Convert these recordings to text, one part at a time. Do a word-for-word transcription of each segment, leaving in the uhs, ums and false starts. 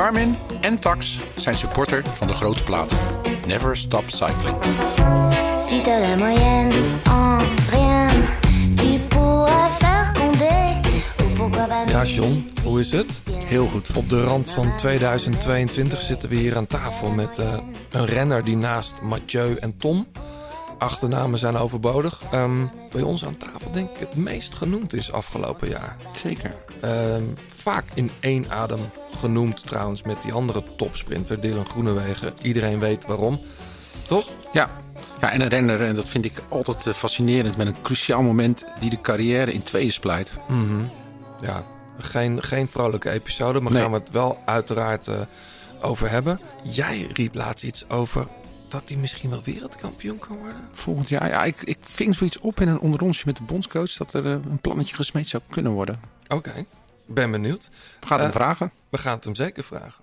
Garmin en Tax zijn supporter van de Grote Plaat. Never stop cycling. Si t'as la moyenne en rien, tu pourras faire condé. Ja, John, hoe is het? Heel goed. Op de rand van tweeduizend tweeëntwintig zitten we hier aan tafel met uh, een renner die naast Mathieu en Tom, achternamen zijn overbodig, um, bij ons aan tafel denk ik het meest genoemd is afgelopen jaar. Zeker. Um, vaak in één adem genoemd trouwens met die andere topsprinter Dylan Groenewegen. Iedereen weet waarom, toch? Ja. Ja, en een renner, en dat vind ik altijd fascinerend, met een cruciaal moment die de carrière in tweeën splijt. Mm-hmm. Ja, geen, geen vrolijke episode, maar nee. Gaan we het wel uiteraard uh, over hebben. Jij riep laatst iets over dat hij misschien wel wereldkampioen kan worden. Volgend jaar, ja, ik, ik ving zoiets op in een onderrondje met de bondscoach dat er uh, een plannetje gesmeed zou kunnen worden. Oké, okay. Ben benieuwd. We gaan het uh, hem vragen. We gaan het hem zeker vragen.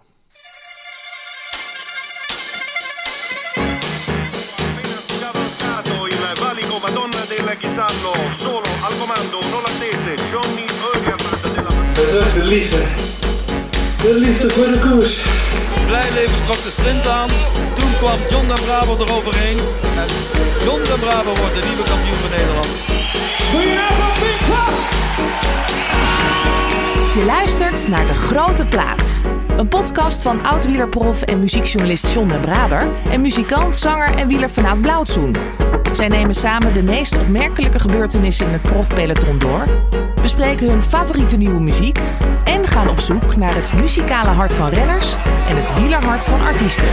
Dat is de liefde. De liefde voor de koers. Blijleven trok de sprint aan. Toen kwam John de Braber eroverheen. En John de Braber wordt de nieuwe kampioen van Nederland. Je luistert naar De Grote Plaat. Een podcast van oud-wielerprof en muziekjournalist John de Braber en muzikant, zanger en wieler vanuit Blauwtsoen. Zij nemen samen de meest opmerkelijke gebeurtenissen in het profpeloton door, bespreken hun favoriete nieuwe muziek en gaan op zoek naar het muzikale hart van renners en het wielerhart van artiesten.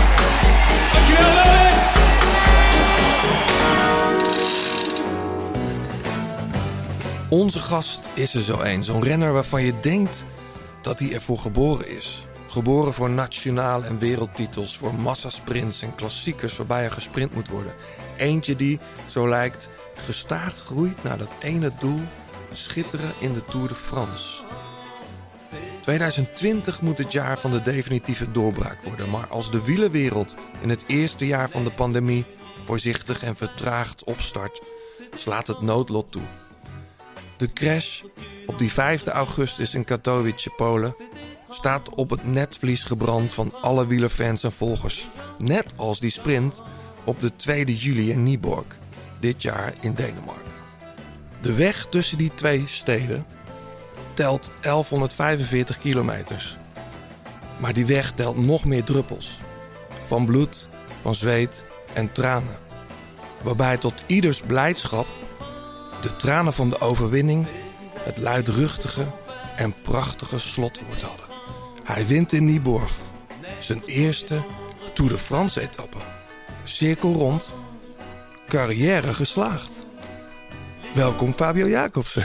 Onze gast is er zo een, zo'n renner waarvan je denkt dat hij ervoor geboren is. Geboren voor nationale en wereldtitels, voor massasprints en klassiekers waarbij er gesprint moet worden. Eentje die, zo lijkt, gestaag groeit naar dat ene doel, schitteren in de Tour de France. tweeduizend twintig moet het jaar van de definitieve doorbraak worden, maar als de wielerwereld in het eerste jaar van de pandemie voorzichtig en vertraagd opstart, slaat het noodlot toe. De crash op die vijfde augustus in Katowice, Polen, staat op het netvlies gebrand van alle wielerfans en volgers. Net als die sprint op de tweede juli in Nyborg, dit jaar in Denemarken. De weg tussen die twee steden telt elfhonderdvijfenveertig kilometers. Maar die weg telt nog meer druppels. Van bloed, van zweet en tranen. Waarbij tot ieders blijdschap de tranen van de overwinning het luidruchtige en prachtige slotwoord hadden. Hij wint in Nyborg zijn eerste Tour de France etappe. Cirkel rond, carrière geslaagd. Welkom Fabio Jacobsen.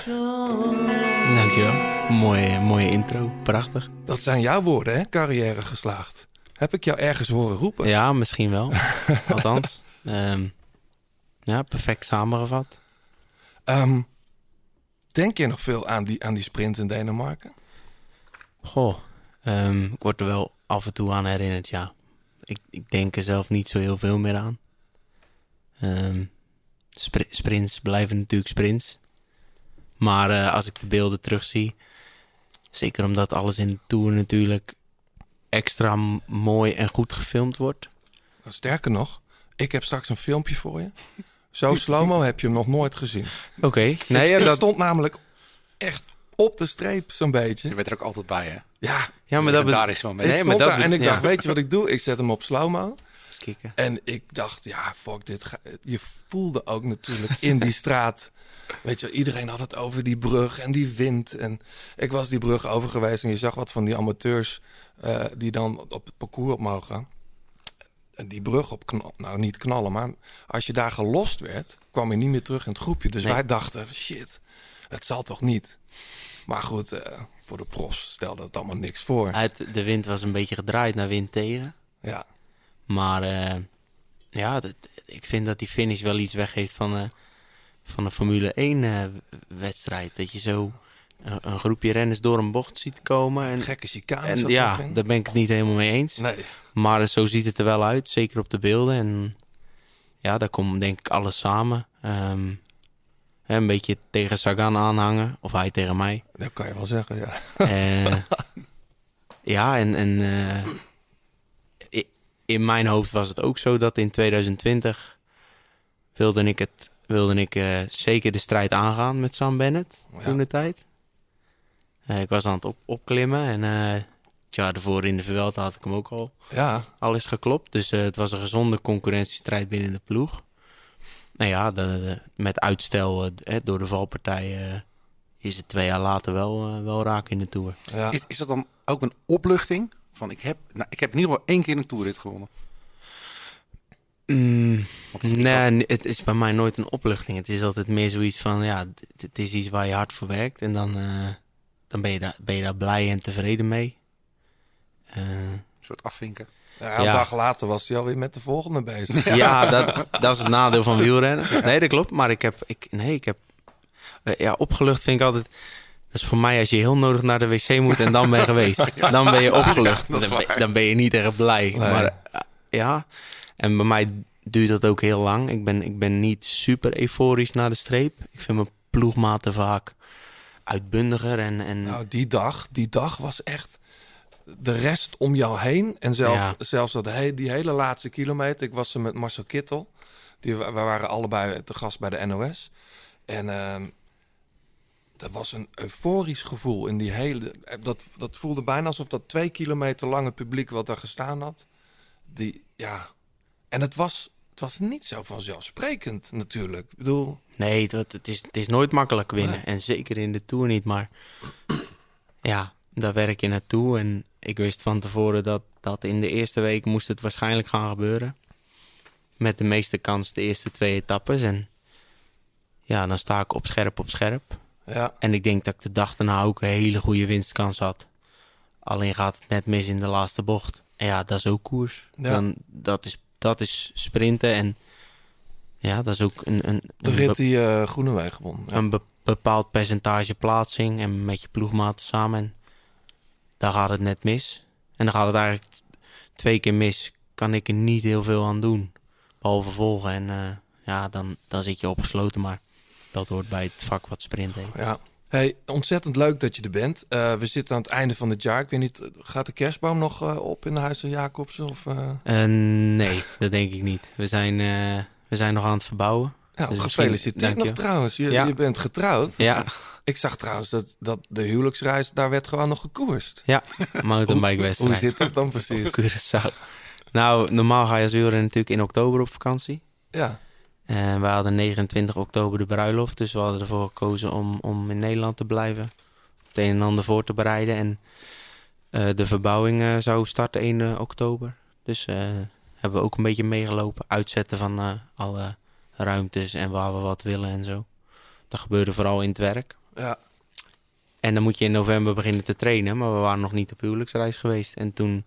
Dankjewel, mooie, mooie intro, prachtig. Dat zijn jouw woorden, hè? Carrière geslaagd. Heb ik jou ergens horen roepen? Ja, misschien wel. Althans, um, ja, perfect samengevat. Um, denk je nog veel aan die, aan die sprint in Denemarken? Goh, um, ik word er wel af en toe aan herinnerd, ja. Ik, ik denk er zelf niet zo heel veel meer aan. Um, spr- sprints blijven natuurlijk sprints. Maar uh, als ik de beelden terugzie, zeker omdat alles in de Tour natuurlijk extra m- mooi en goed gefilmd wordt. Sterker nog, ik heb straks een filmpje voor je. Zo slow-mo heb je hem nog nooit gezien. Oké. Okay. Nee, ja, dat ik stond namelijk echt op de streep zo'n beetje. Je bent er ook altijd bij, hè? Ja. Ja, maar dat... En daar is wel mee. Ik nee, stond maar dat daar en ik ja. dacht, weet je wat ik doe? Ik zet hem op slow-mo. Eens kijken. En ik dacht, ja, fuck dit. Ga... Je voelde ook natuurlijk in die straat. Weet je, iedereen had het over die brug en die wind. En ik was die brug over geweest en je zag wat van die amateurs uh, die dan op het parcours op mogen. En die brug op knallen, nou niet knallen, maar als je daar gelost werd, kwam je niet meer terug in het groepje. Dus nee. Wij dachten, shit, het zal toch niet. Maar goed, uh, voor de profs stelde het allemaal niks voor. Uit, de wind was een beetje gedraaid naar wind tegen. Ja. Maar uh, ja, dat, ik vind dat die finish wel iets weggeeft van, uh, van een Formule één uh, wedstrijd. Dat je zo uh, een groepje renners door een bocht ziet komen. En, gekke chicane. En ja, daar ben ik het niet helemaal mee eens. Nee. Maar uh, zo ziet het er wel uit, zeker op de beelden. En ja, daar komt denk ik alles samen. Um, een beetje tegen Sagan aanhangen, of hij tegen mij. Dat kan je wel zeggen, ja. Uh, Ja, en, en uh, in mijn hoofd was het ook zo dat in twintig twintig wilde ik, het, wilde ik uh, zeker de strijd aangaan met Sam Bennett ja. toen de tijd. Uh, ik was aan het op, opklimmen en uh, tja, daarvoor in de Vuelta had ik hem ook al ja. alles geklopt. Dus uh, het was een gezonde concurrentiestrijd binnen de ploeg. Nou ja, de, de, met uitstel uh, door de valpartij uh, is het twee jaar later wel, uh, wel raak in de Tour. Ja. Is, is dat dan ook een opluchting? Van ik heb, nou, ik heb in ieder geval één keer een Tourrit gewonnen. Mm, nee, dat... het is bij mij nooit een opluchting. Het is altijd meer zoiets van, ja, het is iets waar je hard voor werkt. En dan, uh, dan ben, je daar, ben je daar blij en tevreden mee. Uh, een soort afvinken. Ja, een ja. dag later was hij alweer met de volgende bezig. Ja, dat, dat is het nadeel van wielrennen. Nee, dat klopt. Maar ik heb, ik, nee, ik heb, uh, ja, opgelucht vind ik altijd... Dat is voor mij als je heel nodig naar de wc moet en dan ben je geweest. Dan ben je opgelucht. Ja, dan, ben, dan ben je niet erg blij. Nee. Maar uh, ja, en bij mij duurt dat ook heel lang. Ik ben, ik ben niet super euforisch naar de streep. Ik vind mijn ploegmaten vaak uitbundiger. En, en... Nou, die dag, die dag was echt de rest om jou heen. En zelf, ja. zelfs dat, die hele laatste kilometer. Ik was er met Marcel Kittel. Die, we waren allebei te gast bij de N O S. En... Uh, Dat was een euforisch gevoel in die hele... Dat, dat voelde bijna alsof dat twee kilometer lang het publiek wat daar gestaan had. Die, ja... En het was, het was niet zo vanzelfsprekend natuurlijk. Ik bedoel... Nee, het, het, is, het is nooit makkelijk winnen. Nee. En zeker in de Tour niet. Maar ja, daar werk je naartoe. En ik wist van tevoren dat, dat in de eerste week moest het waarschijnlijk gaan gebeuren. Met de meeste kans de eerste twee etappes. En ja, dan sta ik op scherp op scherp. Ja. En ik denk dat ik de dag daarna ook een hele goede winstkans had. Alleen gaat het net mis in de laatste bocht. En ja, dat is ook koers. Ja. Dan, dat, is, dat is sprinten. En ja, dat is ook een... een, de een rit die uh, Groenewegen won. Ja. Een be- bepaald percentage plaatsing. En met je ploegmaten samen. En daar gaat het net mis. En dan gaat het eigenlijk t- twee keer mis. Kan ik er niet heel veel aan doen. Behalve volgen. En uh, ja, dan, dan zit je opgesloten. Maar... Dat hoort bij het vak wat sprint heeft. Ja. Hey, ontzettend leuk dat je er bent. Uh, we zitten aan het einde van het jaar. Ik weet niet, gaat de kerstboom nog uh, op in de Huizen Jacobsen? Of, uh... Uh, nee, dat denk ik niet. We zijn, uh, we zijn nog aan het verbouwen. Ja, dus gefeliciteerd nog trouwens. Je, ja. je bent getrouwd. Ja. Ik zag trouwens dat, dat de huwelijksreis, daar werd gewoon nog gekoerst. Ja, mountainbike wedstrijd. Hoe zit dat dan precies? Curaçao. Nou, normaal ga je als wielrenner natuurlijk in oktober op vakantie. Ja. En we hadden negenentwintig oktober de bruiloft. Dus we hadden ervoor gekozen om, om in Nederland te blijven. Het een en ander voor te bereiden. En uh, de verbouwing uh, zou starten één oktober. Dus uh, hebben we ook een beetje meegelopen. Uitzetten van uh, alle ruimtes en waar we wat willen en zo. Dat gebeurde vooral in het werk. Ja. En dan moet je in november beginnen te trainen. Maar we waren nog niet op huwelijksreis geweest. En toen,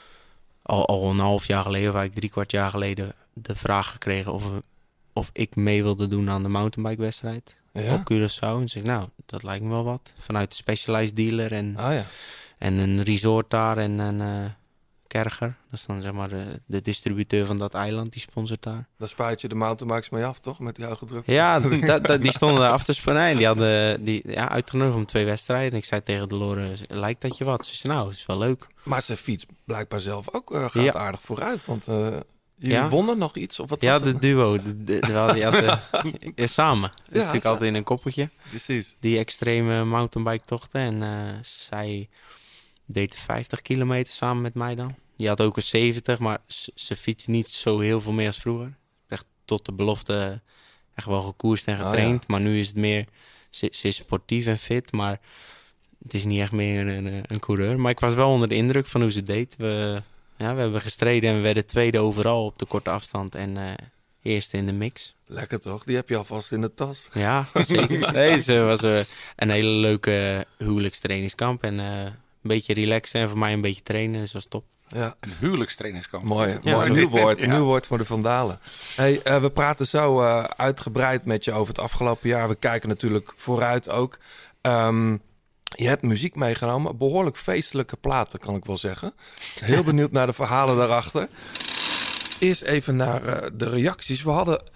al, al een half jaar geleden, of eigenlijk drie kwart jaar geleden... de vraag gekregen of we... of ik mee wilde doen aan de mountainbike-wedstrijd ja? op Curaçao. En zei ik, nou, dat lijkt me wel wat. Vanuit de Specialized Dealer en, ah, ja. en een resort daar en een uh, Kerger. Dat is dan zeg maar de, de distributeur van dat eiland, die sponsort daar. Daar spuit je de mountainbikes mee af, toch? Met die hoge druk. Ja, dat, dat, die stonden daar af te spannen. En die hadden die, ja, uitgenodigd om twee wedstrijden. En ik zei tegen Delore, lijkt dat je wat? Ze zei, nou, dat is wel leuk. Maar ze fiets blijkbaar zelf ook uh, gaat ja. aardig vooruit, want... Uh... Jullie ja. wonnen nog iets? Of wat ja, was de het? duo. De, de, de, die hadden, ja, samen. Dat is ja, natuurlijk altijd in een koppeltje. Precies. Die extreme mountainbike tochten. En uh, zij deed vijftig kilometer samen met mij dan. Die had ook een zeventig, maar ze, ze fietst niet zo heel veel meer als vroeger. Echt tot de belofte echt wel gekoerst en getraind. Oh, ja. Maar nu is het meer... Ze, ze is sportief en fit, maar het is niet echt meer een, een, een coureur. Maar ik was wel onder de indruk van hoe ze deed. We... Ja, we hebben gestreden en we werden tweede overal op de korte afstand en uh, eerste in de mix. Lekker toch? Die heb je alvast in de tas. Ja, zeker. Nee, het was uh, een hele leuke huwelijkstrainingskamp en uh, een beetje relaxen en voor mij een beetje trainen, dus dat was top. Ja, een huwelijkstrainingskamp. Mooi, ja, mooi. Nieuw woord, ja. nieuw woord voor de Vandalen. Hey, uh, we praten zo uh, uitgebreid met je over het afgelopen jaar. We kijken natuurlijk vooruit ook. Um, Je hebt muziek meegenomen, behoorlijk feestelijke platen, kan ik wel zeggen. Heel benieuwd naar de verhalen daarachter. Eerst even naar uh, de reacties. We hadden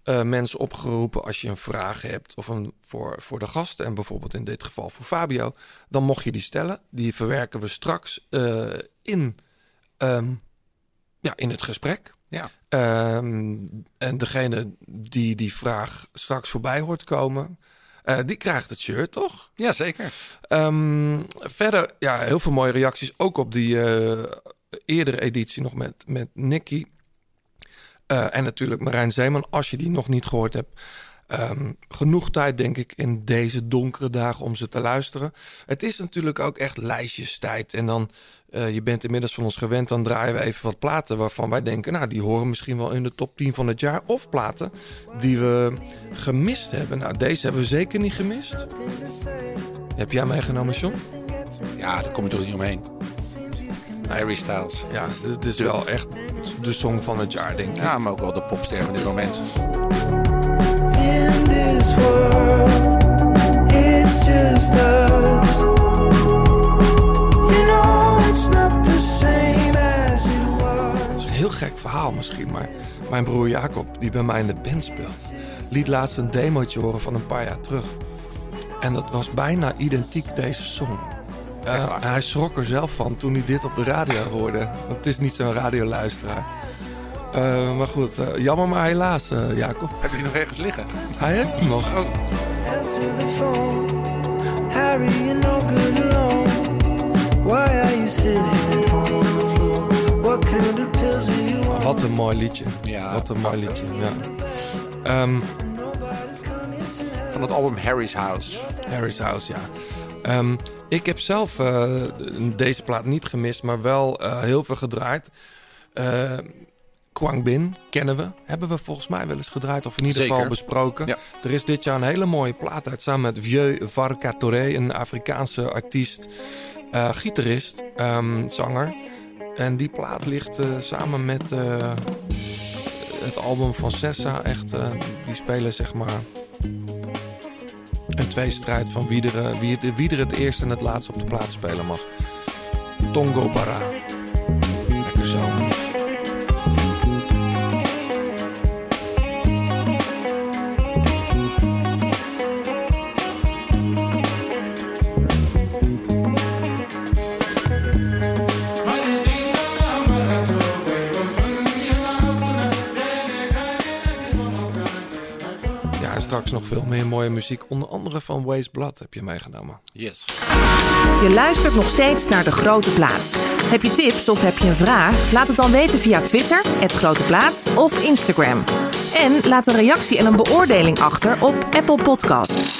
uh, mensen opgeroepen als je een vraag hebt of een voor, voor de gasten. En bijvoorbeeld in dit geval voor Fabio. Dan mocht je die stellen. Die verwerken we straks uh, in, um, ja, in het gesprek. Ja. Um, en degene die die vraag straks voorbij hoort komen, uh, die krijgt het shirt, toch? Ja, zeker. Um, verder, ja, heel veel mooie reacties. Ook op die uh, eerdere editie nog met, met Nicky. Uh, en natuurlijk Marijn Zeeman, als je die nog niet gehoord hebt. Um, genoeg tijd, denk ik, in deze donkere dagen om ze te luisteren. Het is natuurlijk ook echt lijstjestijd. En dan, uh, je bent inmiddels van ons gewend, dan draaien we even wat platen waarvan wij denken, nou, die horen misschien wel in de top tien van het jaar. Of platen die we gemist hebben. Nou, deze hebben we zeker niet gemist. Heb jij meegenomen, John? Ja, daar kom je toch niet omheen. Harry Styles. Ja, dit is wel echt de song van het jaar, denk ik. Ja, maar ook wel de popster van dit moment. In this world, it's just us. You know it's not the same as it was. Het is een heel gek verhaal misschien, maar mijn broer Jacob, die bij mij in de band speelt, liet laatst een demootje horen van een paar jaar terug. En dat was bijna identiek deze song. Uh, en hij schrok er zelf van toen hij dit op de radio hoorde. Want het is niet zo'n radioluisteraar. Uh, maar goed, uh, jammer maar helaas, uh, Jacob. Heb je die nog ergens liggen? Hij heeft hem nog. Oh. Answer the phone. Harry, you're no good alone. Why are you sitting at home on the floor? What kind of pills are you on? Wat een mooi liedje. Ja, Wat een mooi liedje, ja. Um, van het album Harry's House. Harry's House, ja. Um, ik heb zelf uh, deze plaat niet gemist, maar wel uh, heel veel gedraaid. Uh, Quang Bin kennen we. Hebben we volgens mij wel eens gedraaid of in ieder Zeker. geval besproken. Ja. Er is dit jaar een hele mooie plaat uit samen met Vieux Varka Touré, een Afrikaanse artiest, uh, gitarist, um, zanger. En die plaat ligt uh, samen met uh, het album van Sessa. Echt, uh, die spelen zeg maar een tweestrijd van wie er, wie, er, wie er het eerste en het laatste op de plaat spelen mag. Tongo Bara. Lekker zomer. Straks nog veel meer mooie muziek. Onder andere van Waste Blood heb je meegenomen. Yes. Je luistert nog steeds naar De Grote Plaat. Heb je tips of heb je een vraag? Laat het dan weten via Twitter, het Grote Plaat of Instagram. En laat een reactie en een beoordeling achter op Apple Podcast.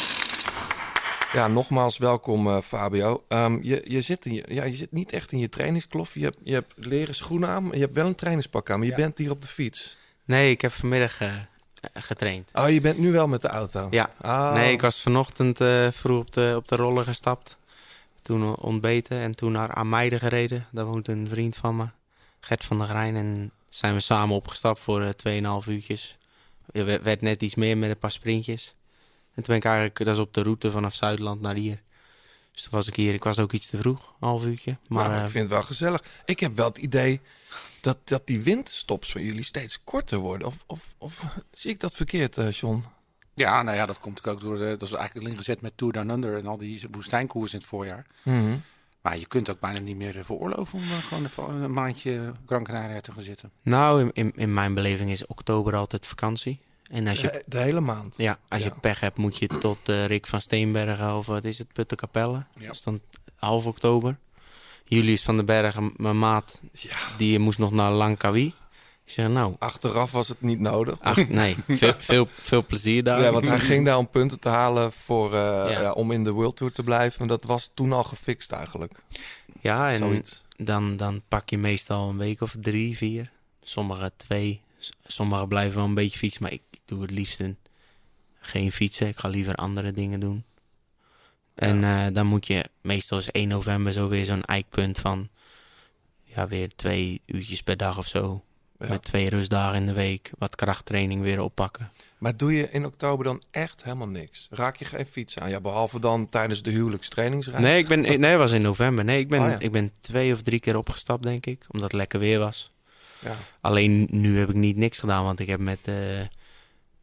Ja, nogmaals welkom uh, Fabio. Um, je, je, zit in je, ja, je zit niet echt in je trainingsklof. Je hebt, je hebt leren schoenen aan. Je hebt wel een trainingspak aan, maar je ja. bent hier op de fiets. Nee, ik heb vanmiddag Uh... getraind. Oh, je bent nu wel met de auto? Ja. Oh. Nee, ik was vanochtend uh, vroeg op de, op de roller gestapt. Toen ontbeten en toen naar Ameide gereden. Daar woont een vriend van me, Gert van der Grijn. En zijn we samen opgestapt voor uh, tweeënhalf uurtjes. Er werd net iets meer met een paar sprintjes. En toen ben ik eigenlijk, dat is op de route vanaf Zuidland naar hier. Dus toen was ik hier, ik was ook iets te vroeg, een half uurtje. Maar nou, uh, ik vind het wel gezellig. Ik heb wel het idee dat, dat die windstops van jullie steeds korter worden. Of, of, of zie ik dat verkeerd, uh, John? Ja, nou ja, dat komt ook door de, dat is eigenlijk ingezet met Tour Down Under en al die woestijnkoers in het voorjaar. Mm-hmm. Maar je kunt ook bijna niet meer veroorloven om uh, gewoon een, een maandje Gran Canaria te gaan zitten. Nou, in, in, in mijn beleving is oktober altijd vakantie. En als je, de, de hele maand? Ja, als ja. je pech hebt moet je tot uh, Rick van Steenbergen of wat is het, Puttenkapelle. Ja. Dat is dan half oktober. Julius van den Bergen, mijn maat, ja. die moest nog naar Langkawi. Ik zeg, nou... Achteraf was het niet nodig. Ach, nee, veel, veel, veel plezier daar. Ja, want hij ging daar om punten te halen voor, uh, ja. Ja, om in de World Tour te blijven. Maar dat was toen al gefixt eigenlijk. Ja, en dan, dan pak je meestal een week of drie, vier. Sommige twee. Sommigen blijven wel een beetje fietsen, maar ik, ik doe het liefst een, geen fietsen. Ik ga liever andere dingen doen. Ja. En uh, dan moet je, meestal is één november zo weer zo'n eikpunt van... ja, weer twee uurtjes per dag of zo. Ja. Met twee rustdagen in de week. Wat krachttraining weer oppakken. Maar doe je in oktober dan echt helemaal niks? Raak je geen fiets aan? Ja, behalve dan tijdens de huwelijkstrainingsreis? Nee, ik ben, nee, dat was in november. Nee, ik ben, oh, ja. ik ben twee of drie keer opgestapt, denk ik. Omdat het lekker weer was. Ja. Alleen nu heb ik niet niks gedaan. Want ik heb met, uh,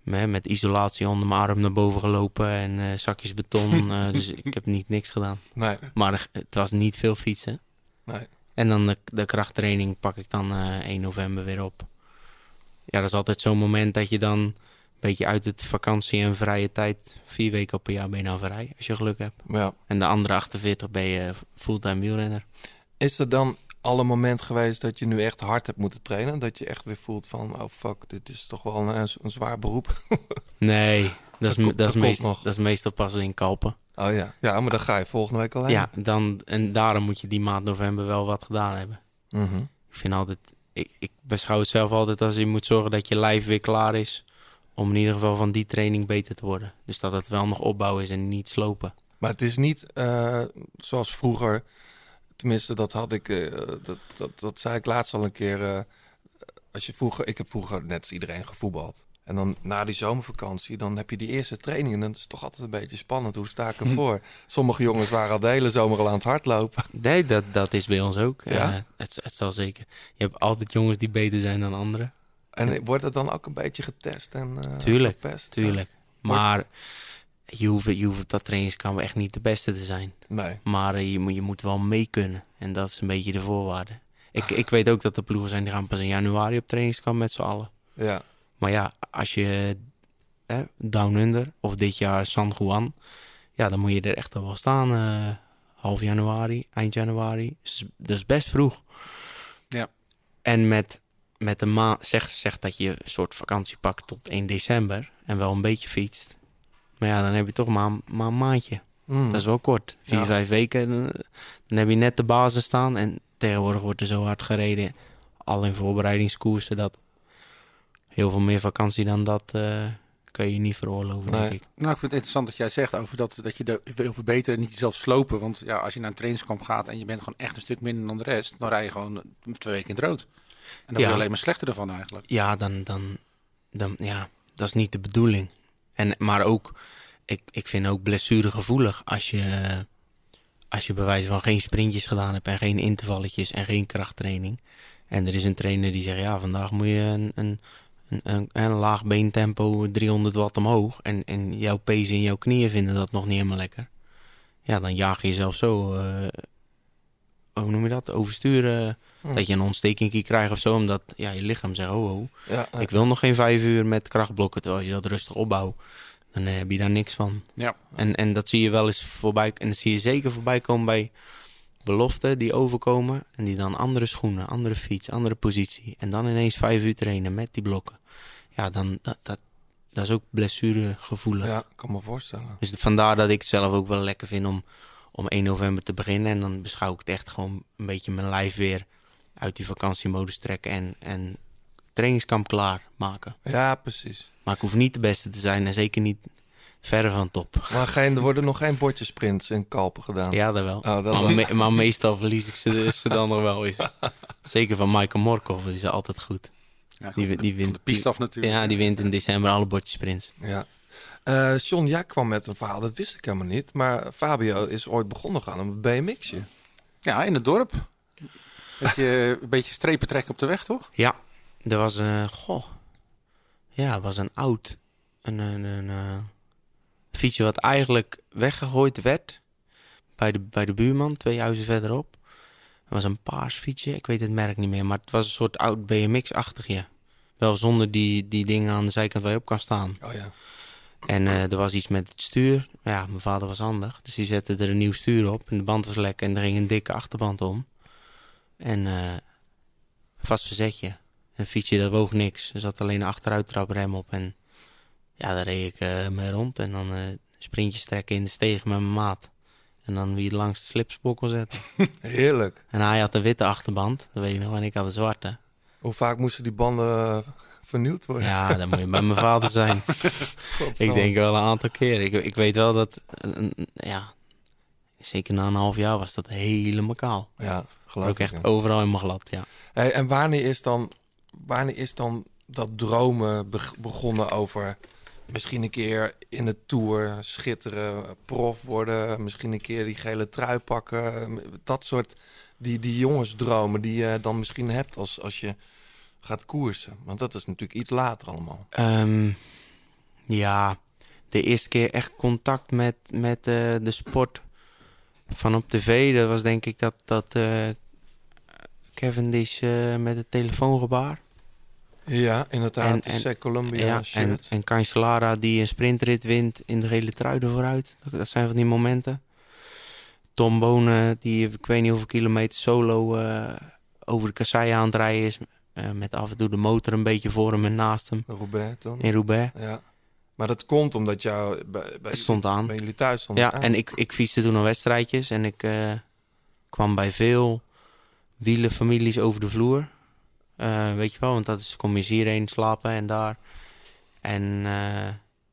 Met, met isolatie onder mijn arm naar boven gelopen en uh, zakjes beton. uh, dus ik heb niet niks gedaan. Nee. Maar het was niet veel fietsen. Nee. En dan de, de krachttraining pak ik dan uh, één november weer op. Ja, dat is altijd zo'n moment dat je dan... een beetje uit het vakantie en vrije tijd... vier weken per jaar ben je nou vrij, als je geluk hebt. Ja. En de andere achtenveertig ben je fulltime wielrenner. Is er dan al een moment geweest dat je nu echt hard hebt moeten trainen? Dat je echt weer voelt van... oh fuck, dit is toch wel een, een zwaar beroep? Nee, dat is, dat, dat, dat, is meest, nog. dat is meestal pas in Kalpen. Oh ja, ja, maar dan ga je volgende week al heen. Ja, dan, en daarom moet je die maand november wel wat gedaan hebben. Mm-hmm. Ik vind altijd... Ik, ik beschouw het zelf altijd als je moet zorgen dat je lijf weer klaar is... om in ieder geval van die training beter te worden. Dus dat het wel nog opbouw is en niet slopen. Maar het is niet uh, zoals vroeger... Tenminste, dat had ik... Uh, dat, dat, dat zei ik laatst al een keer... Uh, als je vroeger... Ik heb vroeger net als iedereen gevoetbald. En dan na die zomervakantie... dan heb je die eerste training... en dat is toch altijd een beetje spannend. Hoe sta ik ervoor? Sommige jongens waren al de hele zomer al aan het hardlopen. Nee, dat, dat is bij ons ook. Ja? Uh, het, het zal zeker. Je hebt altijd jongens die beter zijn dan anderen. En wordt het dan ook een beetje getest en uh, tuurlijk, gepest? Tuurlijk, maar je hoeft, je hoeft op dat trainingskamp echt niet de beste te zijn. Nee. Maar uh, je, moet, je moet wel mee kunnen. En dat is een beetje de voorwaarde. Ik, ik weet ook dat er ploegen zijn die gaan pas in januari op trainingskamp met z'n allen. Ja. Maar ja, als je eh, Down Under of dit jaar San Juan... ja, dan moet je er echt al wel staan. Uh, half januari, eind januari. Dus, dat is best vroeg. Ja. En met... Met een maand zeg, zeg dat je een soort vakantie pakt tot één december en wel een beetje fietst. Maar ja, dan heb je toch maar, maar een maandje. Mm. Dat is wel kort. Vier, ja. vijf weken. Dan, dan heb je net de basis staan. En tegenwoordig wordt er zo hard gereden. Al in voorbereidingskoersen. Dat heel veel meer vakantie dan dat uh, kan je niet veroorloven, nee. denk ik. Nou, ik vind het interessant dat jij zegt over dat, dat je de, wil verbeteren en niet jezelf slopen. Want ja, als je naar een trainingskamp gaat en je bent gewoon echt een stuk minder dan de rest, dan rij je gewoon twee weken in het rood. En dan ja. word je alleen maar slechter ervan eigenlijk. Ja, dan, dan, dan, ja, dat is niet de bedoeling. En, maar ook, ik, ik vind ook blessuregevoelig als je, als je bij wijze van geen sprintjes gedaan hebt en geen intervalletjes en geen krachttraining. En er is een trainer die zegt, ja, vandaag moet je een, een, een, een, een laag beentempo driehonderd watt omhoog. En, en jouw pezen in jouw knieën vinden dat nog niet helemaal lekker. Ja, dan jaag je jezelf zo... Uh, hoe noem je dat? Oversturen. Hmm. Dat je een ontstekingje krijgt of zo. Omdat ja, je lichaam zegt, oh, oh. Ja, ja. Ik wil nog geen vijf uur met krachtblokken. Terwijl je dat rustig opbouwt. Dan uh, heb je daar niks van. Ja. En, en dat zie je wel eens voorbij. En dat zie je zeker voorbij komen bij beloften die overkomen. En die dan andere schoenen, andere fiets, andere positie. En dan ineens vijf uur trainen met die blokken. Ja, dan dat, dat, dat is ook blessuregevoelig. Ja, ik kan me voorstellen. Dus vandaar dat ik het zelf ook wel lekker vind om... om één november te beginnen. En dan beschouw ik het echt gewoon een beetje mijn lijf weer uit die vakantiemodus trekken. En, en trainingskamp klaar maken. Ja, precies. Maar ik hoef niet de beste te zijn. En zeker niet verre van top. Maar geen, er worden nog geen bordjesprints in Kalpen gedaan? Ja, dat wel. Oh, dat maar, wel. Me, maar meestal verlies ik ze, ze dan nog wel eens. Zeker van Michael Morkov. Die is altijd goed. Ja, goed die, die wint, de piste af natuurlijk. Ja, die wint in december alle bordjesprints. Ja. Uh, John, jij kwam met een verhaal, dat wist ik helemaal niet. Maar Fabio is ooit begonnen gaan om een B M X'je. Ja, in het dorp. Beetje, een beetje strepen trekken op de weg, toch? Ja, er was een, goh, ja, was een oud, een, een, een uh, fietsje wat eigenlijk weggegooid werd bij de, bij de buurman, twee huizen verderop. Het was een paars fietsje, ik weet het merk niet meer, maar het was een soort oud B M X-achtigje. Wel zonder die, die dingen aan de zijkant waar je op kan staan. Oh ja. En uh, er was iets met het stuur. Ja, mijn vader was handig. Dus die zette er een nieuw stuur op. En de band was lekker. En er ging een dikke achterband om. En uh, vast verzetje. Een fietsje, dat woog niks. Er zat alleen een achteruittraprem op. En ja, daar reed ik uh, mee rond. En dan uh, sprintjes trekken in de steeg met mijn maat. En dan wie het langste slipspoor kon zetten. Heerlijk. En hij had de witte achterband. Dat weet ik nog. En ik had de zwarte. Hoe vaak moesten die banden... vernieuwd worden. Ja, dan moet je bij mijn vader zijn. Ik denk wel een aantal keren. Ik, ik weet wel dat, een, ja, zeker na een half jaar was dat helemaal kaal. Ja, geloof ook ik. echt Ja. overal helemaal glad, ja. Hey, en wanneer is dan, wanneer is dan dat dromen be- begonnen over misschien een keer in de Tour schitteren, prof worden, misschien een keer die gele trui pakken, dat soort, die, die jongensdromen die je dan misschien hebt als, als je gaat koersen? Want dat is natuurlijk iets later allemaal. Um, Ja, de eerste keer echt contact met, met uh, de sport van op tv... dat was denk ik dat, dat uh, Cavendish uh, met het telefoongebaar. Ja, inderdaad. En, en, Columbia ja, shirt. En, en Cancellara die een sprintrit wint in de gele trui er vooruit. Dat, dat zijn van die momenten. Tom Bonen, die ik weet niet hoeveel kilometer solo uh, over de kassei aan het rijden is... Uh, met af en toe de motor een beetje voor hem en naast hem. Roubaix dan? In Roubaix. Ja. Maar dat komt omdat jou bij, bij, stond aan. bij jullie thuis stond ja, aan. En ik, ik fietste toen al wedstrijdjes. En ik uh, kwam bij veel wielenfamilies over de vloer. Uh, weet je wel, want dat is, kom je hierheen slapen en daar. En uh,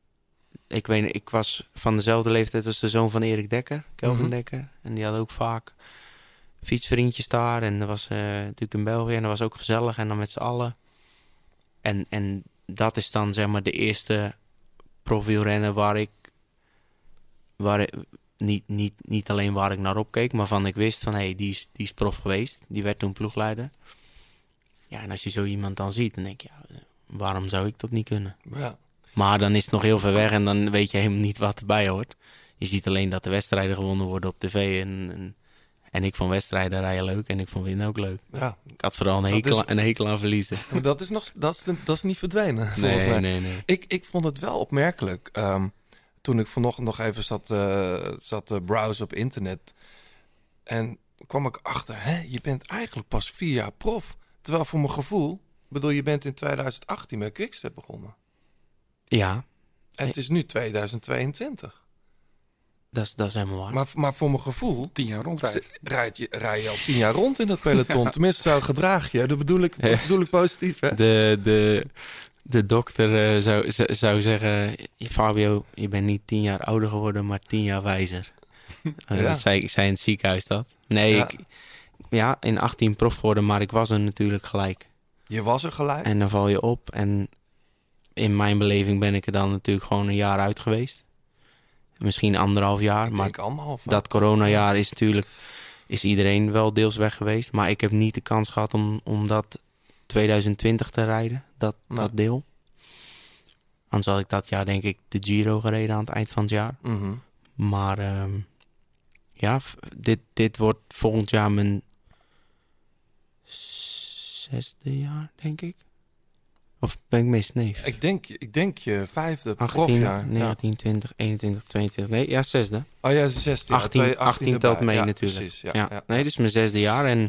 ik weet ik was van dezelfde leeftijd als de zoon van Erik Dekker, Kelvin mm-hmm. Dekker. En die had ook vaak fietsvriendjes daar. En dat was uh, natuurlijk in België en dat was ook gezellig. En dan met z'n allen. En, en dat is dan zeg maar de eerste profielrenner waar ik... Waar ik niet, niet, niet alleen waar ik naar opkeek, maar van ik wist van... hé, hey, die, is, die is prof geweest. Die werd toen ploegleider. Ja, en als je zo iemand dan ziet, dan denk je... Ja, waarom zou ik dat niet kunnen? Ja. Maar dan is het nog heel ver weg en dan weet je helemaal niet wat erbij hoort. Je ziet alleen dat de wedstrijden gewonnen worden op tv. En, en, en ik vond wedstrijden rijden leuk en ik vond winnen ook leuk. Ja. Ik had vooral een hekel, is, een hekel aan verliezen. Maar dat is, nog, dat is, dat is niet verdwenen, nee, volgens mij. Nee, nee. Ik, ik vond het wel opmerkelijk. Um, toen ik vanochtend nog even zat, uh, zat uh, browsen op internet. En kwam ik achter, hè, je bent eigenlijk pas vier jaar prof. Terwijl voor mijn gevoel, bedoel, je bent in twintig achttien met Quickstep begonnen. Ja. En het is nu tweeduizend tweeëntwintig. Dat is, dat is helemaal waar. Maar, maar voor mijn gevoel... Tien jaar rondrijdt. Rijd je, rijd je al tien jaar rond in dat peloton. Tenminste, zo gedraag je. Dat bedoel ik, dat bedoel ik positief, hè? De, de, de dokter uh, zou, zou zeggen... Fabio, je bent niet tien jaar ouder geworden, maar tien jaar wijzer. Uh, ja. Dat zei ik zei in het ziekenhuis dat. Nee, ja. ik... Ja, in achttien prof geworden, maar ik was er natuurlijk gelijk. Je was er gelijk? En dan val je op. En in mijn beleving ben ik er dan natuurlijk gewoon een jaar uit geweest. Misschien anderhalf jaar. Ik maar denk anderhalf. Dat coronajaar is natuurlijk... is iedereen wel deels weg geweest. Maar ik heb niet de kans gehad om, om dat twintig twintig te rijden. Dat, nee. dat deel. Anders had ik dat jaar denk ik de Giro gereden aan het eind van het jaar. Mm-hmm. Maar um, ja, dit, dit wordt volgend jaar mijn... zesde jaar, denk ik. Of ben ik mis? Nee. Ik denk, ik denk je vijfde achttien, profjaar. negentien, ja. twintig, eenentwintig, tweeëntwintig. Nee, ja, zesde. Oh ja, zesde. Ja, achttien, twee, achttien telt mee ja, natuurlijk. Precies, ja, ja. Ja. Nee, dit is mijn zesde jaar. En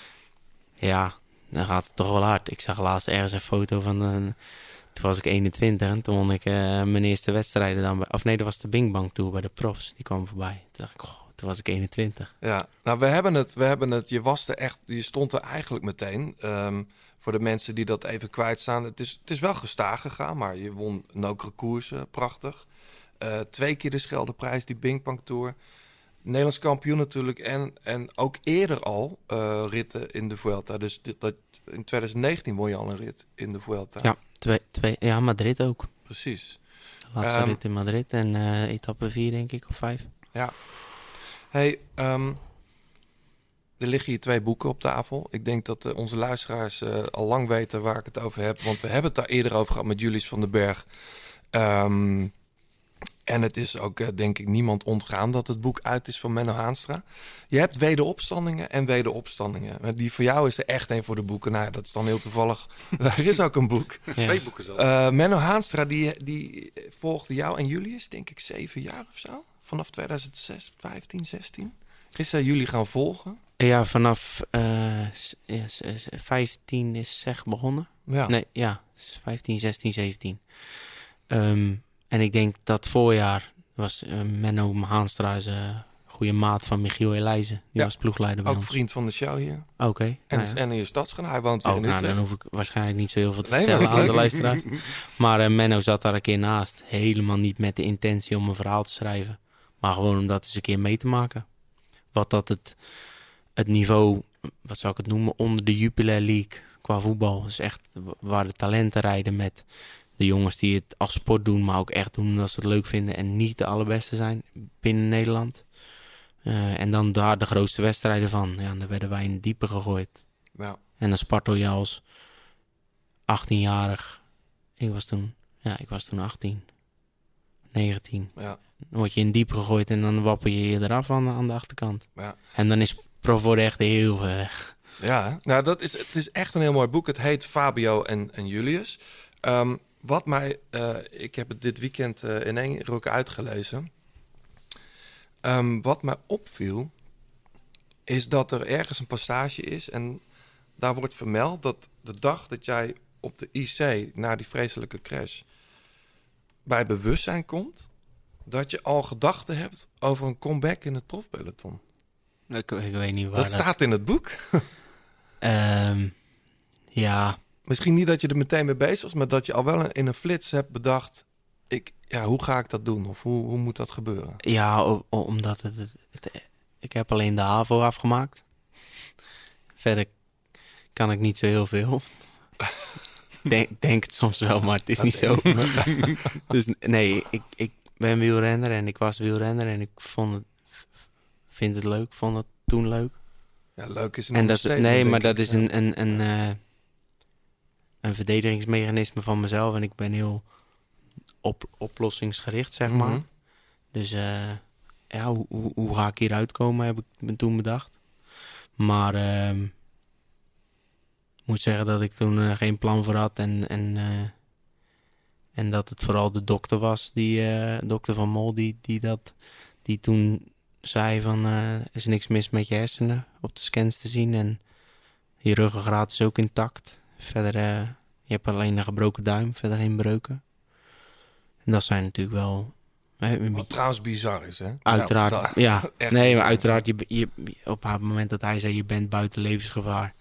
ja, dan gaat het toch wel hard. Ik zag laatst ergens een foto van... Een, toen was ik eenentwintig en toen won ik uh, mijn eerste wedstrijden dan bij... Of nee, dat was de Bing Bang Tour bij de profs. Die kwam voorbij. Toen dacht ik, goh, toen was ik eenentwintig. Ja, nou we hebben het, we hebben het. Je was er echt, je stond er eigenlijk meteen. Um, voor de mensen die dat even kwijtstaan. Het is, het is wel gestaag gegaan, maar je won nokere koersen, prachtig. Uh, twee keer de Scheldeprijs, die Bing Bang Tour. Nederlands kampioen natuurlijk en, en ook eerder al uh, ritten in de Vuelta. Dus dit, dat, in twintig negentien won je al een rit in de Vuelta. Ja, twee, twee, ja Madrid ook. Precies. De laatste um, rit in Madrid en uh, etappe vier denk ik, of vijf. Ja. Hey, um, er liggen hier twee boeken op tafel. Ik denk dat uh, onze luisteraars uh, al lang weten waar ik het over heb. Want we hebben het daar eerder over gehad met Julius van den Berg. Um, en het is ook, uh, denk ik, niemand ontgaan dat het boek uit is van Menno Haanstra. Je hebt wederopstandingen en wederopstandingen. Die voor jou is er echt een voor de boeken. Nou ja, dat is dan heel toevallig. Er is ook een boek. Ja. Twee boeken zo. Uh, Menno Haanstra, die, die volgde jou en Julius, denk ik, zeven jaar of zo. Vanaf tweeduizend zes, vijftien, zestien. Is hij jullie gaan volgen? Ja, vanaf uh, vijftien is zeg begonnen. Ja. Nee, ja, vijftien, zestien, zeventien. Um, en ik denk dat voorjaar was uh, Menno Haanstra een uh, goede maat van Michiel Elijzen. Die ja. was ploegleider bij ook ons. Ook vriend van de show hier. Oké. Okay, en, nou ja. en in je stadsgenoot. Hij woont weer oh, in nou, Utrecht. dan hoef ik waarschijnlijk niet zo heel veel te nee, vertellen aan leuk. de luisteraars. Maar uh, Menno zat daar een keer naast. Helemaal niet met de intentie om een verhaal te schrijven. Maar gewoon om dat eens een keer mee te maken. Wat dat het, het niveau, wat zou ik het noemen, onder de Jupiler League qua voetbal. Dus echt waar de talenten rijden met de jongens die het als sport doen, maar ook echt doen omdat ze het leuk vinden en niet de allerbeste zijn binnen Nederland. Uh, en dan daar de grootste wedstrijden van. Ja, dan werden wij in het diepe gegooid. Ja. En dan spartel je als achttienjarig. Ik was toen, ja, ik was toen achttien. negentien. Ja. Dan word je in diep gegooid en dan wapper je je eraf aan, aan de achterkant. Ja. En dan is Provoorde echt heel ver weg. Ja, nou dat is, het is echt een heel mooi boek. Het heet Fabio en, en Julius. Um, wat mij, uh, ik heb het dit weekend uh, in één ruk uitgelezen. Um, wat mij opviel, is dat er ergens een passage is en daar wordt vermeld dat de dag dat jij op de I C na die vreselijke crash bij bewustzijn komt, dat je al gedachten hebt over een comeback in het profpeloton. Ik, ik weet niet waar Dat, dat staat in het boek. um, ja. Misschien niet dat je er meteen mee bezig was, maar dat je al wel in een flits hebt bedacht, ik, ja, hoe ga ik dat doen? Of hoe, hoe moet dat gebeuren? Ja, o, o, omdat het, het, het... Ik heb alleen de HAVO afgemaakt. Verder kan ik niet zo heel veel. Denk, denk het soms wel, maar het is niet zo. Dus nee, ik, ik ben wielrenner en ik was wielrenner en ik vond het, vind het leuk, vond het toen leuk. Ja, leuk is een en dat is, Nee, maar dat ik, is ja. een, een, een, uh, een verdedigingsmechanisme van mezelf en ik ben heel op, oplossingsgericht, zeg maar. Mm-hmm. Dus uh, ja, hoe, hoe, hoe ga ik hieruit komen, heb ik me toen bedacht. Maar uh, ik moet zeggen dat ik toen uh, geen plan voor had. En, en, uh, en dat het vooral de dokter was, die uh, dokter Van Mol, die, die, dat, die toen zei van uh, er is niks mis met je hersenen op de scans te zien. En je ruggengraat is ook intact. Verder, uh, je hebt alleen een gebroken duim, verder geen breuken. En dat zijn natuurlijk wel... Wat trouwens bizar is, hè? Uiteraard, ja. Dat, ja. dat nee, maar bizar. uiteraard, je, je, op het moment dat hij zei, je bent buiten levensgevaar.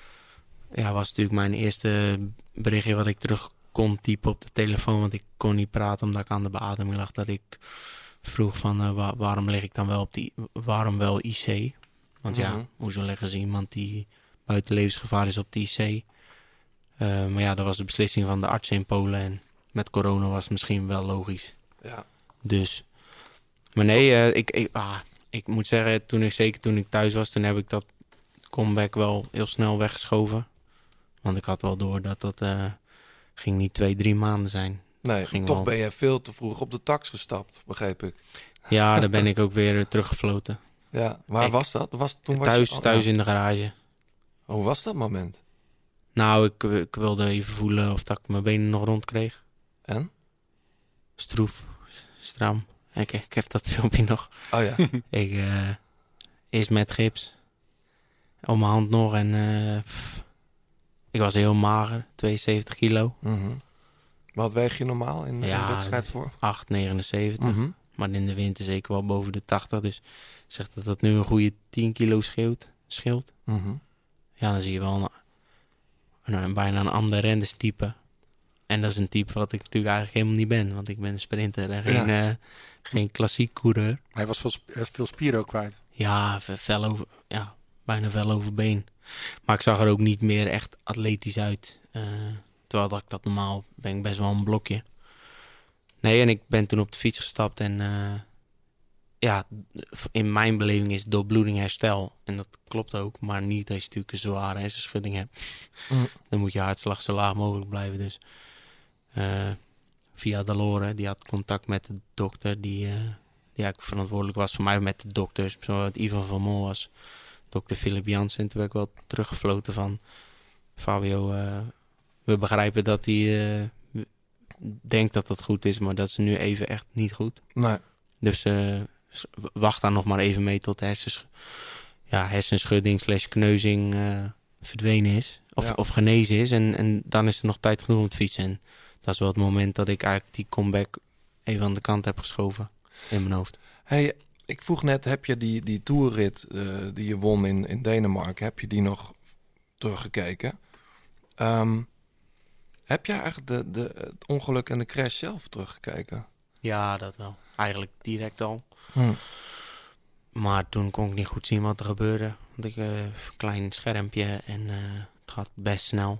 Ja, was natuurlijk mijn eerste berichtje wat ik terug kon typen op de telefoon. Want ik kon niet praten omdat ik aan de beademing lag. Dat ik vroeg van, uh, waar, waarom lig ik dan wel op die, waarom wel I C? Want ja, Mm-hmm. hoezo leggen ze iemand die buiten levensgevaar is op de I C? Uh, maar ja, dat was de beslissing van de arts in Polen. En met corona was het misschien wel logisch. Ja. Dus, maar nee, uh, ik, ik, ah, ik moet zeggen, toen ik, zeker toen ik thuis was, toen heb ik dat comeback wel heel snel weggeschoven. Want ik had wel door dat dat uh, ging niet twee, drie maanden zijn. Nee, ging toch wel... ben je veel te vroeg op de tax gestapt, begreep ik. Ja, daar ben ik ook weer uh, teruggefloten. Ja, waar ik, was dat? Was, toen was thuis, je... oh, thuis ja. in de garage. Hoe was dat moment? Nou, ik, ik wilde even voelen of dat ik mijn benen nog rond kreeg. En? Stroef, stram. Ik, ik heb dat filmpje nog. Oh ja. ik, uh, eerst met gips. Op mijn hand nog. En uh, pff, ik was heel mager. tweeënzeventig kilo. Mm-hmm. Wat weeg je normaal in de ja, wedstrijd voor? acht negenenzeventig. Mm-hmm. Maar in de winter zeker wel boven de tachtig. Dus ik zeg dat dat nu een goede tien kilo scheelt. scheelt. Mm-hmm. Ja, dan zie je wel een, een, bijna een ander renderstype. En dat is een type wat ik natuurlijk eigenlijk helemaal niet ben. Want ik ben een sprinter en geen, ja. uh, geen klassiek coureur. Maar hij was veel, sp- veel spieren ook kwijt. Ja, fel over, ja, bijna vel over been. Maar ik zag er ook niet meer echt atletisch uit. Uh, terwijl dat ik dat normaal ben ik best wel een blokje. Nee, en ik ben toen op de fiets gestapt. En uh, ja, in mijn beleving is doorbloeding herstel. En dat klopt ook. Maar niet als je natuurlijk een zware hersenschudding hebt. Mm. Dan moet je hartslag zo laag mogelijk blijven. Dus uh, via Delore, die had contact met de dokter. Die, uh, die eigenlijk verantwoordelijk was voor mij met de dokters. Zoals Ivan van Mol was. Dokter Philip Jansen. En toen werd ik wel teruggefloten van... Fabio, uh, we begrijpen dat hij uh, denkt dat dat goed is. Maar dat is nu even echt niet goed. Nee. Dus uh, wacht daar nog maar even mee tot de hersens, ja, hersenschudding slash kneuzing uh, verdwenen is. Of, ja. of genezen is. En, en dan is er nog tijd genoeg om te fietsen. En dat is wel het moment dat ik eigenlijk die comeback even aan de kant heb geschoven in mijn hoofd. Hey, ik vroeg net, heb je die, die toerrit uh, die je won in, in Denemarken, heb je die nog teruggekeken? Um, heb jij eigenlijk de, de, het ongeluk en de crash zelf teruggekeken? Ja, dat wel. Eigenlijk direct al. Hm. Maar toen kon ik niet goed zien wat er gebeurde. Want ik een uh, klein schermpje en uh, het gaat best snel.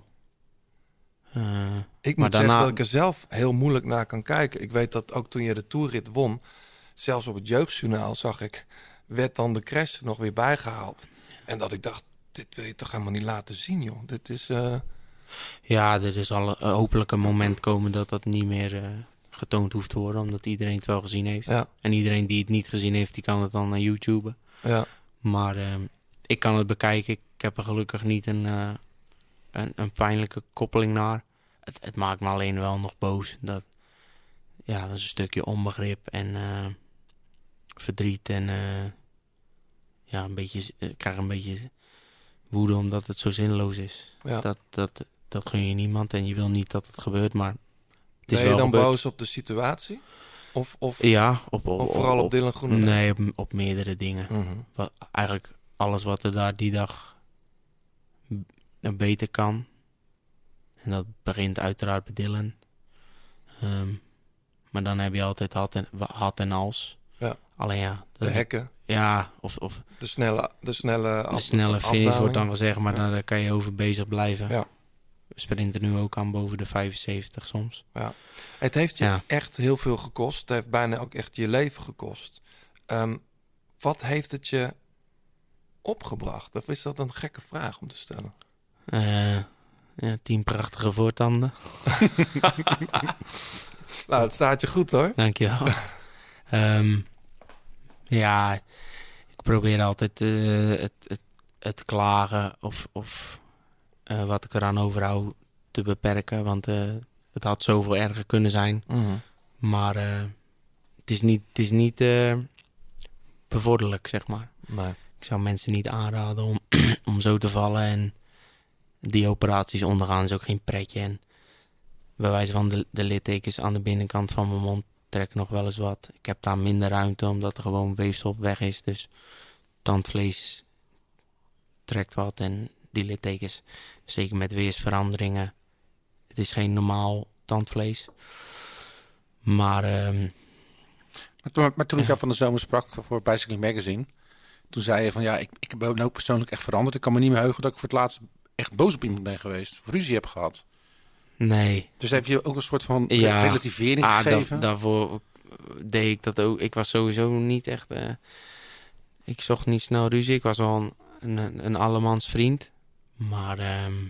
Uh, ik moet daarna... zeggen dat ik er zelf heel moeilijk naar kan kijken. Ik weet dat ook toen je de toerrit won, zelfs op het jeugdjournaal zag ik, werd dan de crash er nog weer bijgehaald. En dat ik dacht, dit wil je toch helemaal niet laten zien, joh. Dit is... Uh... Ja, er is al uh, hopelijk een moment komen dat dat niet meer uh, getoond hoeft te worden, omdat iedereen het wel gezien heeft. Ja. En iedereen die het niet gezien heeft, die kan het dan naar YouTube. Ja. Maar uh, ik kan het bekijken. Ik heb er gelukkig niet een, uh, een, een pijnlijke koppeling naar. Het, het maakt me alleen wel nog boos. Dat, ja, dat is een stukje onbegrip en uh, verdriet. En uh, ja, een beetje, ik krijg een beetje woede omdat het zo zinloos is. Ja. Dat, dat, dat gun je niemand en je wil niet dat het gebeurt, maar het is ben je wel dan gebeurd. boos op de situatie? Of, of, Ja, op, op, of vooral op, op Dylan Groenendijk? Nee, op, op meerdere dingen. Mm-hmm. Wat, eigenlijk alles wat er daar die dag b- beter kan. En dat begint uiteraard bij Dylan. Um, maar dan heb je altijd had en, had en als. Ja. Alleen ja. De hekken. Ja, of, of de snelle, de snelle, de snelle finish afdaling. Wordt dan gezegd, maar ja. daar kan je over bezig blijven. Ja. We sprinten nu ook aan boven de vijfenzeventig soms. Ja. Het heeft je ja. echt heel veel gekost. Het heeft bijna ook echt je leven gekost. Um, wat heeft het je opgebracht? Of is dat een gekke vraag om te stellen? Uh, ja, tien prachtige voortanden. Nou, het staat je goed hoor. Dankjewel. um, ja, ik probeer altijd uh, het, het, het klagen of, of uh, wat ik eraan overhoud te beperken. Want uh, het had zoveel erger kunnen zijn. Mm-hmm. Maar uh, het is niet, het is niet uh, bevorderlijk, zeg maar. Nee. Ik zou mensen niet aanraden om, om zo te vallen. En die operaties ondergaan is ook geen pretje. En bij wijze van de, de littekens aan de binnenkant van mijn mond trekken nog wel eens wat. Ik heb daar minder ruimte, omdat er gewoon weefsel op weg is. Dus tandvlees trekt wat en die littekens, zeker met weersveranderingen. Het is geen normaal tandvlees. Maar... Um, maar, maar, maar toen ik ja. jou van de zomer sprak voor Bicycling Magazine, toen zei je van ja, ik, ik ben ook persoonlijk echt veranderd. Ik kan me niet meer heugen dat ik voor het laatst echt boos op iemand ben geweest. Of ruzie heb gehad. Nee. Dus heb je ook een soort van ja, relativering ah, gegeven? Da- daarvoor deed ik dat ook. Ik was sowieso niet echt... Uh, ik zocht niet snel ruzie. Ik was wel een, een, een allemans vriend. Maar um,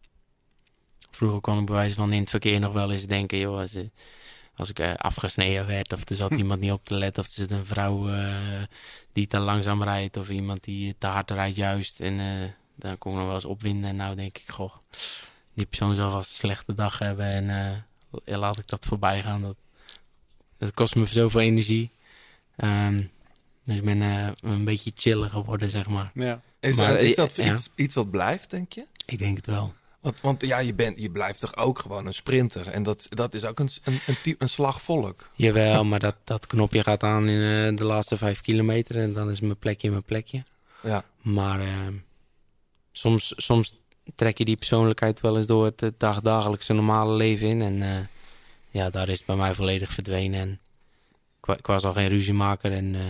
vroeger kon ik bij wijze van in het verkeer nog wel eens denken... joh, als, als ik uh, afgesneden werd of er zat iemand niet op te letten... of er zit een vrouw uh, die te langzaam rijdt... of iemand die te hard rijdt juist. En uh, dan kon ik nog wel eens opwinden. En nou denk ik, goh... die persoon zal vast een slechte dag hebben en uh, laat ik dat voorbij gaan. Dat, dat kost me zoveel energie. Um, dus ik ben uh, een beetje chiller geworden, zeg maar. Ja. Is, maar, is dat ja. iets, iets wat blijft, denk je? Ik denk het wel. Want, want ja, je, bent, je blijft toch ook gewoon een sprinter. En dat, dat is ook een, een, een, type, een slag volk. Jawel, maar dat, dat knopje gaat aan in uh, de laatste vijf kilometer. En dan is mijn plekje mijn plekje. Ja. Maar uh, soms... soms trek je die persoonlijkheid wel eens door het dagdagelijkse normale leven in. En uh, ja, daar is het bij mij volledig verdwenen. En ik, ik was al geen ruziemaker. En uh,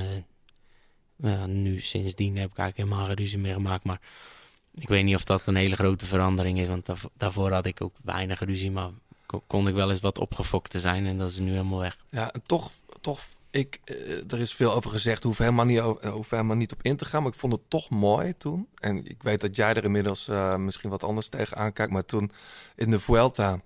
uh, nu sindsdien heb ik eigenlijk helemaal geen ruzie meer gemaakt. Maar ik weet niet of dat een hele grote verandering is. Want daarvoor, daarvoor had ik ook weinig ruzie. Maar kon ik wel eens wat opgefokte zijn. En dat is nu helemaal weg. Ja, en toch... toch Ik, uh, er is veel over gezegd, hoef helemaal, niet, hoef helemaal niet op in te gaan. Maar ik vond het toch mooi toen. En ik weet dat jij er inmiddels uh, misschien wat anders tegenaan kijkt. Maar toen in de Vuelta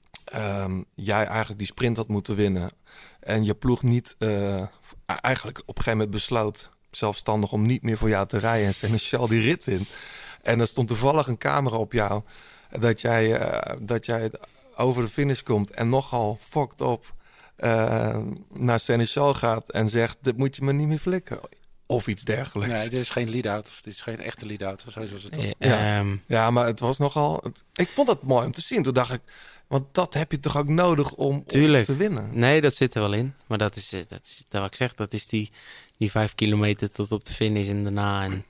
um, jij eigenlijk die sprint had moeten winnen. En je ploeg niet uh, eigenlijk op een gegeven moment besloot zelfstandig om niet meer voor jou te rijden. En Sénéchal die rit wint. En er stond toevallig een camera op jou. Dat jij, uh, dat jij over de finish komt en nogal fucked op... Uh, naar Sénéchal gaat en zegt... dit moet je me niet meer flikken. Of iets dergelijks. Nee, dit is geen lead-out. Dit is geen echte lead-out. Zo was het toch. Ja. Um, ja, maar het was nogal... Het, ik vond het mooi om te zien. Toen dacht ik... want dat heb je toch ook nodig om, om te winnen? Nee, dat zit er wel in. Maar dat is, dat is dat wat ik zeg. Dat is die, die vijf kilometer tot op de finish en daarna. En,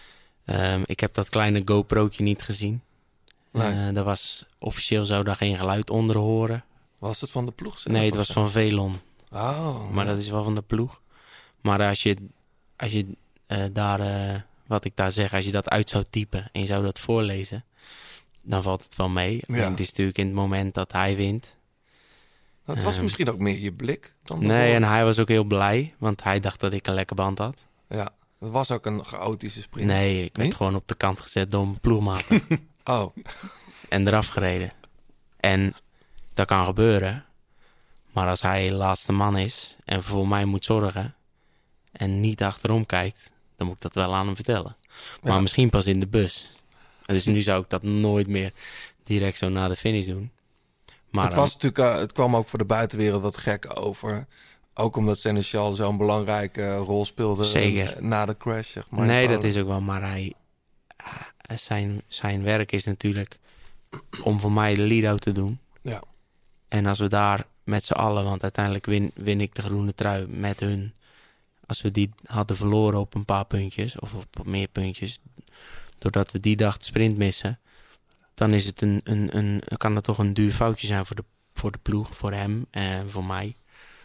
um, ik heb dat kleine GoPro'tje niet gezien. Nee. Uh, daar was, officieel zou daar geen geluid onder horen. Was het van de ploeg? Nee, het was van Velon. Oh, maar ja. Dat is wel van de ploeg. Maar als je, als je uh, daar, uh, wat ik daar zeg, als je dat uit zou typen en je zou dat voorlezen, dan valt het wel mee. Ja. En het is natuurlijk in het moment dat hij wint. Nou, het was um, misschien ook meer je blik dan Nee, voor. En hij was ook heel blij, want hij dacht dat ik een lekke band had. Ja, het was ook een chaotische sprint. Nee, ik werd nee? gewoon op de kant gezet door mijn ploegmaker. Oh. En eraf gereden. En dat kan gebeuren. Maar als hij de laatste man is en voor mij moet zorgen en niet achterom kijkt, dan moet ik dat wel aan hem vertellen. Maar Ja. misschien pas in de bus. Dus nu zou ik dat nooit meer direct zo na de finish doen. Maar het, was natuurlijk, uh, het kwam ook voor de buitenwereld wat gek over. Ook omdat Seneschal zo'n belangrijke rol speelde Zeker. na de crash. Zeg maar. Nee, dat is ook wel. Maar hij, uh, zijn, zijn werk is natuurlijk om voor mij de lead-out te doen. Ja. En als we daar met z'n allen, want uiteindelijk win, win ik de groene trui met hun. Als we die hadden verloren op een paar puntjes of op meer puntjes, doordat we die dag de sprint missen, dan is het een, een, een, kan het toch een duur foutje zijn voor de, voor de ploeg, voor hem en voor mij.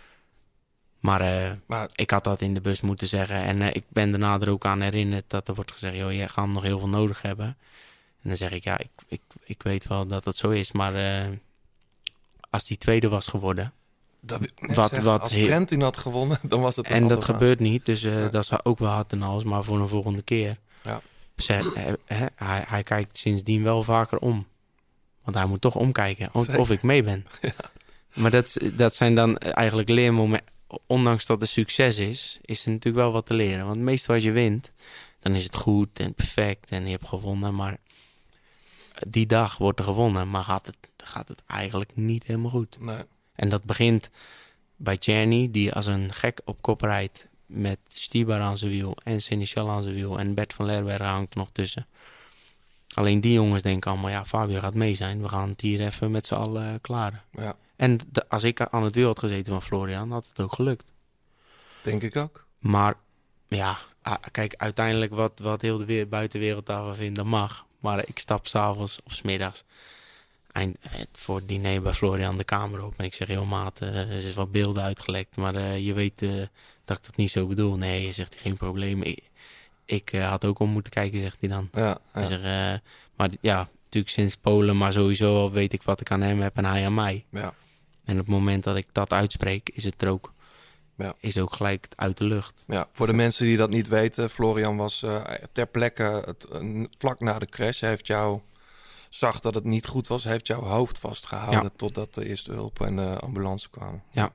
Maar, uh, maar ik had dat in de bus moeten zeggen. En uh, ik ben daarna er ook aan herinnerd dat er wordt gezegd, joh, jij gaat hem nog heel veel nodig hebben. En dan zeg ik, ja, ik, ik, ik weet wel dat dat zo is. Maar uh, als die tweede was geworden, dat, wat, zeggen, wat als Trentin had gewonnen, dan was het een En dat verhaal. gebeurt niet, dus uh, ja. dat is ook wel hard en alles. Maar voor een volgende keer. Ja. Zeg, he, he, hij, hij kijkt sindsdien wel vaker om. Want hij moet toch omkijken of, of ik mee ben. Ja. Maar dat, dat zijn dan eigenlijk leermomenten. Ondanks dat het succes is, is er natuurlijk wel wat te leren. Want meestal als je wint, dan is het goed en perfect en je hebt gewonnen. Maar die dag wordt er gewonnen, maar gaat het, gaat het eigenlijk niet helemaal goed. Nee. En dat begint bij Czerny, die als een gek op kop rijdt met Stibar aan zijn wiel en Seneschal aan zijn wiel. En Bert van Lerberghe hangt er nog tussen. Alleen die jongens denken allemaal, ja, Fabio gaat mee zijn. We gaan het hier even met z'n allen klaren. Ja. En de, als ik aan het wiel had gezeten van Florian, had het ook gelukt. Denk ik ook. Maar ja, kijk, uiteindelijk wat, wat heel de wereld, buitenwereld daarvan vindt, dat mag. Maar ik stap s'avonds of 's middags eind, voor het diner bij Florian de kamer op. En ik zeg, joh maat, uh, er is wat beelden uitgelekt. Maar uh, je weet uh, dat ik dat niet zo bedoel. Nee, je zegt, geen probleem. Ik, ik uh, had ook om moeten kijken, zegt hij dan. Ja, ja. Hij zegt, uh, maar ja, natuurlijk sinds Polen, maar sowieso al weet ik wat ik aan hem heb en hij aan mij. Ja. En op het moment dat ik dat uitspreek, is het er ook, ja. is ook gelijk uit de lucht. Ja, voor de mensen die dat niet weten, Florian was uh, ter plekke het, uh, vlak na de crash. Hij heeft jou, zag dat het niet goed was, heeft jouw hoofd vastgehouden ja. totdat de eerste hulp en de ambulance kwamen. Ja.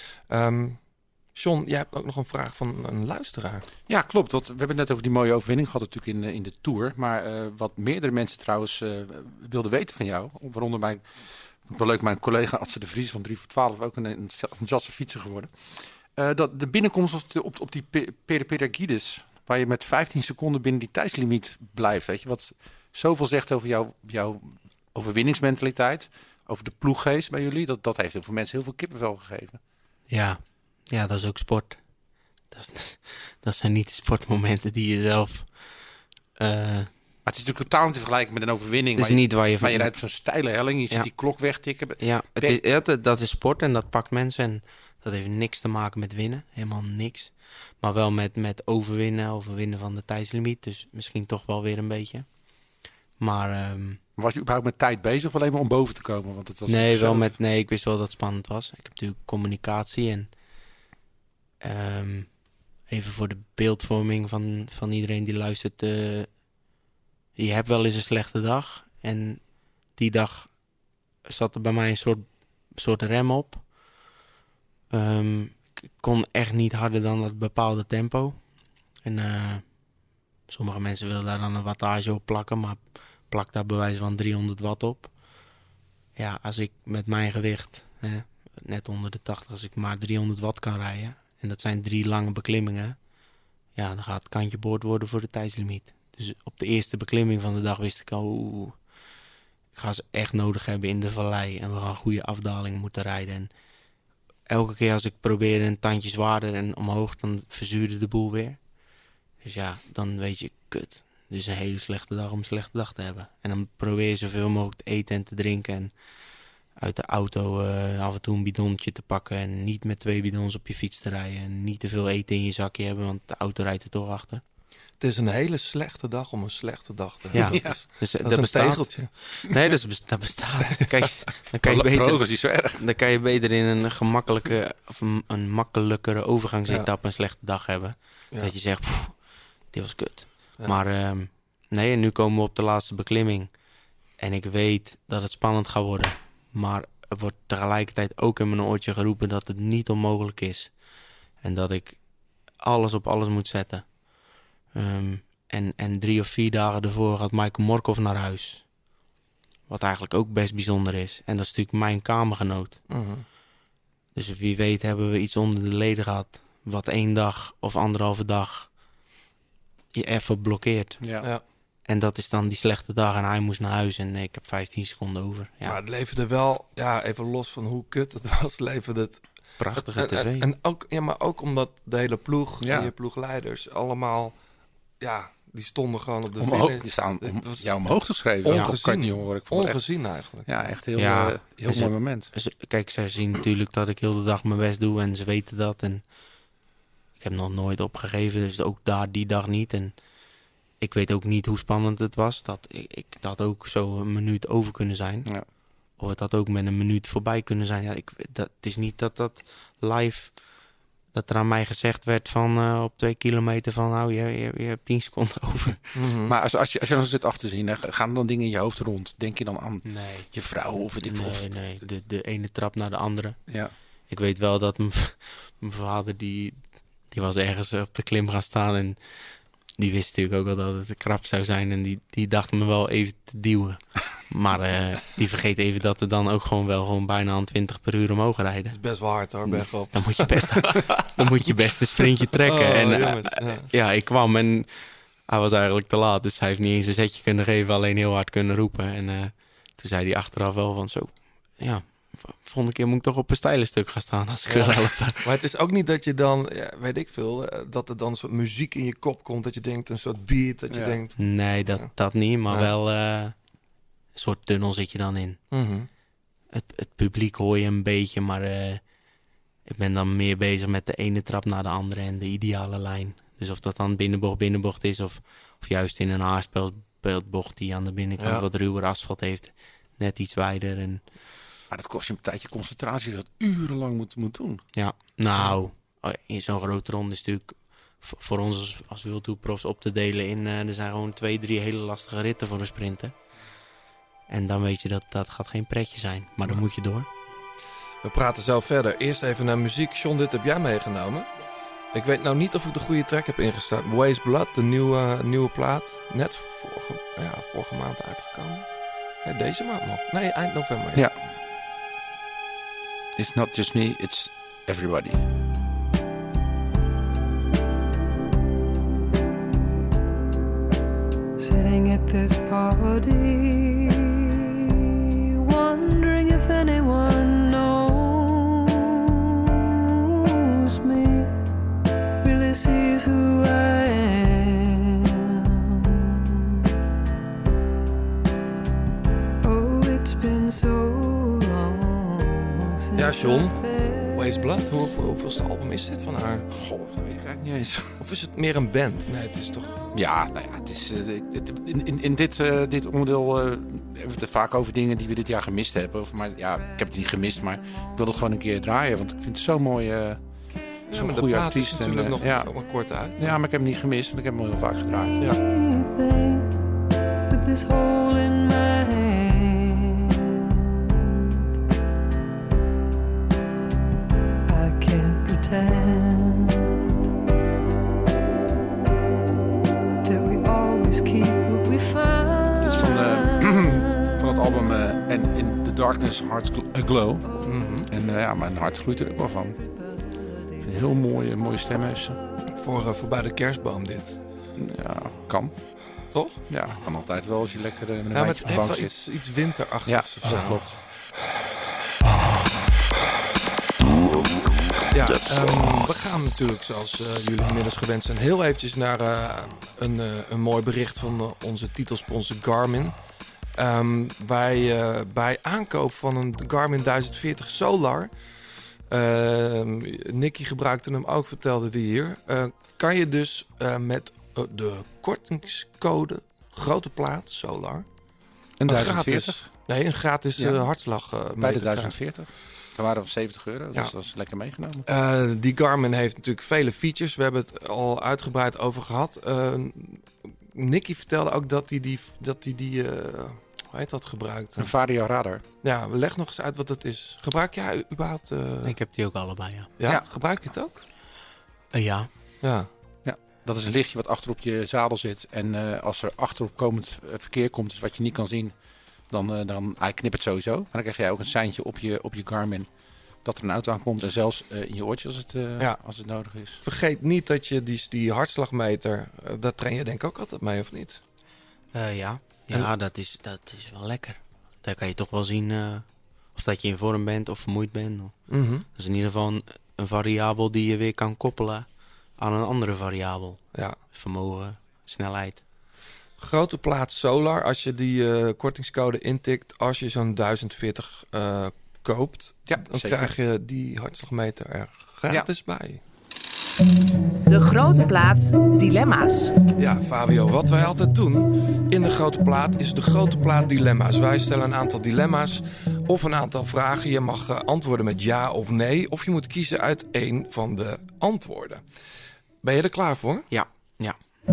Um, John, jij hebt ook nog een vraag van een luisteraar. Ja, klopt. Want we hebben het net over die mooie overwinning gehad natuurlijk in, in de Tour. Maar uh, wat meerdere mensen trouwens uh, wilden weten van jou, waaronder mijn, wel leuk, mijn collega Adse de Vries van drie voor twaalf, ook een enthousiaste fietser geworden. Uh, dat de binnenkomst op, de, op, op die Periperagides, waar je met vijftien seconden binnen die tijdslimiet blijft. Weet je, wat zoveel zegt over jou, jouw overwinningsmentaliteit, over de ploeggeest bij jullie. Dat, dat heeft heel veel mensen heel veel kippenvel gegeven. Ja, ja, dat is ook sport. Dat, is, dat zijn niet de sportmomenten die je zelf... Uh, maar het is natuurlijk totaal niet te vergelijken met een overwinning. Het is niet waar je van... Maar je rijdt op zo'n steile helling, je ziet ja. die klok wegtikken. Ja, het is, dat, dat is sport en dat pakt mensen. En dat heeft niks te maken met winnen, helemaal niks. Maar wel met, met overwinnen, overwinnen van de tijdslimiet. Dus misschien toch wel weer een beetje. Maar... Um, was je überhaupt met tijd bezig of alleen maar om boven te komen? Want het was nee, wel met, nee, ik wist wel dat het spannend was. Ik heb natuurlijk communicatie en... Um, even voor de beeldvorming van, van iedereen die luistert. Uh, je hebt wel eens een slechte dag. En die dag zat er bij mij een soort, soort rem op. Um, ik kon echt niet harder dan dat bepaalde tempo. En uh, sommige mensen willen daar dan een wattage op plakken. Maar plak daar bij wijze van driehonderd watt op. Ja, als ik met mijn gewicht, hè, net onder de tachtig, als ik maar driehonderd watt kan rijden... en dat zijn drie lange beklimmingen... ja, dan gaat het kantje boord worden voor de tijdslimiet. Dus op de eerste beklimming van de dag wist ik al... Oeh, ik ga ze echt nodig hebben in de vallei... en we gaan een goede afdaling moeten rijden. En elke keer als ik probeerde een tandje zwaarder en omhoog... dan verzuurde de boel weer. Dus ja, dan weet je, kut. Dit is een hele slechte dag om een slechte dag te hebben. En dan probeer je zoveel mogelijk te eten en te drinken... en uit de auto uh, af en toe een bidonnetje te pakken... en niet met twee bidons op je fiets te rijden... en niet te veel eten in je zakje hebben... want de auto rijdt er toch achter. Het is een hele slechte dag om een slechte dag te hebben. Ja, dat is, dus, dat dat is een bestaat. tegeltje. Nee, dat, is, dat bestaat. Kijk, dan, kan je beter, is niet zo erg. dan kan je beter in een gemakkelijke... of een, een makkelijkere overgangsetappe... ja. een slechte dag hebben. Ja. Dat je zegt, pff, dit was kut. Ja. Maar um, nee, en nu komen we op de laatste beklimming... en ik weet dat het spannend gaat worden... maar er wordt tegelijkertijd ook in mijn oortje geroepen dat het niet onmogelijk is. En dat ik alles op alles moet zetten. Um, en, en drie of vier dagen ervoor gaat Michael Morkov naar huis. Wat eigenlijk ook best bijzonder is. En dat is natuurlijk mijn kamergenoot. Uh-huh. Dus wie weet hebben we iets onder de leden gehad. Wat één dag of anderhalve dag je even blokkeert. Ja. Ja. En dat is dan die slechte dag en hij moest naar huis en ik heb vijftien seconden over. Ja. Maar het leverde wel, ja, even los van hoe kut het was, leverde het... Prachtige en, tv. En, en ook, ja, maar ook omdat de hele ploeg Ja. en je ploegleiders allemaal, ja, die stonden gewoon op de Omhoog, finish. die staan om, Het was jou omhoog geschreven. ongezien. Dat kan je niet horen. Ik vond het echt, Ongezien eigenlijk. ja, echt heel, Ja. uh, heel En ze- mooi moment. Ze- Kijk, zij zien natuurlijk dat ik heel de dag mijn best doe en ze weten dat. En ik heb nog nooit opgegeven, dus ook daar die dag niet. En ik weet ook niet hoe spannend het was. Dat ik, ik dat ook zo een minuut over kunnen zijn. Ja. Of het had ook met een minuut voorbij kunnen zijn. Ja, ik, dat, het is niet dat dat live... dat er aan mij gezegd werd van uh, op twee kilometer van... nou, je, je, je hebt tien seconden over. Mm-hmm. Maar als, als, je, als je dan zit af te zien, hè, gaan er dan dingen in je hoofd rond? Denk je dan aan Nee, je vrouw of weet ik veel? nee, nee. De, de ene trap naar de andere. Ja. Ik weet wel dat mijn mijn vader, die, die was ergens op de klim gaan staan... en die wist natuurlijk ook al dat het krap zou zijn... en die, die dacht me wel even te duwen. Maar uh, die vergeet even dat er dan ook gewoon wel gewoon bijna aan twintig per uur omhoog rijden. Het is best wel hard hoor, bergop. Dan moet je best, dan moet je best een sprintje trekken. Oh, en uh, jongens, ja. ja, ik kwam en hij was eigenlijk te laat. Dus hij heeft niet eens een zetje kunnen geven, alleen heel hard kunnen roepen. En uh, toen zei hij achteraf wel van zo, ja, volgende keer moet ik toch op een steile stuk gaan staan als ik wil helpen. Maar het is ook niet dat je dan, ja, weet ik veel, uh, dat er dan een soort muziek in je kop komt. Dat je denkt, een soort beat, dat je Ja. denkt... Nee, dat, dat niet, maar Ja. wel uh, een soort tunnel zit je dan in. Mm-hmm. Het, het publiek hoor je een beetje, maar uh, ik ben dan meer bezig met de ene trap naar de andere en de ideale lijn. Dus of dat dan binnenbocht, binnenbocht is of, of juist in een haarspeldbocht die aan de binnenkant Ja. wat ruwer asfalt heeft, net iets wijder. En Maar dat kost je een tijdje concentratie, dat urenlang moet, moet doen. ja, nou, in zo'n grote ronde is natuurlijk v- voor ons als, als wildtoerprofs op te delen in, uh, er zijn gewoon twee, drie hele lastige ritten voor een sprinter. En dan weet je dat dat gaat geen pretje zijn, maar dan moet je door. We praten zo verder. Eerst even naar muziek. John, dit heb jij meegenomen. Ik weet nou niet of ik de goede track heb ingestart. Waste Blood, de nieuwe, nieuwe plaat. Net vorige, ja, vorige maand uitgekomen. Ja, deze maand nog. Nee, eind november. Ja. It's not just me, it's everybody. Sitting at this party, wondering if anyone knows me, really sees who I am. Oh, it's been so long since Ja, John. I felt Waste Blood, hoe, hoe, hoeveelste album is dit van haar? Goh, dat weet ik eigenlijk niet eens. Of is het meer een band? Nee, het is toch... Ja, nou ja, het is, uh, het, in, in, in dit, uh, dit onderdeel uh, hebben we het er vaak over dingen die we dit jaar gemist hebben. Of, maar ja, ik heb het niet gemist, maar ik wil het gewoon een keer draaien. Want ik vind het zo mooi, uh, Ja, zo'n maar de goede plaat artiest. is natuurlijk en, uh, nog ja. maar kort uit. ja, maar ik heb hem niet gemist, want ik heb hem al heel vaak gedraaid. Ja. anything with this hole in my hand. I can't pretend that we always keep what we find. Dit is van, uh, van het album uh, And In The Darkness Hearts Aglow. Mm-hmm. En uh, ja, mijn hart gloeit er ook wel van. Ik vind een heel mooie, mooie stem heeft ze. Voor, uh, voor bij de kerstboom dit. Ja, kan. Toch? Ja, kan altijd wel als je lekker uh, met een Ja, maar wijntje het op de heeft bank wel zit. iets, iets winterachtigs Ja, of zo. dat klopt. Ja, um, we gaan natuurlijk, zoals uh, jullie inmiddels gewend zijn, heel eventjes naar uh, een, uh, een mooi bericht van uh, onze titelsponsor Garmin. Um, wij uh, bij aankoop van een Garmin duizend veertig Solar, uh, Nicky gebruikte hem ook, vertelde die hier, uh, kan je dus uh, met uh, de kortingscode grote plaat Solar Een een duizend veertig gratis, nee, een gratis Ja. uh, hartslag uh, bij mee de te duizend krijgen. veertig. Dat waren we zeventig euro, dus Ja. dat is lekker meegenomen. Uh, die Garmin heeft natuurlijk vele features. We hebben het al uitgebreid over gehad. Uh, Nicky vertelde ook dat hij die, dat hij die uh, hoe heet dat, gebruikt. Een Vario Radar. Ja, leg nog eens uit wat het is. Gebruik jij überhaupt... Uh... Ik heb die ook allebei, ja. Ja, Ja. gebruik je het ook? Uh, ja. Ja. Dat is een lichtje wat achter op je zadel zit. En uh, als er achterop komend uh, verkeer komt, dus wat je niet kan zien, dan, uh, dan hij knippert sowieso. Maar dan krijg jij ook een seintje op je, op je Garmin dat er een auto aankomt. En zelfs uh, in je oortjes als het, uh, Ja. als het nodig is. Vergeet niet dat je die, die hartslagmeter, uh, daar train je denk ik ook altijd mee, of niet? Uh, ja, ja dat, is, dat is wel lekker. Daar kan je toch wel zien uh, of dat je in vorm bent of vermoeid bent. Mm-hmm. Dat is in ieder geval een, een variabel die je weer kan koppelen aan een andere variabel. Ja. Vermogen, snelheid. Grote plaats Solar, als je die uh, kortingscode intikt, als je zo'n duizend veertig uh, koopt, Ja, dan zeker. krijg je die hartslagmeter er gratis bij. De grote plaat Dilemma's. Ja, Fabio, wat wij altijd doen in de grote plaat is de grote plaat dilemma's. Wij stellen een aantal dilemma's of een aantal vragen. Je mag uh, antwoorden met ja of nee, of je moet kiezen uit één van de antwoorden. Ben je er klaar voor? Ja, ja.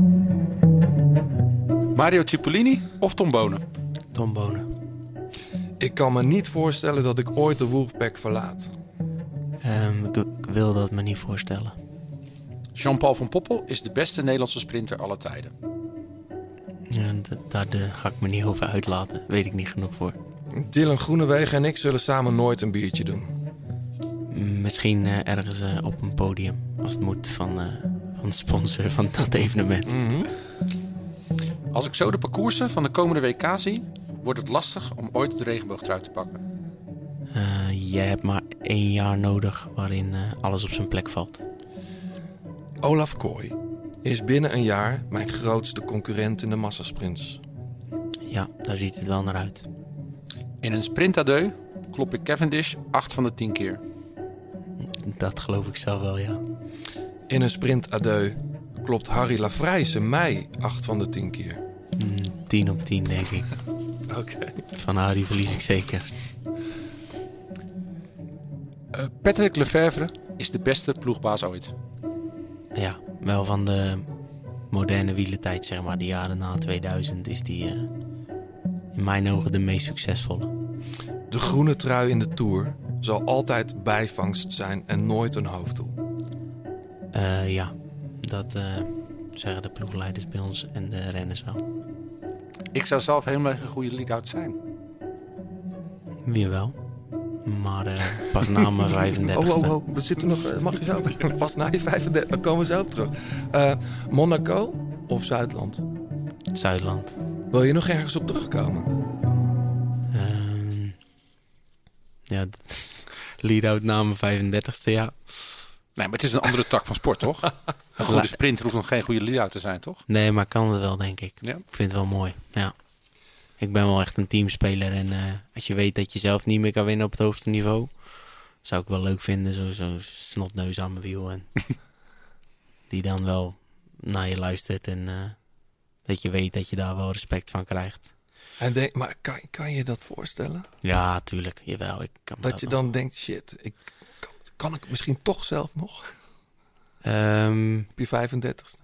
Mario Cipollini of Tom Bonen? Tom Bonen. Ik kan me niet voorstellen dat ik ooit de Wolfpack verlaat. Um, ik, ik wil dat me niet voorstellen. Jean-Paul van Poppel is de beste Nederlandse sprinter aller tijden. Ja, d- daar de, ga ik me niet over uitlaten. Weet ik niet genoeg voor. Dylan Groenewegen en ik zullen samen nooit een biertje doen. M- Misschien uh, ergens uh, op een podium. Als het moet van, uh, van de sponsor van dat evenement. Mm-hmm. Als ik zo de parcoursen van de komende W K zie, wordt het lastig om ooit de regenboogtrui te pakken. Uh, jij hebt maar één jaar nodig waarin uh, alles op zijn plek valt. Olaf Kooi is binnen een jaar mijn grootste concurrent in de massasprints. Ja, daar ziet het wel naar uit. In een sprintadeu klop ik Cavendish acht van de tien keer. Dat geloof ik zelf wel, ja. In een sprintadeu klopt Harry Lafrijse mij acht van de tien keer. Mm, tien op tien, denk ik. Oké. Okay. Van Harry verlies ik zeker. Uh, Patrick Lefevre is de beste ploegbaas ooit. Ja, wel van de moderne wielentijd, zeg maar. De jaren na tweeduizend is die uh, in mijn ogen de meest succesvolle. De groene trui in de Tour zal altijd bijvangst zijn en nooit een hoofddoel. Uh, ja, dat uh, zeggen de ploegleiders bij ons en de renners wel. Ik zou zelf helemaal geen goede lead-out zijn. Wie wel. Maar uh, pas na mijn vijfendertigste. Oh, oh, oh, we zitten nog... Uh, mag je zo? Pas na je vijfendertig, dan komen we zo op terug. Uh, Monaco of Zuidland? Zuidland. Wil je nog ergens op terugkomen? Uh, ja, lead-out na mijn vijfendertigste, ja. Nee, maar het is een andere tak van sport, toch? Een goede sprint hoeft nog geen goede lead-out te zijn, toch? Nee, maar kan het wel, denk ik. Ja. Ik vind het wel mooi, ja. Ik ben wel echt een teamspeler en uh, als je weet dat je zelf niet meer kan winnen op het hoogste niveau, zou ik wel leuk vinden, zo'n zo snotneus aan mijn wiel en die dan wel naar je luistert en uh, dat je weet dat je daar wel respect van krijgt. En denk, maar kan, kan je dat voorstellen? Ja, tuurlijk, jawel. Ik kan dat, dat je wel. Dan denkt, shit, ik, kan, kan ik misschien toch zelf nog? Um, op je vijfendertigste?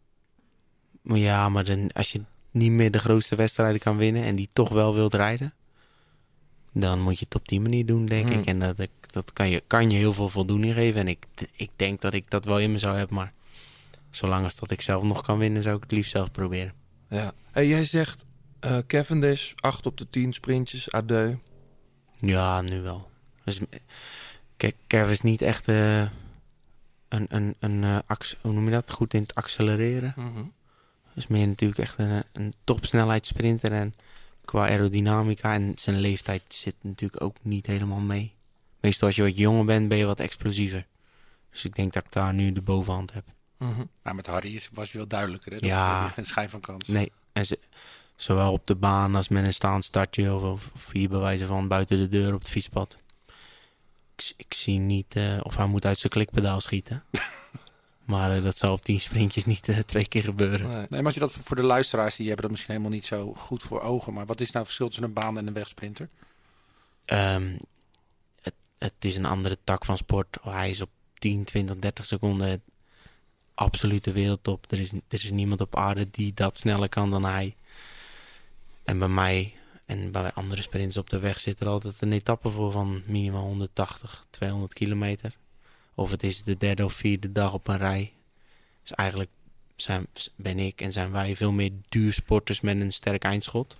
Ja, maar dan, als je niet meer de grootste wedstrijden kan winnen en die toch wel wilt rijden, dan moet je het op die manier doen, denk hmm. ik. En dat, dat kan, je, kan je heel veel voldoening geven. En ik, ik denk dat ik dat wel in me zou hebben, maar zolang als dat ik zelf nog kan winnen, zou ik het liefst zelf proberen. Ja. Hey, jij zegt uh, Cavendish, acht op de tien sprintjes, adieu. Ja, nu wel. Dus, kijk, Kev is niet echt uh, een, een, een uh, ax, hoe noem je dat? Goed in het accelereren. Mm-hmm. Dus meer natuurlijk echt een, een topsnelheidssprinter en qua aerodynamica en zijn leeftijd zit natuurlijk ook niet helemaal mee. Meestal als je wat jonger bent, ben je wat explosiever. Dus ik denk dat ik daar nu de bovenhand heb. Mm-hmm. Maar met Harry was je wel duidelijker, hè? Dat ja. heb je geen schijn van kans. Nee, en ze, zowel op de baan als met een staand startje of, of, of hier bij wijze van buiten de deur op het fietspad. Ik, ik zie niet uh, of hij moet uit zijn klikpedaal schieten. Maar uh, dat zal op tien sprintjes niet uh, twee keer gebeuren. Nee. nee, maar als je dat voor de luisteraars, die hebben dat misschien helemaal niet zo goed voor ogen. Maar wat is nou het verschil tussen een baan en een wegsprinter? Um, het, het is een andere tak van sport. Hij is op tien, twintig, dertig seconden absolute wereldtop. Er is, er is niemand op aarde die dat sneller kan dan hij. En bij mij En bij andere sprints op de weg zit er altijd een etappe voor van minimaal honderdtachtig, tweehonderd kilometer. Of het is de derde of vierde dag op een rij. Dus eigenlijk zijn, ben ik en zijn wij veel meer duursporters met een sterk eindschot.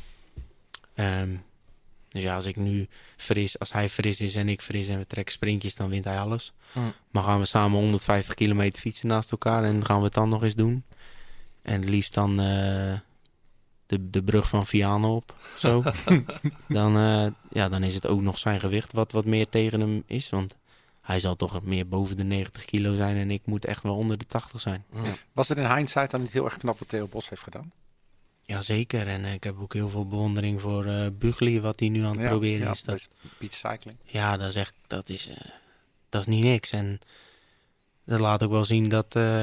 Um, dus ja, als ik nu fris, als hij fris is en ik fris en we trekken sprintjes, dan wint hij alles. Mm. Maar gaan we samen honderdvijftig kilometer fietsen naast elkaar en gaan we het dan nog eens doen. En het liefst dan uh, de, de brug van Vianen op, zo. dan, uh, ja, dan is het ook nog zijn gewicht wat, wat meer tegen hem is. Want hij zal toch meer boven de negentig kilo zijn en ik moet echt wel onder de tachtig zijn. Ja. Was het in hindsight dan niet heel erg knap wat Theo Bos heeft gedaan? Jazeker, en uh, ik heb ook heel veel bewondering voor uh, Bugli, wat hij nu aan het ja, proberen ja, is. Dat, beach cycling. Ja, dat is echt, dat is, uh, dat is niet niks. En dat laat ook wel zien dat, uh,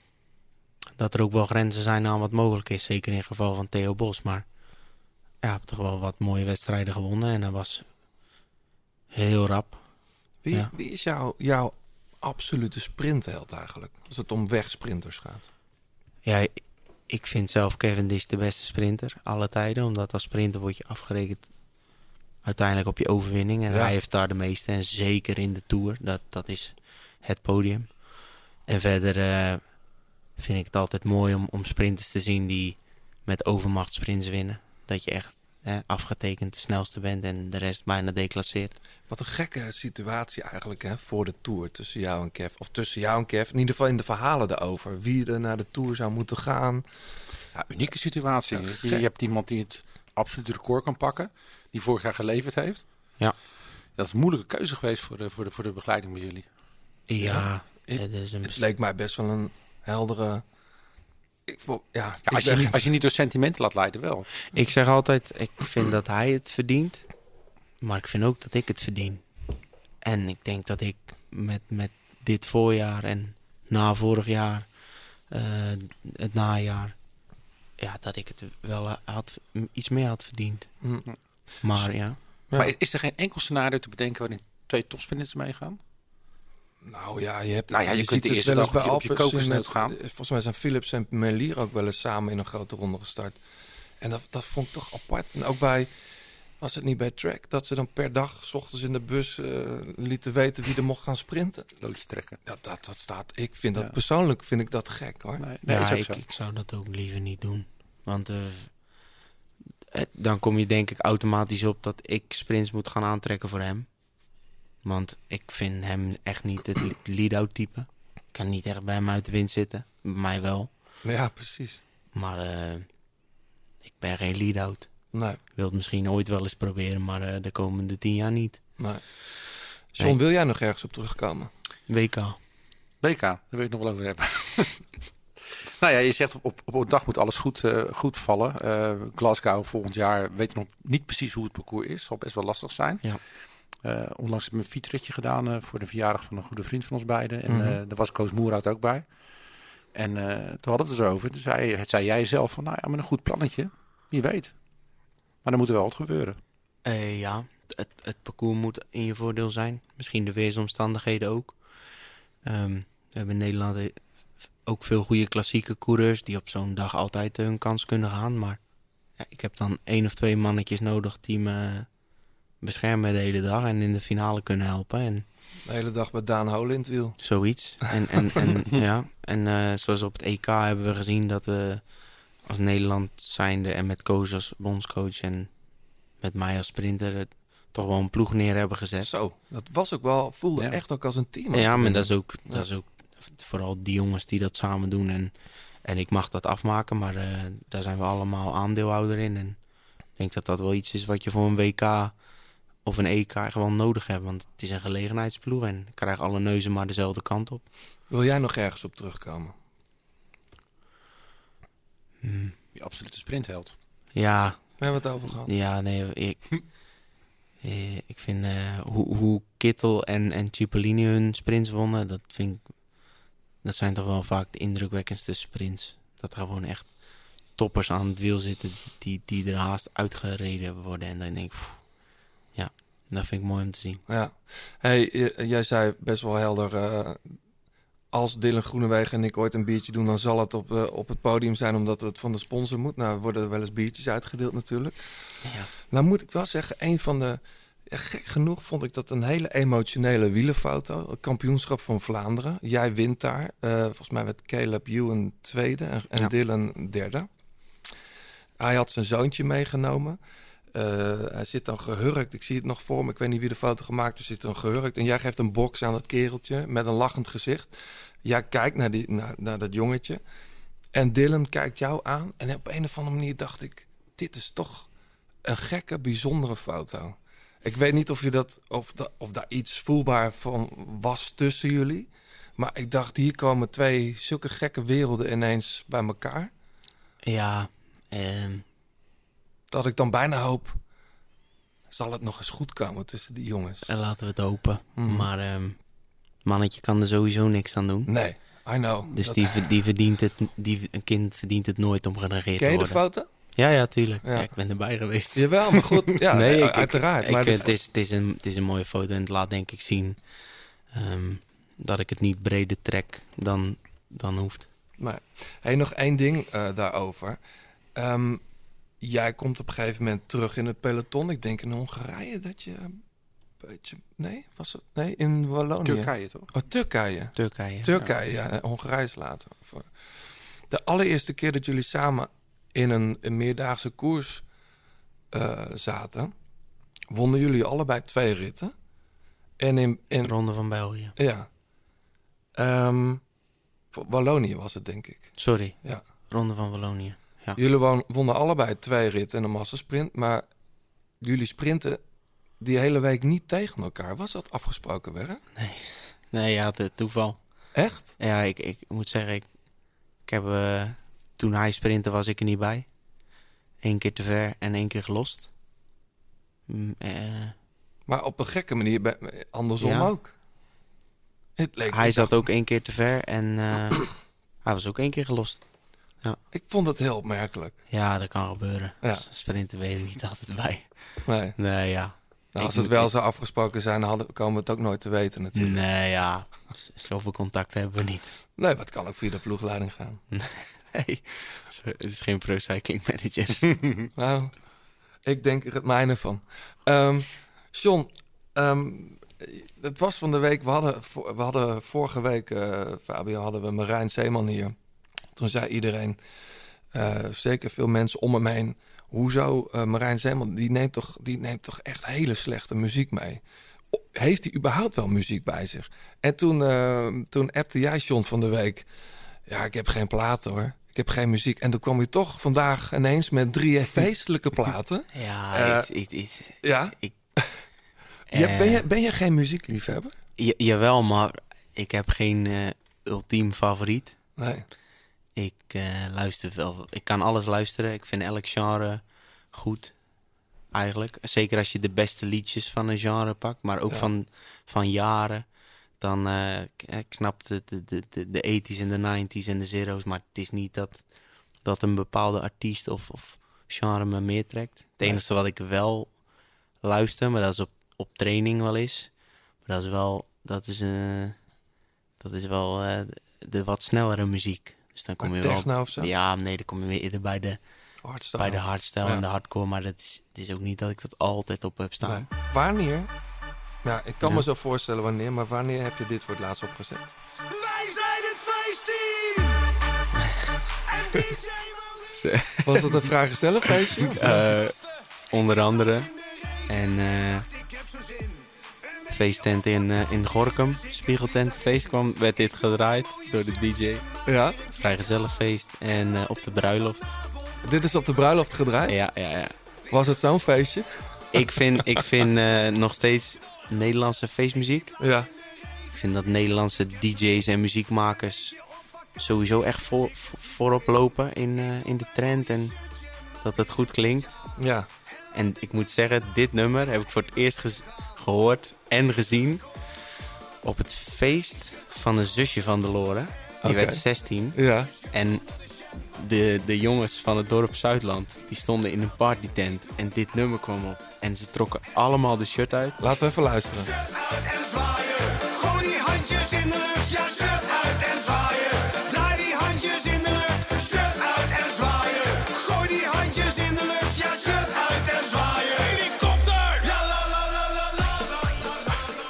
dat er ook wel grenzen zijn aan wat mogelijk is. Zeker in het geval van Theo Bos. Maar ja, heb toch wel wat mooie wedstrijden gewonnen en dat was heel rap. Wie, ja. wie is jouw, jouw absolute sprintheld eigenlijk? Als het om wegsprinters gaat. Ja, ik vind zelf Cavendish de beste sprinter alle tijden. Omdat als sprinter word je afgerekend uiteindelijk op je overwinning. En ja. hij heeft daar de meeste. En zeker in de Tour. Dat, dat is het podium. En verder uh, vind ik het altijd mooi om, om sprinters te zien die met overmacht sprints winnen. Dat je echt hè, afgetekend de snelste bent en de rest bijna declasseert. Wat een gekke situatie eigenlijk hè, voor de Tour tussen jou en Kev. Of tussen jou en Kev. In ieder geval in de verhalen daarover. Wie er naar de Tour zou moeten gaan. Ja, unieke situatie. Ja, je, je hebt iemand die het absolute record kan pakken. Die vorig jaar geleverd heeft. Ja. Dat is een moeilijke keuze geweest voor de, voor de, voor de begeleiding bij jullie. Ja. ja het, is een... het leek mij best wel een heldere... Ik vo- ja, ja, ik als, je niet, als je niet door sentimenten laat leiden wel. Ik zeg altijd, ik vind dat hij het verdient. Maar ik vind ook dat ik het verdien. En ik denk dat ik met, met dit voorjaar en na vorig jaar, uh, het najaar, ja, dat ik het wel had, iets meer had verdiend. Mm. Maar ja. ja. Maar is er geen enkel scenario te bedenken waarin twee topsprinters meegaan? Nou ja, je hebt. Nou ja, je, je kunt de eerste dag bij op je, je kokosnoot gaan. Volgens mij zijn Philips en Merlier ook wel eens samen in een grote ronde gestart. En dat, dat vond ik toch apart. En ook bij, was het niet bij Trek, dat ze dan per dag 's ochtends in de bus uh, lieten weten wie er mocht gaan sprinten. Loodje trekken. Ja, dat, dat staat. Ik vind dat ja. persoonlijk vind ik dat gek hoor. Nee, nee, ja, ik, ik zou dat ook liever niet doen. Want uh, dan kom je denk ik automatisch op dat ik sprints moet gaan aantrekken voor hem. Want ik vind hem echt niet het lead-out type. Ik kan niet echt bij hem uit de wind zitten. Bij mij wel. Ja, precies. Maar uh, ik ben geen lead-out. Nee. Ik wil het misschien ooit wel eens proberen, maar uh, de komende tien jaar niet. Nee. John, nee. Wil jij nog ergens op terugkomen? W K. W K, daar wil ik nog wel over hebben. Nou ja, je zegt op, op, op een dag moet alles goed, uh, goed vallen. Uh, Glasgow volgend jaar weet nog niet precies hoe het parcours is. Zal best wel lastig zijn. Ja. Uh, onlangs heb ik een fietsritje gedaan uh, voor de verjaardag van een goede vriend van ons beiden. En mm-hmm. uh, daar was Koos Moerhout ook bij. En uh, toen hadden we het erover. Toen zei, het zei jij zelf van, nou ja, met een goed plannetje. Wie weet. Maar dan moet er wel wat gebeuren. Uh, ja, het, het parcours moet in je voordeel zijn. Misschien de weersomstandigheden ook. Um, we hebben in Nederland ook veel goede klassieke coureurs die op zo'n dag altijd hun kans kunnen gaan. Maar ja, ik heb dan één of twee mannetjes nodig die me beschermen de hele dag en in de finale kunnen helpen. En de hele dag met Daan Hole in het wiel. Zoiets. En, en, en, ja. en uh, zoals op het E K hebben we gezien dat we als Nederland zijnde en met Koos als bondscoach en met mij als sprinter het toch wel een ploeg neer hebben gezet. Zo, dat was ook wel, voelde ja. echt ook als een team. Ja, maar dat is ook, ja. dat is ook vooral die jongens die dat samen doen. En, en ik mag dat afmaken, maar uh, daar zijn we allemaal aandeelhouder in. En ik denk dat dat wel iets is wat je voor een W K of een E K gewoon nodig hebt. Want het is een gelegenheidsploeg en krijgen alle neuzen maar dezelfde kant op. Wil jij nog ergens op terugkomen? Hmm. Je absolute sprintheld. Ja. We hebben het over gehad. Ja, nee, ik, ik vind uh, hoe, hoe Kittel en, en Cipollini hun sprints wonnen, dat vind ik, dat zijn toch wel vaak de indrukwekkendste sprints. Dat er gewoon echt toppers aan het wiel zitten die, die er haast uitgereden worden. En dan denk ik, pff, ja, dat vind ik mooi om te zien. Ja. Hey, j- jij zei best wel helder, uh, als Dylan Groenewegen en ik ooit een biertje doen, dan zal het op, uh, op het podium zijn, omdat het van de sponsor moet. Nou, worden er wel eens biertjes uitgedeeld natuurlijk. Ja. Nou moet ik wel zeggen, een van de... Ja, gek genoeg vond ik dat een hele emotionele wielerfoto. Het kampioenschap van Vlaanderen. Jij wint daar. Uh, volgens mij werd Caleb Ewan tweede en, en ja. Dylan derde. Hij had zijn zoontje meegenomen. Uh, hij zit dan gehurkt. Ik zie het nog voor me. Ik weet niet wie de foto gemaakt heeft. Zit dan gehurkt. En jij geeft een box aan dat kereltje met een lachend gezicht. Jij kijkt naar, die, naar, naar dat jongetje. En Dylan kijkt jou aan. En op een of andere manier dacht ik... dit is toch een gekke, bijzondere foto. Ik weet niet of, je dat, of, da, of daar iets voelbaar van was tussen jullie. Maar ik dacht, hier komen twee zulke gekke werelden ineens bij elkaar. Ja, um... dat ik dan bijna hoop... zal het nog eens goed komen tussen die jongens? En laten we het hopen. Mm. Maar um, mannetje kan er sowieso niks aan doen. Nee, I know. Dus dat... die, die verdient het, die, een kind verdient het nooit om genegeerd te worden. Ken je de foto? Ja, ja, tuurlijk. Ja. Ja, ik ben erbij geweest. Jawel, maar goed. Ja, nee, ik, uiteraard. Ik, maar ik, de... het, is, het, is een, het is een mooie foto en het laat denk ik zien... Um, dat ik het niet breder trek dan, dan hoeft. Maar, hey, nog één ding uh, daarover. Um, jij komt op een gegeven moment terug in het peloton. Ik denk in Hongarije dat je... een beetje... Nee, was het? Nee, in Wallonië. Turkije, toch? Oh, Turkije. Turkije. Turkije, ja. ja Hongarije is later. De allereerste keer dat jullie samen in een, een meerdaagse koers uh, zaten... wonnen jullie allebei twee ritten. En in, in... Ronde van België. Ja. Um, Wallonië was het, denk ik. Sorry. Ja. Ronde van Wallonië. Ja. Jullie won, wonnen allebei twee ritten en een massasprint. Maar jullie sprinten die hele week niet tegen elkaar. Was dat afgesproken werk? Nee, nee ja, het toeval. Echt? Ja, ik, ik moet zeggen, ik, ik heb... Uh, toen hij sprintte was ik er niet bij. Eén keer te ver en één keer gelost. Mm, uh, maar op een gekke manier, bij, andersom ja. ook. Het leek hij zat ook één keer te ver en uh, hij was ook één keer gelost. Ja. Ik vond het heel opmerkelijk. Ja, dat kan gebeuren. Ja. Sprinten weet er niet altijd bij. Nee. Nee, ja. Nou, als ik, het wel ik, zou afgesproken zijn, dan hadden, komen we het ook nooit te weten natuurlijk. Nee, ja. Zoveel contact hebben we niet. Nee, maar het kan ook via de ploegleiding gaan. Nee, het is geen pro-cycling manager. Nou, ik denk er het mijne van. Um, John, um, het was van de week, we hadden, we hadden vorige week, uh, Fabio, hadden we Marijn Zeeman hier. Toen zei iedereen, uh, zeker veel mensen om hem heen... hoezo uh, Marijn Zeeman, die neemt, toch, die neemt toch echt hele slechte muziek mee. Heeft hij überhaupt wel muziek bij zich? En toen, uh, toen appte jij John van de week... ja, ik heb geen platen hoor. Ik heb geen muziek. En toen kwam je toch vandaag ineens met drie feestelijke platen. Ja, uh, ik... ik, ik, ja? ik ja, ben, je, ben je geen muziekliefhebber? Ja, jawel, maar ik heb geen uh, ultiem favoriet. Nee. Ik uh, luister wel. Ik kan alles luisteren. Ik vind elk genre goed. Eigenlijk. Zeker als je de beste liedjes van een genre pakt. Maar ook ja. van, van jaren. Dan, uh, ik, ik snap de, de, de, de eighties en de nineties en de zero's. Maar het is niet dat, dat een bepaalde artiest of, of genre me meer trekt. Het enige nee. wat ik wel luister, maar dat is op, op training wel eens. Maar dat is wel, dat is, uh, dat is wel uh, de, de wat snellere muziek. Dus dan kom maar je techno wel, of zo? Ja, nee, dan kom je weer eerder bij de hardstyle, bij de hardstyle ja. en de hardcore. Maar dat is, het is ook niet dat ik dat altijd op heb staan. Nee. Wanneer? Ja, ik kan ja. me zo voorstellen wanneer, maar wanneer heb je dit voor het laatst opgezet? Wij zijn het feestteam! En D J Was dat een vrijgezellig feestje? Uh, onder andere. En uh, feesttent in, uh, in Gorinchem, Spiegeltent feest kwam, werd dit gedraaid door de D J. Ja. Vrijgezellig feest en uh, op de bruiloft. Dit is op de bruiloft gedraaid? Ja, ja, ja. Was het zo'n feestje? Ik vind, ik vind uh, nog steeds Nederlandse feestmuziek. Ja. Ik vind dat Nederlandse D J's en muziekmakers sowieso echt voor, voor, voorop lopen in, uh, in de trend. En dat het goed klinkt. Ja. En ik moet zeggen, dit nummer heb ik voor het eerst ge- gehoord en gezien op het feest van een zusje van de Lore. Die okay. werd zestien. Ja. En de, de jongens van het dorp Zuidland, die stonden in een partytent. En dit nummer kwam op. En ze trokken allemaal de shirt uit. Laten we even luisteren. Shirt uit en zwaaien. Gooi die handjes in de lucht. Ja, shirt uit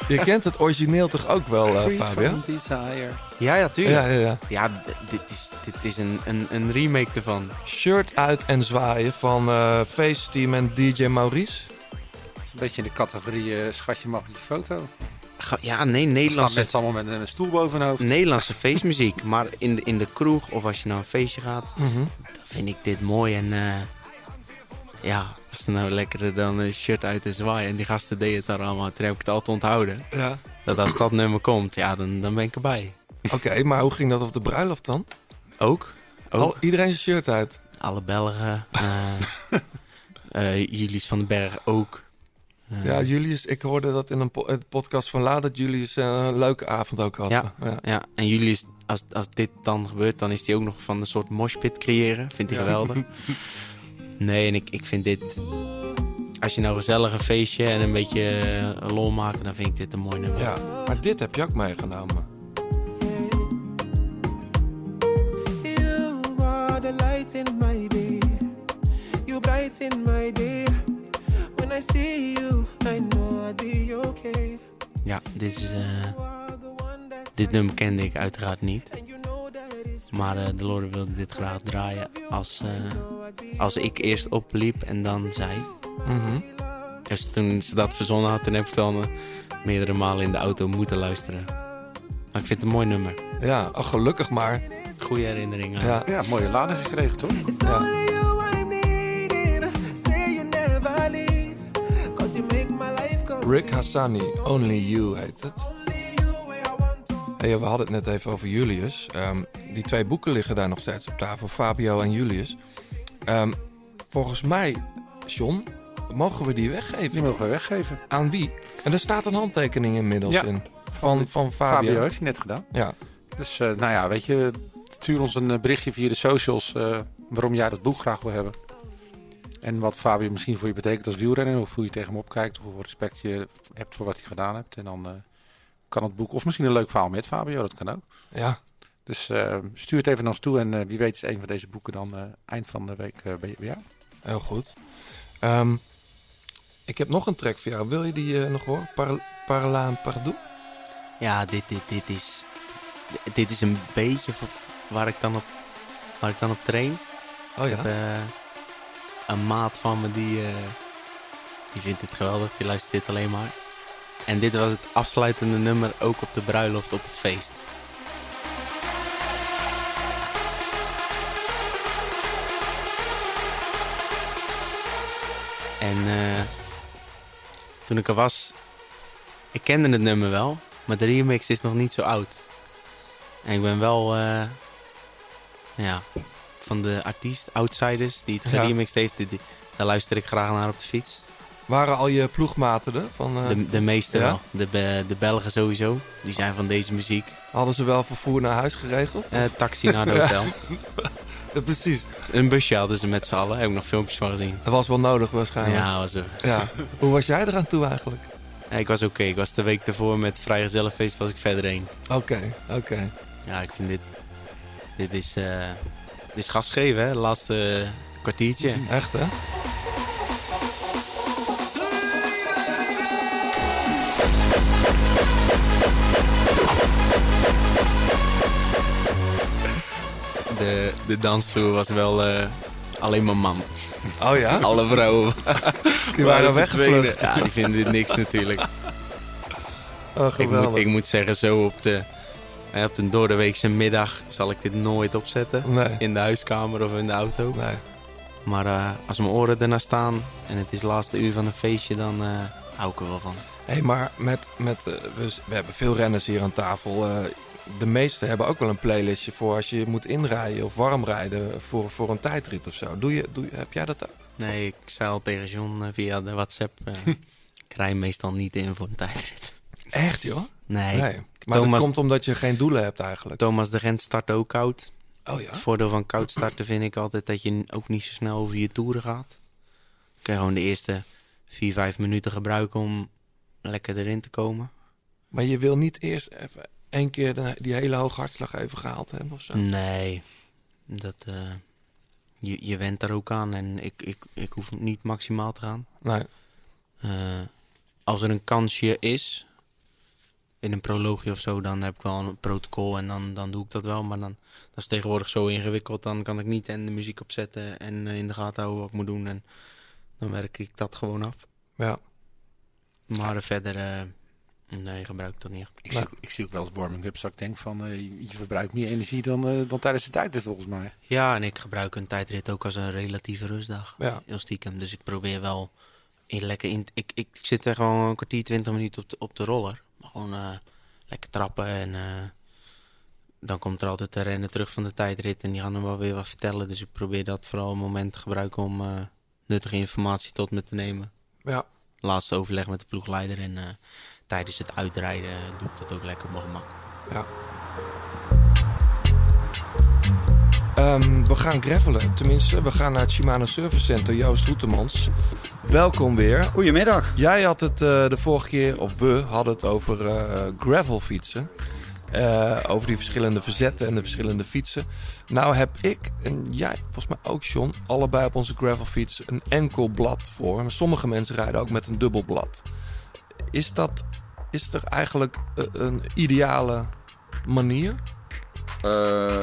Je kent het origineel toch ook wel, uh, Free Fabio? from desire. Ja, ja, tuurlijk. Ja, ja, ja. Ja, d- dit is, dit is een, een, een remake ervan. Shirt uit en zwaaien van uh, Face Team en D J Maurice. Dat is een beetje in de categorie uh, schatje mag ik je foto. Ga- Ja, nee, We staan Nederlandse, met z'n allemaal met een stoel boven hun hoofd. Nederlandse feestmuziek. Maar in de, in de kroeg of als je naar een feestje gaat, Mm-hmm. dan vind ik dit mooi. En uh, ja, was het nou lekkerder dan een shirt uit en zwaaien. En die gasten deden het daar allemaal. Toen heb ik het altijd onthouden. Ja. Dat als dat nummer komt, ja, dan, dan ben ik erbij. Oké, okay, maar hoe ging dat op de bruiloft dan? Ook. Ook. Al, iedereen zijn shirt uit. Alle Belgen. Uh, uh, Julius van den Berg ook. Uh, Ja, Julius, ik hoorde dat in een po- een podcast van La, dat Julius uh, een leuke avond ook had. Ja, ja. ja. En Julius, als, als dit dan gebeurt, dan is hij ook nog van een soort moshpit creëren. Vindt hij Ja. geweldig. Nee, en ik, ik vind dit... Als je nou gezellig een feestje en een beetje uh, lol maken, dan vind ik dit een mooi nummer. Ja, maar dit heb je ook meegenomen. You are the light in my day. You brighten my day. When I see you, I know I'll be okay. Ja, dit is... Uh, dit nummer kende ik uiteraard niet. Maar uh, de Lorde wilde dit graag draaien als, uh, als ik eerst opliep en dan zij. Mm-hmm. Dus toen ze dat verzonnen had, toen heb ik dan uh, meerdere malen in de auto moeten luisteren. Maar ik vind het een mooi nummer. Ja, oh, gelukkig maar. Goede herinneringen. Ja. Ja, mooie lading gekregen, toch? It's Ja. only you I'm needing. Say you never leave. Cause you make my life go. Rick Hassani, Only You heet het. Only you where I want to. Hey, we hadden het net even over Julius. Um, die twee boeken liggen daar nog steeds op tafel, Fabio en Julius. Um, volgens mij, John, mogen we die weggeven? Die mogen we weggeven. Aan wie? En er staat een handtekening inmiddels Ja. in. Van, van Fabio. Fabio heeft hij net gedaan. Ja. Dus uh, nou ja, weet je, stuur ons een berichtje via de socials uh, waarom jij dat boek graag wil hebben. En wat Fabio misschien voor je betekent als wielrenner, of hoe je tegen hem opkijkt, of hoeveel respect je hebt voor wat hij gedaan hebt. En dan uh, kan het boek, of misschien een leuk verhaal met Fabio, dat kan ook. Ja. Dus uh, stuur het even naar ons toe en uh, wie weet is een van deze boeken dan uh, eind van de week uh, bij jou. Heel goed. Um, ik heb nog een track voor jou. Wil je die uh, nog horen? Par- Parla en Pardou? Ja, dit, dit, dit is... Dit is een beetje waar ik dan op, waar ik dan op train. Oh ja? Ik heb uh, een maat van me die... Uh, die vindt dit geweldig. Die luistert dit alleen maar. En dit was het afsluitende nummer ook op de bruiloft op het feest. En uh, toen ik er was... Ik kende het nummer wel, maar de remix is nog niet zo oud. En ik ben wel... Uh, ja, van de artiest, Outsiders, die het Ja. geremixed heeft... Die, die, daar luister ik graag naar op de fiets. Waren al je ploegmaten er? Van, uh, De, de meeste ja? wel. De, Be- de Belgen sowieso. Die zijn van deze muziek. Hadden ze wel vervoer naar huis geregeld? Uh, taxi naar het hotel. Ja, precies. Een busje hadden ze met z'n allen. Daar heb ik nog filmpjes van gezien. Dat was wel nodig waarschijnlijk. Ja, was er. Ja. Hoe was jij eraan toe eigenlijk? Ja, ik was oké. Okay. Ik was de week daarvoor met Vrijgezellenfeest was ik verder heen. Oké, okay, oké. Okay. Ja, ik vind dit... Dit is... Uh, dit is gas geven, hè. De laatste uh, kwartiertje. Echt, hè? De, de dansvloer was wel uh, alleen maar man. Oh ja? Alle vrouwen. Die waren weggevlucht. Ja, die vinden dit niks natuurlijk. Oh, ik, moet, ik moet zeggen, zo op de, op de doordeweekse middag zal ik dit nooit opzetten. Nee. In de huiskamer of in de auto. Nee. Maar uh, als mijn oren ernaar staan en het is het laatste uur van een feestje, dan uh, hou ik er wel van. Hé, hey, maar met, met, uh, we, we hebben veel renners hier aan tafel. Uh, de meesten hebben ook wel een playlistje voor als je moet inrijden of warm rijden voor, voor een tijdrit of zo. Doe je, doe je, heb jij dat ook? Nee, ik zei al tegen John uh, via de WhatsApp. Uh, ik rij meestal niet in voor een tijdrit. Echt joh? Nee. nee. Maar Thomas, dat komt omdat je geen doelen hebt eigenlijk. Thomas de Gent start ook koud. Oh ja? Het voordeel van koud starten vind ik altijd dat je ook niet zo snel over je toeren gaat. Je kan gewoon de eerste vier, vijf minuten gebruiken om lekker erin te komen. Maar je wil niet eerst even één keer de, die hele hoge hartslag even gehaald hebben of zo? Nee, dat, uh, je, je went daar ook aan en ik, ik, ik hoef niet maximaal te gaan. Nee. Uh, als er een kansje is, in een proloogje of zo, dan heb ik wel een protocol en dan, dan doe ik dat wel. Maar dan dat is tegenwoordig zo ingewikkeld, dan kan ik niet en de muziek opzetten en uh, in de gaten houden wat ik moet doen. En dan werk ik dat gewoon af. Ja. Maar uh, verder, uh, nee, gebruik ik dat niet echt. Ik, zie, ik zie ook wel eens warming-ups dat ik denk van, uh, je verbruikt meer energie dan, uh, dan tijdens de tijdrit volgens mij. Ja, en ik gebruik een tijdrit ook als een relatieve rustdag. Ja. Heel stiekem. Dus ik probeer wel in lekker in. Ik, ik zit er gewoon een kwartier, twintig minuten op de, op de roller. Maar gewoon uh, lekker trappen en uh, dan komt er altijd de renner terug van de tijdrit en die gaan hem wel weer wat vertellen. Dus ik probeer dat vooral een moment te gebruiken om uh, nuttige informatie tot me te nemen. Ja. Laatste overleg met de ploegleider en uh, tijdens het uitrijden doe ik dat ook lekker op mijn gemak. Ja. Um, we gaan gravelen. Tenminste, we gaan naar het Shimano Service Center. Joost Hoetemans, welkom weer. Goedemiddag. Jij had het uh, de vorige keer, of we hadden het over uh, gravelfietsen. Uh, over die verschillende verzetten en de verschillende fietsen. Nou heb ik, en jij volgens mij ook John, allebei op onze gravelfiets een enkel blad voor. Maar sommige mensen rijden ook met een dubbel blad. Is dat, is er eigenlijk uh, een ideale manier? Uh,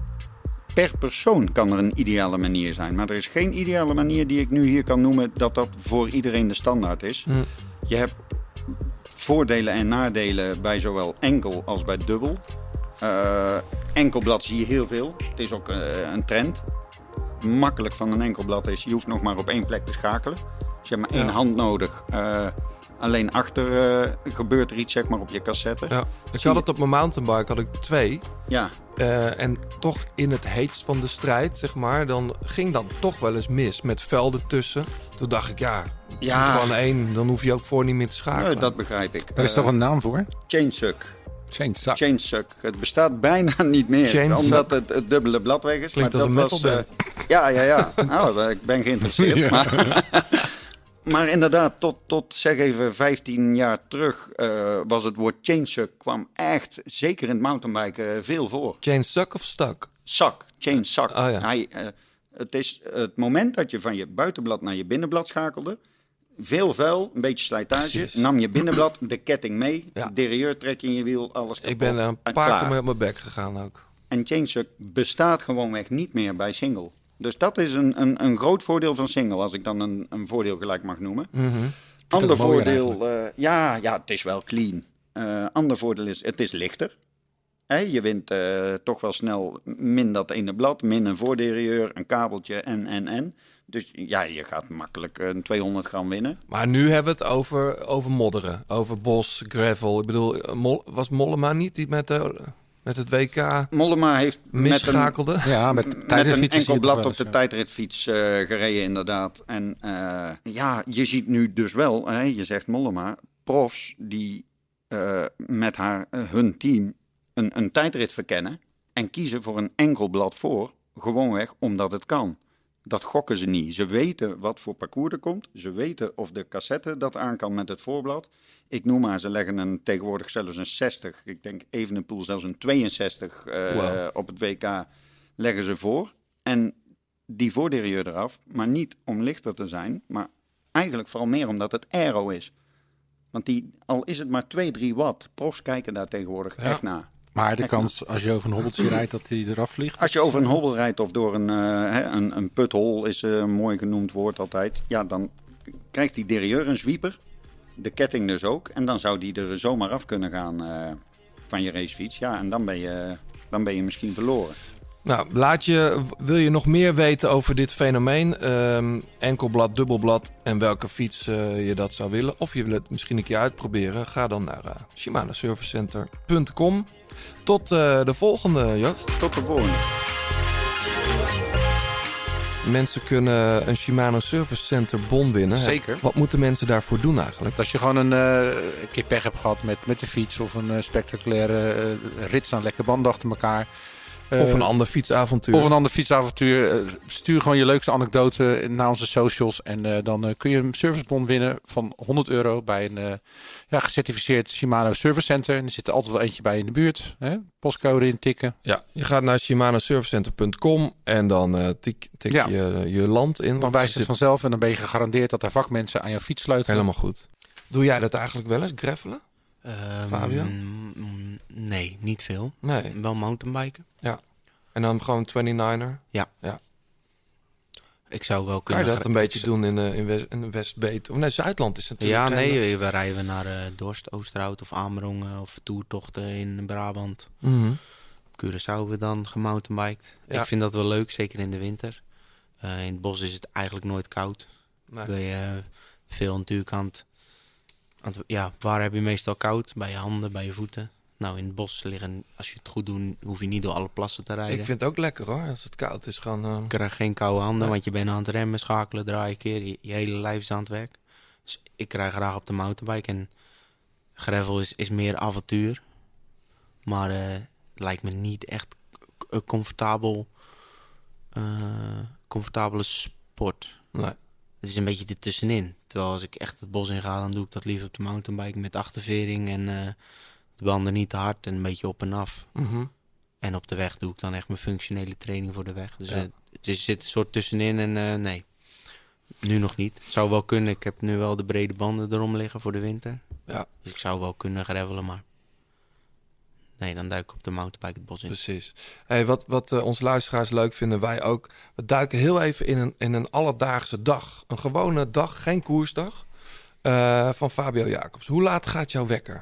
per persoon kan er een ideale manier zijn. Maar er is geen ideale manier die ik nu hier kan noemen dat dat voor iedereen de standaard is. Hm. Je hebt voordelen en nadelen bij zowel enkel als bij dubbel. Uh, enkelblad zie je heel veel. Het is ook uh, een trend. Makkelijk van een enkelblad is, je hoeft nog maar op één plek te schakelen. Dus je hebt maar één Ja. hand nodig. Uh, alleen achter uh, gebeurt er iets, zeg maar, op je cassette. Ja. Ik Zie had je- het op mijn mountainbike, had ik twee. Ja, Uh, en toch in het heetst van de strijd, zeg maar, dan ging dat toch wel eens mis. Met velden tussen. Toen dacht ik, ja, Ja. gewoon één. Dan hoef je ook voor niet meer te schakelen. nee, dat begrijp ik. Daar is Uh, toch een naam voor? Chainsuck. Chainsuck. Chainsuck. Het bestaat bijna niet meer. Chainsuck. Omdat het, het dubbele blad weg is. Klinkt maar als een dat was, metalband. uh, ja, ja, ja. Nou, ik ben geïnteresseerd. Ja. Maar, maar inderdaad, tot, tot zeg even vijftien jaar terug uh, was het woord chainsuck kwam echt, zeker in het mountainbiken, uh, veel voor. Chain suck of stuck? Zak, chainsuck. Oh, ja. Hij, uh, het is het moment dat je van je buitenblad naar je binnenblad schakelde. Veel vuil, een beetje slijtage. Precies. Nam je binnenblad, de ketting mee. Ja. Derailleur trek je in je wiel, alles kapot. Ik ben er een en paar klaar. keer mee op mijn bek gegaan ook. En chainsuck bestaat gewoonweg niet meer bij single. Dus dat is een, een, een groot voordeel van single, als ik dan een, een voordeel gelijk mag noemen. Mm-hmm. Ander het mooier voordeel, uh, ja, ja, het is wel clean. Uh, ander voordeel is, het is lichter. Hè, je wint uh, toch wel snel min dat ene blad, min een voorderailleur, een kabeltje en, en, en. Dus ja, je gaat makkelijk een tweehonderd gram winnen. Maar nu hebben we het over, over modderen. Over bos, gravel. Ik bedoel, Mol, was Mollema niet die met, de, met het W K Mollema heeft met een, misschakelde? Ja, met met een tijdritfietsen zie je enkel het blad wel op eens, de ja. tijdritfiets uh, gereden inderdaad. En uh, ja, je ziet nu dus wel, hè, je zegt Mollema, profs die uh, met haar, uh, hun team een, een tijdrit verkennen en kiezen voor een enkel blad voor, gewoonweg omdat het kan. Dat gokken ze niet. Ze weten wat voor parcours er komt. Ze weten of de cassette dat aan kan met het voorblad. Ik noem maar, ze leggen een, tegenwoordig zelfs een zestig. Ik denk Evenepoel zelfs een tweeënzestig uh, Wow. op het W K leggen ze voor. En die voorderailleur eraf, maar niet om lichter te zijn, maar eigenlijk vooral meer omdat het aero is. Want die, al is het maar twee, drie watt, profs kijken daar tegenwoordig Ja. echt naar. Maar de Echt kans als je over een hobbeltje rijdt dat hij eraf vliegt. Als je over een hobbel rijdt of door een, uh, hè, een, een puthol, is uh, een mooi genoemd woord altijd. Ja, dan krijgt die derailleur een zwieper. De ketting dus ook. En dan zou die er zomaar af kunnen gaan uh, van je racefiets. Ja, en dan ben je, dan ben je misschien verloren. Nou, laat je, wil je nog meer weten over dit fenomeen? Um, enkelblad, dubbelblad en welke fiets uh, je dat zou willen. Of je wil het misschien een keer uitproberen. Ga dan naar uh, Shimano Service Center punt com. Tot uh, de volgende, Joost. Tot de volgende. Mensen kunnen een Shimano Service Center bon winnen. Zeker. Wat moeten mensen daarvoor doen eigenlijk? Als je gewoon een uh, keer pech hebt gehad met, met de fiets of een uh, spectaculaire uh, rit staan lekker banden achter elkaar. Uh, Of een ander fietsavontuur. Of een ander fietsavontuur. Uh, stuur gewoon je leukste anekdote naar onze socials. En uh, dan uh, kun je een servicebon winnen van honderd euro bij een uh, ja, gecertificeerd Shimano Service Center. En er zit er altijd wel eentje bij in de buurt. Hè? Postcode intikken. Ja, je gaat naar Shimano Service Center punt com en dan uh, tik, tik Ja. je je land in. Dan wijst het vanzelf en dan ben je gegarandeerd dat er vakmensen aan jouw fiets sleutelen. Helemaal goed. Doe jij dat eigenlijk wel eens, gravelen? Um, Fabio? mm, Nee, niet veel. Nee. Wel mountainbiken. Ja. En dan gewoon twenty-niner? Ja. Ja. Ik zou wel Kan kunnen... je dat gra- een beetje ik- doen in, uh, in, West, in Westbeet? Of nee, Zuidland is natuurlijk... Ja, geen- nee, we rijden naar uh, Dorst, Oosterhout of Amerongen of toertochten in Brabant. Mm-hmm. Op Curaçao hebben we dan gemountainbiked. Ja. Ik vind dat wel leuk, zeker in de winter. Uh, in het bos is het eigenlijk nooit koud. Nee. Ben je uh, veel natuurlijk aan het, aan het... Ja, waar heb je meestal koud? Bij je handen, bij je voeten. Nou, in het bos liggen, als je het goed doet, hoef je niet door alle plassen te rijden. Ik vind het ook lekker hoor, als het koud is. Gewoon, uh... Je krijgt geen koude handen, Nee. want je bent aan het remmen, schakelen, draaien, keer. Je, je hele lijf is aan het werk. Dus ik rij graag op de mountainbike. En gravel is, is meer avontuur. Maar uh, het lijkt me niet echt een comfortabel, uh, comfortabele sport. Nee. Het is een beetje ertussenin. Terwijl als ik echt het bos in ga, dan doe ik dat liever op de mountainbike met achtervering en uh, de banden niet te hard en een beetje op en af. Mm-hmm. En op de weg doe ik dan echt mijn functionele training voor de weg. Dus Ja. uh, het is, zit een soort tussenin en uh, nee, nu nog niet. Het zou wel kunnen. Ik heb nu wel de brede banden erom liggen voor de winter. Ja. Dus ik zou wel kunnen gravelen, maar nee, dan duik ik op de mountainbike het bos in. Precies. Hey, wat wat uh, onze luisteraars leuk vinden, wij ook. We duiken heel even in een, in een alledaagse dag. Een gewone dag, geen koersdag. Uh, van Fabio Jacobs. Hoe laat gaat jouw wekker?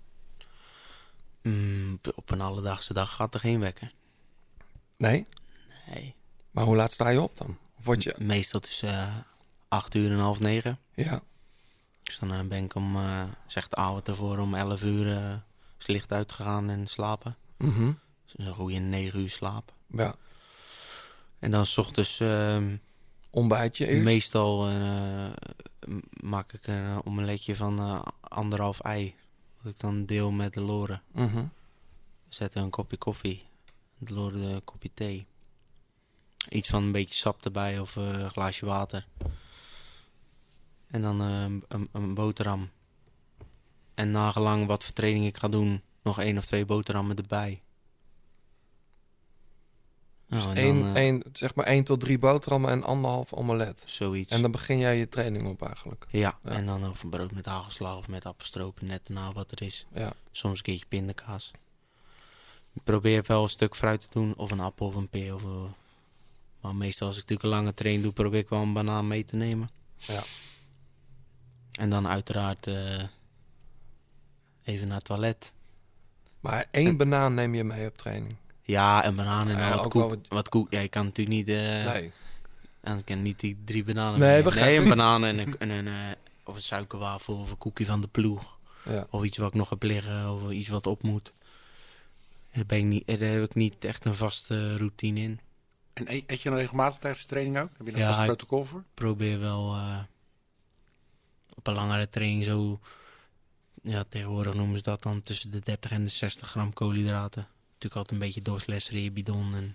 Mm, op een alledaagse dag gaat er geen wekker. Nee? Nee. Maar hoe laat sta je op dan? Of word je... Me- meestal tussen uh, acht uur en half negen. Ja. Dus dan uh, ben ik om, uh, zeg de avond ervoor, om elf uur uh, is licht uitgegaan en slapen. Mm-hmm. Dus een goede negen uur slaap. Ja. En dan 's ochtends uh, Ontbijtje eerst? meestal uh, maak ik een omeletje van uh, anderhalf ei. Wat ik dan deel met de Loren. Mm-hmm. Zet er een kopje koffie. De Loren een kopje thee. Iets van een beetje sap erbij of uh, een glaasje water. En dan uh, een, een boterham. En nagelang wat voor training ik ga doen, nog één of twee boterhammen erbij. Dus Nou, en één, dan, uh, één, zeg maar één tot drie boterhammen en anderhalf omelet. Zoiets. En dan begin jij je training op eigenlijk. Ja, Ja. en dan of een brood met hagelslag of met appelstroop, net na wat er is. Ja. Soms een keertje pindakaas. Ik probeer wel een stuk fruit te doen, of een appel of een peer. Of, uh, maar meestal als ik natuurlijk een lange training doe, probeer ik wel een banaan mee te nemen. Ja. En dan uiteraard uh, even naar het toilet. Maar één banaan neem je mee op training. Ja, een banaan en Ja, dan wat ook koek. wel wat- Wat koek. Ja, je kan natuurlijk niet... Uh, Nee. En ik kan niet die drie bananen Nee, meenemen. begrijp Nee, een ik. banaan en een, en een, uh, of een suikerwafel of een koekje van de ploeg. Ja. Of iets wat ik nog heb liggen of iets wat op moet. Daar, ben ik niet, daar heb ik niet echt een vaste routine in. En eet eet je dan regelmatig tijdens de training ook? Heb je er een Ja, vast ik- protocol voor? Ik probeer wel uh, op een langere training zo... Ja, tegenwoordig noemen ze dat dan tussen de dertig en de zestig gram koolhydraten. Natuurlijk altijd een beetje doorslesseren, bidon. En,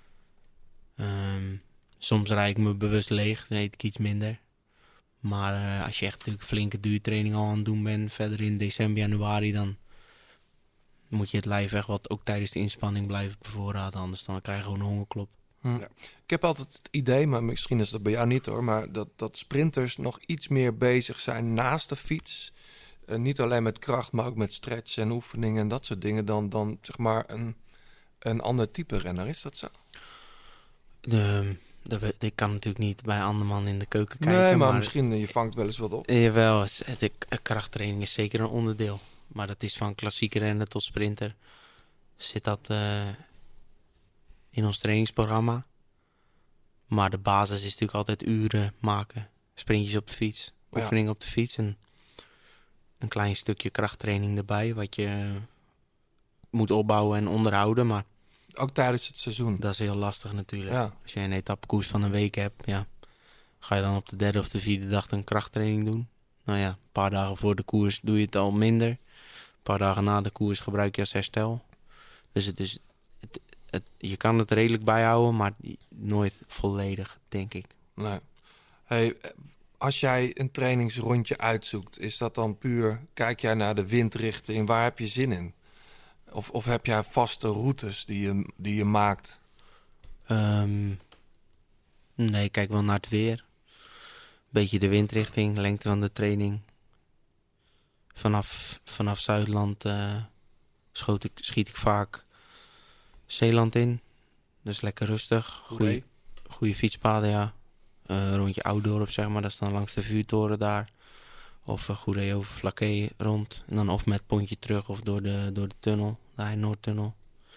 um, soms rijd ik me bewust leeg, dan eet ik iets minder. Maar uh, als je echt natuurlijk flinke duurtraining al aan het doen bent, verder in december, januari, dan moet je het lijf echt wat ook tijdens de inspanning blijven bevoorraden. Anders dan krijg je gewoon een hongerklop. Hm. Ja. Ik heb altijd het idee, maar misschien is dat bij jou niet hoor, maar dat, dat sprinters nog iets meer bezig zijn naast de fiets. Uh, niet alleen met kracht, maar ook met stretch en oefeningen en dat soort dingen dan, dan zeg maar een, een ander type renner. Is dat zo? De, de, de, ik kan natuurlijk niet bij anderman in de keuken kijken. Nee, maar, maar misschien uh, je vangt wel eens wat op. Jawel, het- de krachttraining is zeker een onderdeel. Maar dat is van klassieke rennen tot sprinter. Zit dat uh, in ons trainingsprogramma. Maar de basis is natuurlijk altijd uren maken. Sprintjes op de fiets, Ja. oefeningen op de fiets. En een klein stukje krachttraining erbij. Wat je uh, moet opbouwen en onderhouden. Maar Ook tijdens het seizoen. dat is heel lastig natuurlijk. Ja. Als je een etappekoers van een week hebt, ja, ga je dan op de derde of de vierde dag een krachttraining doen? Nou ja, een paar dagen voor de koers doe je het al minder. Een paar dagen na de koers gebruik je als herstel. Dus het is, het, het, je kan het redelijk bijhouden, maar nooit volledig, denk ik. Nee. Hey, als jij een trainingsrondje uitzoekt, is dat dan puur, kijk jij naar de windrichting, waar heb je zin in? Of, of heb jij vaste routes die je, die je maakt? Um, nee, ik kijk wel naar het weer. Beetje de windrichting, lengte van de training. vanaf, vanaf Zuidland uh, schoot ik, schiet ik vaak Zeeland in. Dus lekker rustig. Goeie, goede fietspaden, ja. Uh, rondje Ouddorp, zeg maar. Dat is dan langs de vuurtoren daar. Of uh, Goeree over Vlakke rond. En dan of met pontje terug of door de, door de tunnel. De Heijn-Noordtunnel.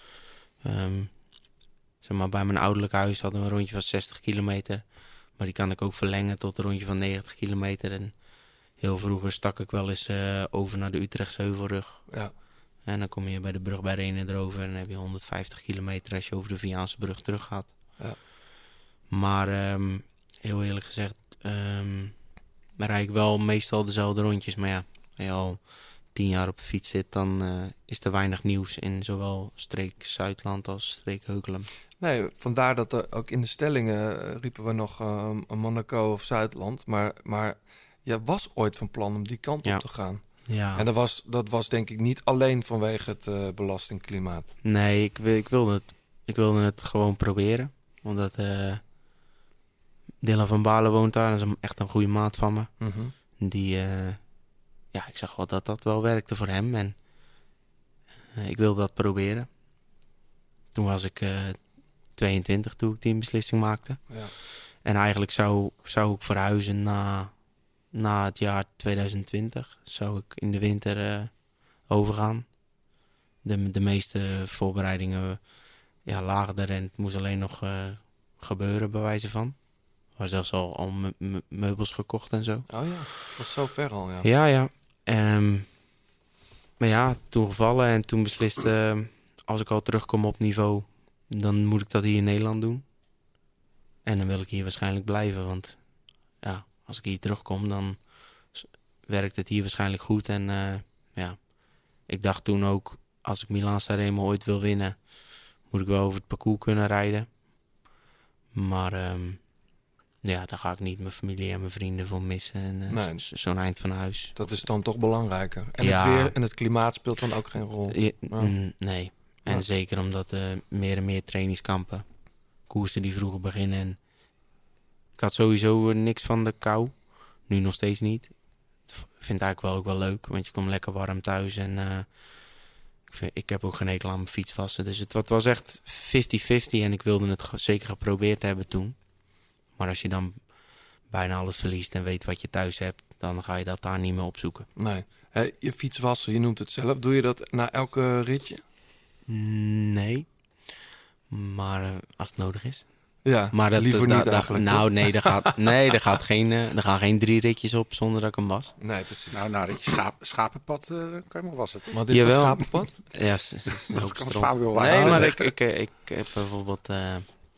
Um, zeg maar, bij mijn ouderlijk huis hadden we een rondje van zestig kilometer. Maar die kan ik ook verlengen tot een rondje van negentig kilometer. En heel vroeger stak ik wel eens uh, over naar de Utrechtse Heuvelrug. Ja. En dan kom je bij de brug bij Renen erover. En dan heb je honderdvijftig kilometer als je over de Viaanse brug terug gaat. Ja. Maar um, heel eerlijk gezegd, um, dan rijd ik wel meestal dezelfde rondjes. Maar ja, als je al tien jaar op de fiets zit, dan uh, is er weinig nieuws in zowel streek Zuidland als streek Heukelum. Nee, vandaar dat er ook in de stellingen uh, riepen we nog uh, Monaco of Zuidland. Maar, maar je was ooit van plan om die kant ja. op te gaan. Ja. En dat was, dat was denk ik niet alleen vanwege het uh, belastingklimaat. Nee, ik, ik, wilde het, ik wilde het gewoon proberen. Omdat uh, Dylan van Baarle woont daar. Dat is een, echt een goede maat van me. Mm-hmm. Die, uh, ja, ik zag wel dat dat wel werkte voor hem. En uh, ik wilde dat proberen. Toen was ik uh, tweeëntwintig toen ik die beslissing maakte. Ja. En eigenlijk zou, zou ik verhuizen na... Na het jaar tweeduizend twintig zou ik in de winter uh, overgaan. De, de meeste voorbereidingen ja, lagen er en het moest alleen nog uh, gebeuren bij wijze van. Er waren zelfs al, al me- me- meubels gekocht en zo. Oh ja, dat was zo ver al, ja. Ja, ja. Um, maar ja, toen gevallen en toen beslist... Uh, als ik al terugkom op niveau, dan moet ik dat hier in Nederland doen. En dan wil ik hier waarschijnlijk blijven, want ja... Als ik hier terugkom, dan werkt het hier waarschijnlijk goed. En uh, ja, ik dacht toen ook, als ik Milaan-Sanremo ooit wil winnen, moet ik wel over het parcours kunnen rijden. Maar um, ja, daar ga ik niet mijn familie en mijn vrienden voor missen. En uh, nee. zo, zo'n eind van huis. Dat is dan toch belangrijker. En ja. het weer en het klimaat speelt dan ook geen rol? Ja, ja. Mm, nee. En ja. zeker omdat uh, meer en meer trainingskampen, koersen die vroeger beginnen... En ik had sowieso niks van de kou. Nu nog steeds niet. Ik vind het eigenlijk wel ook wel leuk. Want je komt lekker warm thuis. En uh, ik, vind, ik heb ook geen hekel aan mijn fiets wassen. Dus het, het was echt vijftig vijftig. En ik wilde het ge- zeker geprobeerd hebben toen. Maar als je dan bijna alles verliest en weet wat je thuis hebt... dan ga je dat daar niet meer opzoeken. Nee. Hey, je fiets wassen, je noemt het zelf. Doe je dat na elke ritje? Nee. Maar uh, als het nodig is... Ja, maar dat, liever da, niet da, eigenlijk. Nou, nee, er gaat, nee, er gaat geen, uh, er gaan geen drie ritjes op zonder dat ik hem was. Nee, precies. Nou, nou ritje schaap, schapenpad uh, kan je nog wassen, toch? Maar dit is een schapenpad? Ja, s- s- dat kan het Fabio Nee, maar ik, ik, ik heb bijvoorbeeld uh,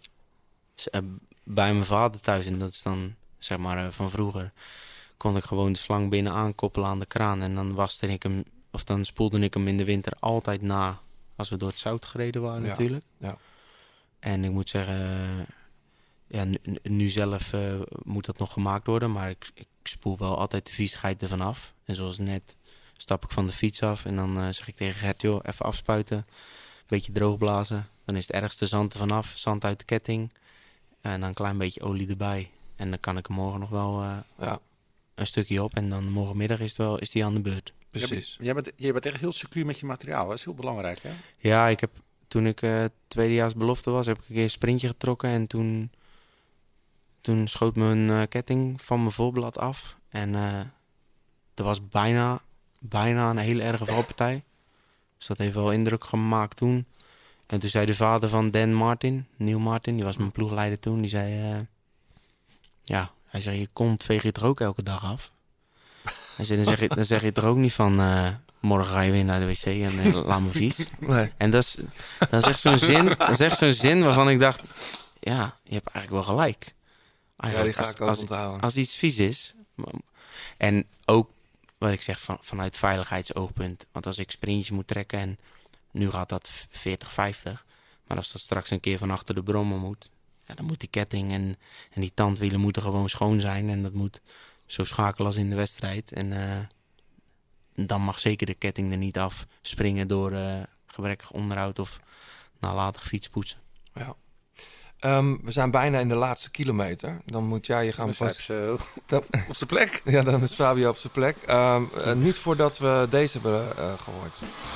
bij mijn vader thuis, en dat is dan zeg maar uh, van vroeger, kon ik gewoon de slang binnen aankoppelen aan de kraan. En dan waste ik hem, of dan spoelde ik hem in de winter altijd na, als we door het zout gereden waren ja. natuurlijk. Ja. En ik moet zeggen, ja, nu, nu zelf uh, moet dat nog gemaakt worden, maar ik, ik spoel wel altijd de viezigheid ervan af. En zoals net stap ik van de fiets af en dan uh, zeg ik tegen Gert, joh, even afspuiten, een beetje droogblazen. Dan is het ergste zand er vanaf, zand uit de ketting en dan een klein beetje olie erbij. En dan kan ik hem morgen nog wel uh, ja. een stukje op en dan morgenmiddag is het wel, is die aan de beurt. Precies. Jij bent, jij bent echt heel secuur met je materiaal, hè? Dat is heel belangrijk, hè? Ja, ik heb... Toen ik uh, tweedejaars belofte was, heb ik een keer een sprintje getrokken. En toen, toen schoot mijn uh, ketting van mijn voorblad af. En uh, er was bijna, bijna een hele erge valpartij. Dus dat heeft wel indruk gemaakt toen. En toen zei de vader van Dan Martin, Neil Martin, die was mijn ploegleider toen. Die zei, uh, ja, hij zei, je kont veeg je toch ook elke dag af? Hij zei, dan zeg je, dan zeg je toch ook niet van... Uh, morgen ga je weer naar de wc en uh, laat me vies. Nee. En dat is, dat is echt zo'n zin, dat is echt zo'n zin waarvan ik dacht... Ja, je hebt eigenlijk wel gelijk. Eigenlijk, ja, die ga ik ook als, onthouden. Als, als iets vies is... En ook wat ik zeg van, vanuit veiligheidsoogpunt. Want als ik sprintjes moet trekken en nu gaat dat veertig vijftig. Maar als dat straks een keer van achter de brommer moet... Ja, dan moet die ketting en, en die tandwielen moeten gewoon schoon zijn. En dat moet zo schakelen als in de wedstrijd. En... Uh, dan mag zeker de ketting er niet af springen door uh, gebrekkig onderhoud of nalatig fietspoetsen. Ja. Um, we zijn bijna in de laatste kilometer. Dan moet jij je gaan pas... Zo. Dan... op zijn plek. Ja, dan is Fabio op zijn plek. Um, uh, niet voordat we deze hebben uh, gehoord.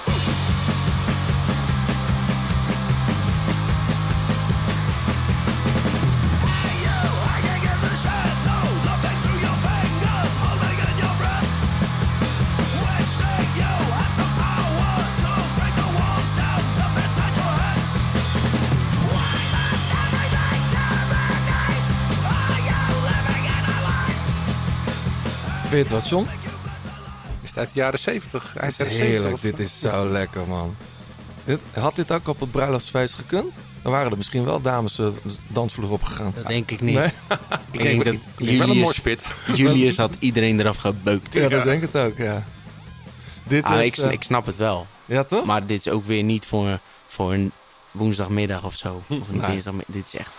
Vind je het wat, John? Is het uit de jaren zeventig? Het is heerlijk, dit is zo lekker, man. Dit, had dit ook op het bruiloftsfeest gekund? Dan waren er misschien wel dames uh, dansvloer opgegaan. Dat denk ik niet. Nee? ik denk dat Julius, Julius had iedereen eraf gebeukt. Ja, dat denk ik ook, ja. Dit ah, is, ik, uh... ik snap het wel. Ja, toch? Maar dit is ook weer niet voor, voor een woensdagmiddag of zo. Of een nee. dinsdagmiddag. Dit is echt...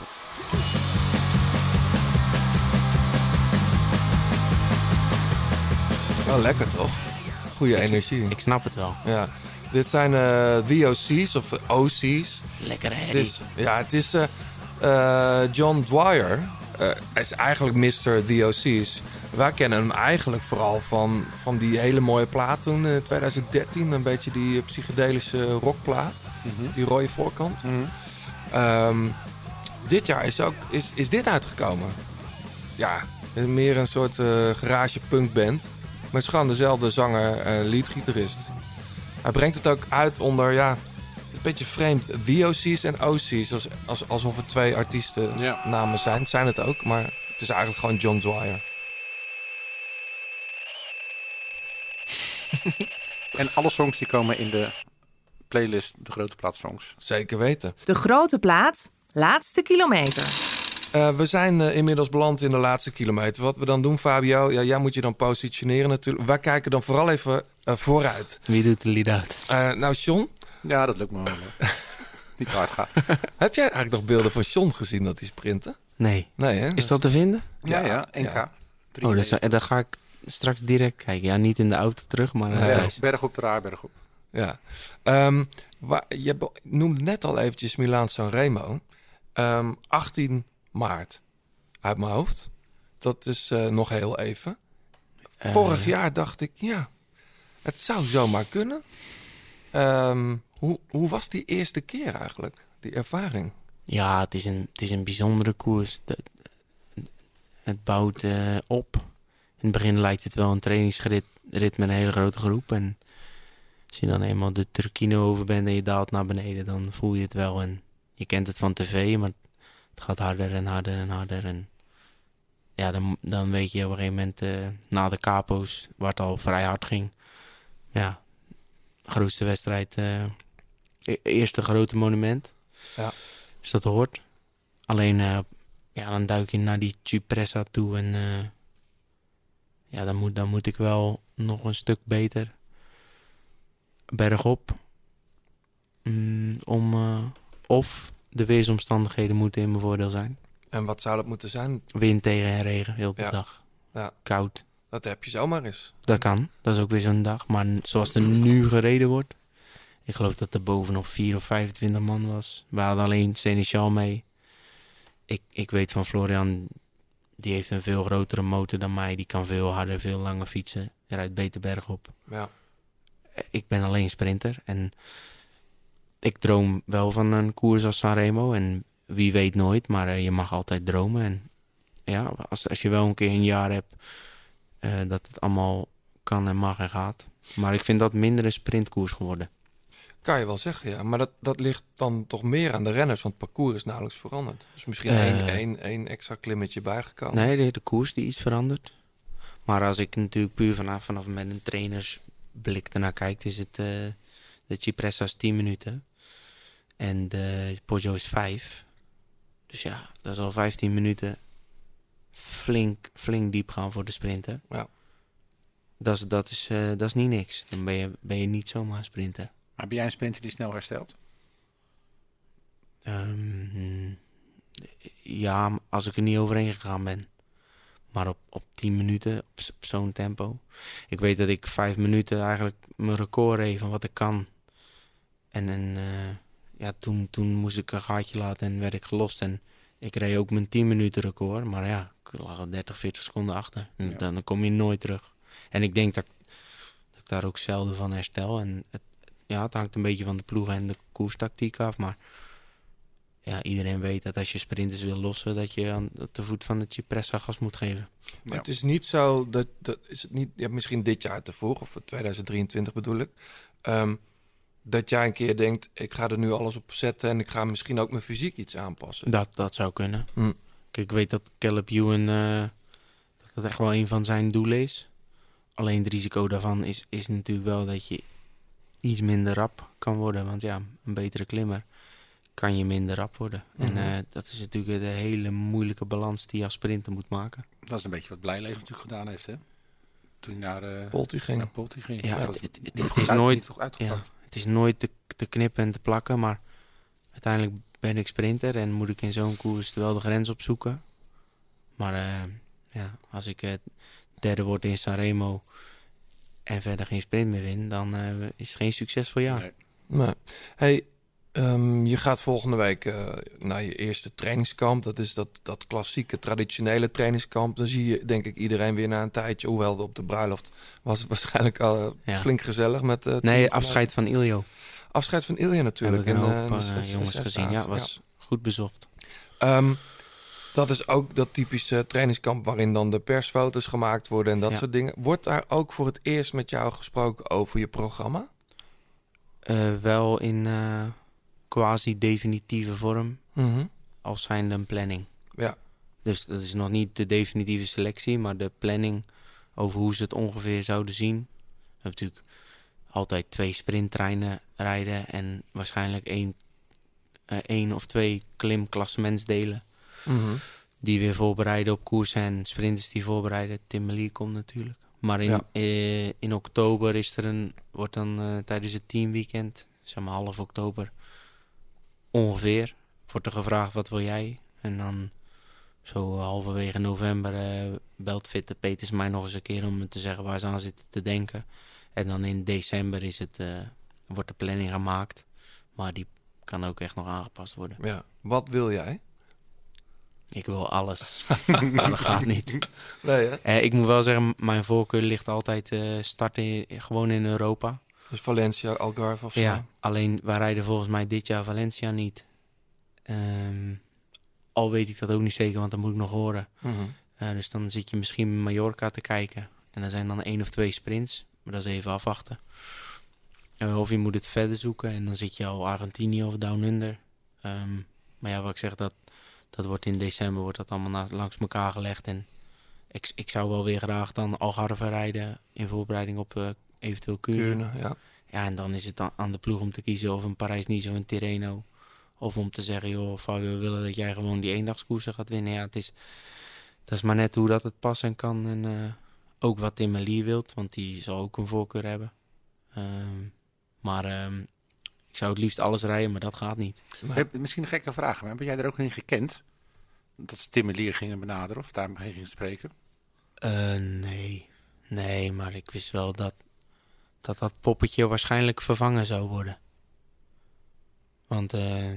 Wel lekker, toch? Goede ik, energie. Ik snap het wel. Ja. Dit zijn uh, The O C's of O C's. Lekker herrie. Dit, ja, het is uh, uh, John Dwyer. Uh, hij is eigenlijk mister The O C's. Wij kennen hem eigenlijk vooral van, van die hele mooie plaat toen in twintig dertien. Een beetje die psychedelische rockplaat. Mm-hmm. Die rode voorkant. Mm-hmm. Um, dit jaar is, ook, is, is dit uitgekomen. Ja, meer een soort uh, garage punkband. Maar het is gewoon dezelfde zanger en uh, leadgitarist. Hij brengt het ook uit onder, ja, een beetje vreemd. The O C's en O C's. Als, als, alsof het twee artiestennamen zijn. Het zijn het ook, maar het is eigenlijk gewoon John Dwyer. En alle songs die komen in de playlist De Grote Plaat Songs. Zeker weten. De Grote Plaat, laatste kilometer. Uh, we zijn uh, inmiddels beland in de laatste kilometer. Wat we dan doen, Fabio, ja, jij moet je dan positioneren natuurlijk. Wij kijken dan vooral even uh, vooruit. Wie doet de lead-out? Uh, nou, John? Ja, dat lukt me wel. Niet te hard gaat. Heb jij eigenlijk nog beelden van John gezien dat hij sprintte? Nee. Nee, hè? Is dat te vinden? Ja, ja, N K. Ja. Oh, dat is, dan ga ik straks direct kijken. Ja, niet in de auto terug, maar... Uh, berg, berg op de raar, berg op. Ja. Um, waar, je noemde net al eventjes Milaan-San Remo. Um, achttien maart uit mijn hoofd. Dat is uh, nog heel even. Uh, Vorig jaar dacht ik, ja, het zou zomaar kunnen. Um, hoe, hoe was die eerste keer eigenlijk, die ervaring? Ja, het is een, het is een bijzondere koers. De, het bouwt uh, op. In het begin lijkt het wel een trainingsrit rit met een hele grote groep. En als je dan eenmaal de Turkino over bent en je daalt naar beneden, dan voel je het wel. En je kent het van tv, maar het gaat harder en harder en harder. En ja, dan, dan weet je op een gegeven moment, uh, na de capo's, waar het al vrij hard ging. Ja, grootste wedstrijd, uh, e- eerste grote monument. Ja. Dus dat hoort. Alleen, uh, ja, dan duik je naar die Cipressa toe en uh, ja, dan moet, dan moet ik wel nog een stuk beter bergop. Mm, om, uh, of de weersomstandigheden moeten in mijn voordeel zijn. En wat zou dat moeten zijn? Wind tegen en regen, heel de ja. dag. Ja. Koud. Dat heb je zomaar eens. Dat kan. Dat is ook weer zo'n dag. Maar zoals er nu gereden wordt. Ik geloof dat er bovenop vier of vijfentwintig man was. We hadden alleen Seneschal mee. Ik, ik weet van Florian, die heeft een veel grotere motor dan mij. Die kan veel harder, veel langer fietsen. Rijdt beter berg op. Ja. Ik ben alleen sprinter. En ik droom wel van een koers als Sanremo. En wie weet nooit, maar uh, je mag altijd dromen. En ja, als, als je wel een keer een jaar hebt uh, dat het allemaal kan en mag en gaat. Maar ik vind dat minder een sprintkoers geworden. Kan je wel zeggen, ja. Maar dat, dat ligt dan toch meer aan de renners, want het parcours is nauwelijks veranderd. Dus misschien uh, één, één, één extra klimmetje bijgekomen. Nee, de, de koers die is veranderd. Maar als ik natuurlijk puur vanaf, vanaf met een trainersblik ernaar kijk, is het uh, de Cipressa is tien minuten. En de Poggio is vijf. Dus ja, dat is al vijftien minuten flink, flink diep gaan voor de sprinter. Ja. Dat is, dat is, uh, dat is niet niks. Dan ben je, ben je niet zomaar een sprinter. Maar ben jij een sprinter die snel herstelt? Um, ja, als ik er niet overheen gegaan ben. Maar op, op tien minuten, op, op zo'n tempo. Ik weet dat ik vijf minuten eigenlijk mijn record reed van wat ik kan. En, en uh, ja, toen, toen moest ik een gaatje laten en werd ik gelost. En ik reed ook mijn tien minuten record. Maar ja, ik lag dertig, veertig seconden achter. En Ja. dan, dan kom je nooit terug. En ik denk dat, dat ik daar ook zelden van herstel. En het, ja, het hangt een beetje van de ploeg en de koerstactiek af. Maar ja, iedereen weet dat als je sprinters wil lossen, dat je aan de voet van het je pressagas moet geven. Maar Ja. het is niet zo dat, dat is het niet, ja, misschien dit jaar te vroeg, of tweeduizend drieëntwintig bedoel ik. Um, dat jij een keer denkt, ik ga er nu alles op zetten en ik ga misschien ook mijn fysiek iets aanpassen. Dat, dat zou kunnen. Hm. Kijk, ik weet dat Caleb Ewan, uh, dat dat echt wel een van zijn doelen is. Alleen het risico daarvan is, is natuurlijk wel dat je iets minder rap kan worden. Want ja, een betere klimmer kan je minder rap worden. Mm-hmm. En uh, dat is natuurlijk de hele moeilijke balans die je als sprinter moet maken. Dat is een beetje wat Blijleven natuurlijk gedaan heeft, hè? Toen hij naar uh, Polti ging. Naar Polti ging. Ja, Ja, het, het, het, het, het is uit, nooit, ja, het is nooit te, te knippen en te plakken, maar uiteindelijk ben ik sprinter en moet ik in zo'n koers wel de grens opzoeken. Maar uh, ja, als ik uh, derde word in Sanremo en verder geen sprint meer win, dan uh, is het geen succesvol jaar. Nee. Nee. Hey, um, je gaat volgende week uh, naar je eerste trainingskamp. Dat is dat, dat klassieke, traditionele trainingskamp. Dan zie je, denk ik, iedereen weer na een tijdje. Hoewel op de bruiloft was het waarschijnlijk al uh, ja. flink gezellig. Met, uh, nee, afscheid van Iljo. Afscheid van Ilja natuurlijk. Heb ik een en, hoop uh, uh, jongens gezien. Ja, was ja. goed bezocht. Um, dat is ook dat typische trainingskamp waarin dan de persfoto's gemaakt worden en dat ja. soort dingen. Wordt daar ook voor het eerst met jou gesproken over je programma? Uh, wel in uh, quasi-definitieve vorm, mm-hmm. als zijnde een planning. Ja. Dus dat is nog niet de definitieve selectie, maar de planning over hoe ze het ongeveer zouden zien. We hebben natuurlijk altijd twee sprinttreinen rijden en waarschijnlijk één, uh, één of twee klimklassementsdelen. Mm-hmm. Die weer voorbereiden op koers en sprinters die voorbereiden. Tim Merlier komt natuurlijk. Maar in, ja. uh, in oktober is er een, wordt dan uh, tijdens het teamweekend, zeg maar half oktober, ongeveer, wordt er gevraagd wat wil jij? En dan zo halverwege november uh, belt Fitte Peters mij nog eens een keer om me te zeggen waar ze aan zitten te denken. En dan in december is het, uh, wordt de planning gemaakt. Maar die kan ook echt nog aangepast worden. Ja. Wat wil jij? Ik wil alles. Maar dat gaat niet. Nee, hè? Eh, ik moet wel zeggen, mijn voorkeur ligt altijd uh, starten in, gewoon in Europa. Dus Valencia, Algarve of zo? Ja, alleen wij rijden volgens mij dit jaar Valencia niet. Um, al weet ik dat ook niet zeker, want dat moet ik nog horen. Mm-hmm. Uh, dus dan zit je misschien in Mallorca te kijken. En dan zijn dan één of twee sprints. Maar dat is even afwachten. Uh, of je moet het verder zoeken. En dan zit je al Argentinië of Down Under. Um, maar ja, wat ik zeg, dat, dat wordt in december wordt dat allemaal na, langs elkaar gelegd. En ik, ik zou wel weer graag dan Algarve rijden in voorbereiding op uh, eventueel Kuurne. Kuurne, ja. Ja, en dan is het dan aan de ploeg om te kiezen of een Parijs-Nice of een Tirreno. Of om te zeggen, joh, Fabio, we willen dat jij gewoon die eendagskoersen gaat winnen. Ja, het is, dat is maar net hoe dat het past en kan. En uh, ook wat Tim Merlier wilt, want die zal ook een voorkeur hebben. Um, maar um, ik zou het liefst alles rijden, maar dat gaat niet. Maar heb, misschien een gekke vraag, maar ben jij er ook in gekend? Dat ze Tim Merlier gingen benaderen of daarmee gingen spreken? Uh, nee, nee, maar ik wist wel dat, dat dat poppetje waarschijnlijk vervangen zou worden. Want uh,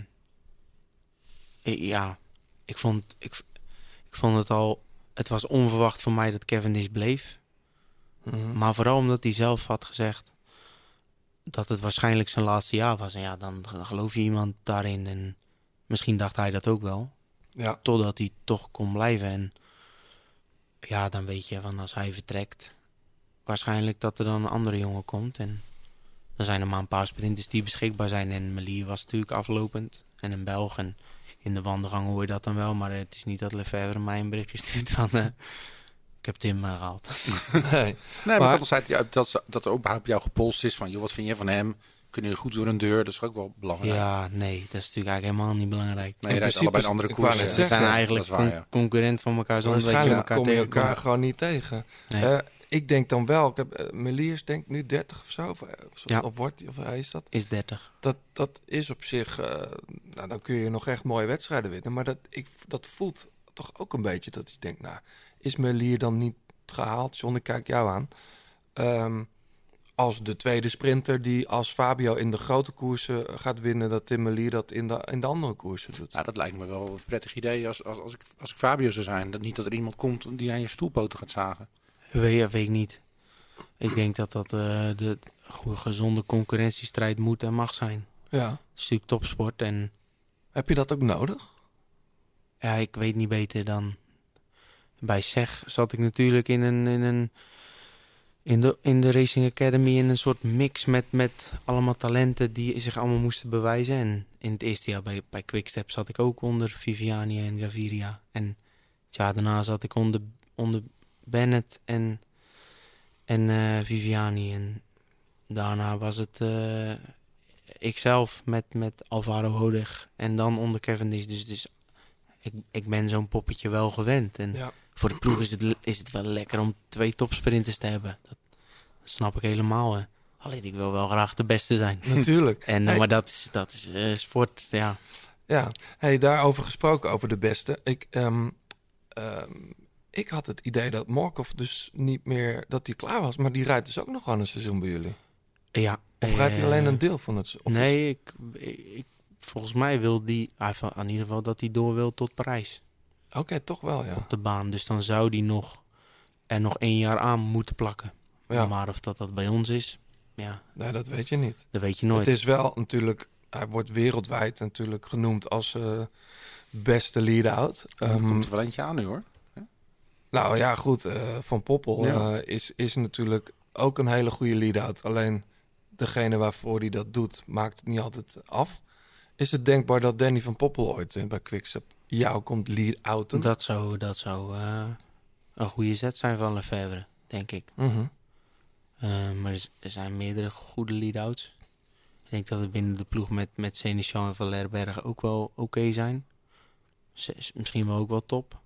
ja, ik vond, ik, ik vond het al... Het was onverwacht voor mij dat Cavendish bleef. Mm-hmm. Maar vooral omdat hij zelf had gezegd dat het waarschijnlijk zijn laatste jaar was. En ja, dan, dan geloof je iemand daarin. En misschien dacht hij dat ook wel. Ja. Totdat hij toch kon blijven. En ja, dan weet je van als hij vertrekt, waarschijnlijk dat er dan een andere jongen komt. En er zijn er maar een paar sprinters die beschikbaar zijn. En Merlier was natuurlijk aflopend. En een Belg. En in de wandelgang hoor je dat dan wel. Maar het is niet dat Lefebvre mij een berichtje stuurt van Uh, ik heb Tim uh, gehaald. nee, nee, maar, maar dat, dat, dat, dat er ook op jou gepolst is van, joh, wat vind je van hem? Kunnen je goed door een deur? Dat is ook wel belangrijk. Ja, nee, dat is natuurlijk eigenlijk helemaal niet belangrijk. Maar je rijdt allebei een andere koers. Ze zijn eigenlijk waar, con- ja. concurrent van elkaar zonder dat je elkaar kom je elkaar tegenkomt. gewoon niet tegen. Nee. Uh, ik denk dan wel, ik heb uh, Merlier denk nu dertig of zo, of, of, ja. of wordt hij, of hij is dat? Is dertig. Dat, dat is op zich, uh, nou dan kun je nog echt mooie wedstrijden winnen. Maar dat, ik, dat voelt toch ook een beetje dat je denkt, nou, is Merlier dan niet gehaald? John, ik kijk jou aan. Um, als de tweede sprinter die als Fabio in de grote koersen gaat winnen, dat Tim Merlier dat in de, in de andere koersen doet. Nou, dat lijkt me wel een prettig idee als, als, als, ik, als ik Fabio zou zijn. Dat niet dat er iemand komt die aan je stoelpoten gaat zagen. Weet, weet ik niet. Ik denk dat dat uh, de goede, gezonde concurrentiestrijd moet en mag zijn. Ja. Het is natuurlijk topsport en... Heb je dat ook nodig? Ja, ik weet niet beter dan... Bij S E G zat ik natuurlijk in een... In een In de, in de Racing Academy in een soort mix met, met allemaal talenten die zich allemaal moesten bewijzen. En in het eerste jaar bij, bij Quickstep zat ik ook onder Viviani en Gaviria. En het jaar daarna zat ik onder, onder Bennett en, en uh, Viviani. En daarna was het uh, ikzelf met, met Alvaro Hodeg en dan onder Cavendish. Dus, dus ik, ik ben zo'n poppetje wel gewend. En ja. Voor de ploeg is het, is het wel lekker om twee topsprinters te hebben. Dat, dat snap ik helemaal. Hè. Alleen ik wil wel graag de beste zijn. Natuurlijk. en, hey. Maar dat is, dat is uh, sport, ja. Ja, hey, daarover gesproken, over de beste. Ik, um, um, ik had het idee dat Morkov dus niet meer, dat hij klaar was. Maar die rijdt dus ook nog gewoon een seizoen bij jullie. Ja. Of uh, rijdt hij alleen een deel van het? Of nee, ik, ik, volgens mij wil die, in ieder geval dat hij door wil tot Parijs. Oké, okay, toch wel, ja. Op de baan. Dus dan zou die nog er nog één jaar aan moeten plakken. Ja. Maar of dat dat bij ons is, ja. Nee, dat weet je niet. Dat weet je nooit. Het is wel natuurlijk, hij wordt wereldwijd natuurlijk genoemd als uh, beste lead-out. Er um, komt er wel eentje aan nu, hoor. Ja? Nou ja, goed. Uh, Van Poppel ja. uh, is, is natuurlijk ook een hele goede lead-out. Alleen degene waarvoor hij dat doet, maakt het niet altijd af. Is het denkbaar dat Danny van Poppel ooit uh, bij Quickstep jou komt lead-outen? Dat zou, dat zou uh, een goede zet zijn van Lefevre, denk ik. Mm-hmm. Uh, maar er, er zijn meerdere goede lead-outs. Ik denk dat het binnen de ploeg met, met Seneschal en Van Lerbergen ook wel oké okay zijn. Z- misschien wel ook wel top.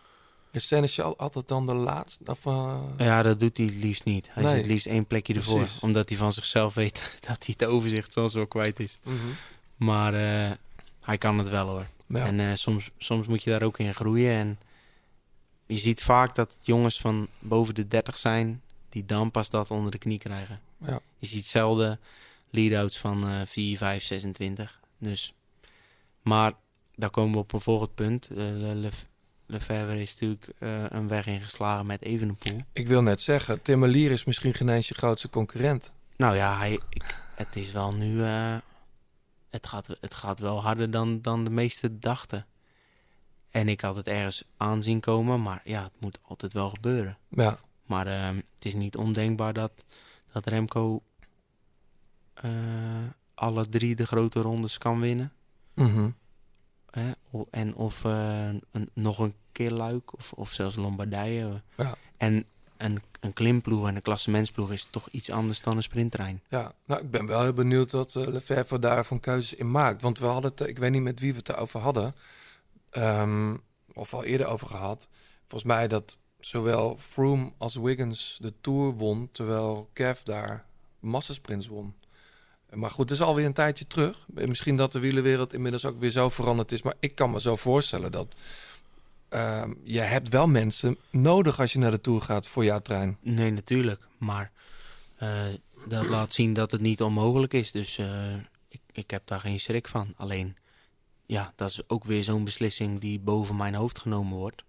Is Seneschal altijd dan de laatste? Of, uh... Ja, dat doet hij het liefst niet. Hij nee. zit het liefst één plekje ervoor. Precies. Omdat hij van zichzelf weet dat hij het overzicht soms wel kwijt is. Mm-hmm. Maar uh, hij kan het wel, hoor. Ja. En uh, soms, soms moet je daar ook in groeien. En je ziet vaak dat jongens van boven de dertig zijn die dan pas dat onder de knie krijgen. Ja. Je ziet zelden lead-outs van uh, vier, vijf, zesentwintig. Dus. Maar daar komen we op een volgend punt. Uh, Le, Le, Lefevre is natuurlijk uh, een weg ingeslagen met Evenepoel. Ik wil net zeggen, Tim Merlier is misschien geen eens je grootste concurrent. Nou ja, hij, ik, het is wel nu... Uh, het, gaat, het gaat wel harder dan, dan de meesten dachten. En ik had het ergens aanzien komen, maar ja, het moet altijd wel gebeuren. Ja. Maar uh, het is niet ondenkbaar dat, dat Remco uh, alle drie de grote rondes kan winnen. Mm-hmm. Hè? En of uh, een, nog een keer Luik of, of zelfs Lombardije. Ja. En een, een klimploeg en een klassementsploeg is toch iets anders dan een sprinttrein. Ja, nou ik ben wel heel benieuwd wat uh, Lefevre daarvan keuzes in maakt. Want we hadden het, ik weet niet met wie we het erover hadden, um, of al eerder over gehad. Volgens mij dat zowel Froome als Wiggins de Tour won, terwijl Kev daar massasprints won. Maar goed, het is alweer een tijdje terug. Misschien dat de wielerwereld inmiddels ook weer zo veranderd is. Maar ik kan me zo voorstellen dat uh, je hebt wel mensen nodig als je naar de Tour gaat voor jouw trein. Nee, natuurlijk. Maar uh, dat laat zien dat het niet onmogelijk is. Dus uh, ik, ik heb daar geen schrik van. Alleen, ja, dat is ook weer zo'n beslissing die boven mijn hoofd genomen wordt.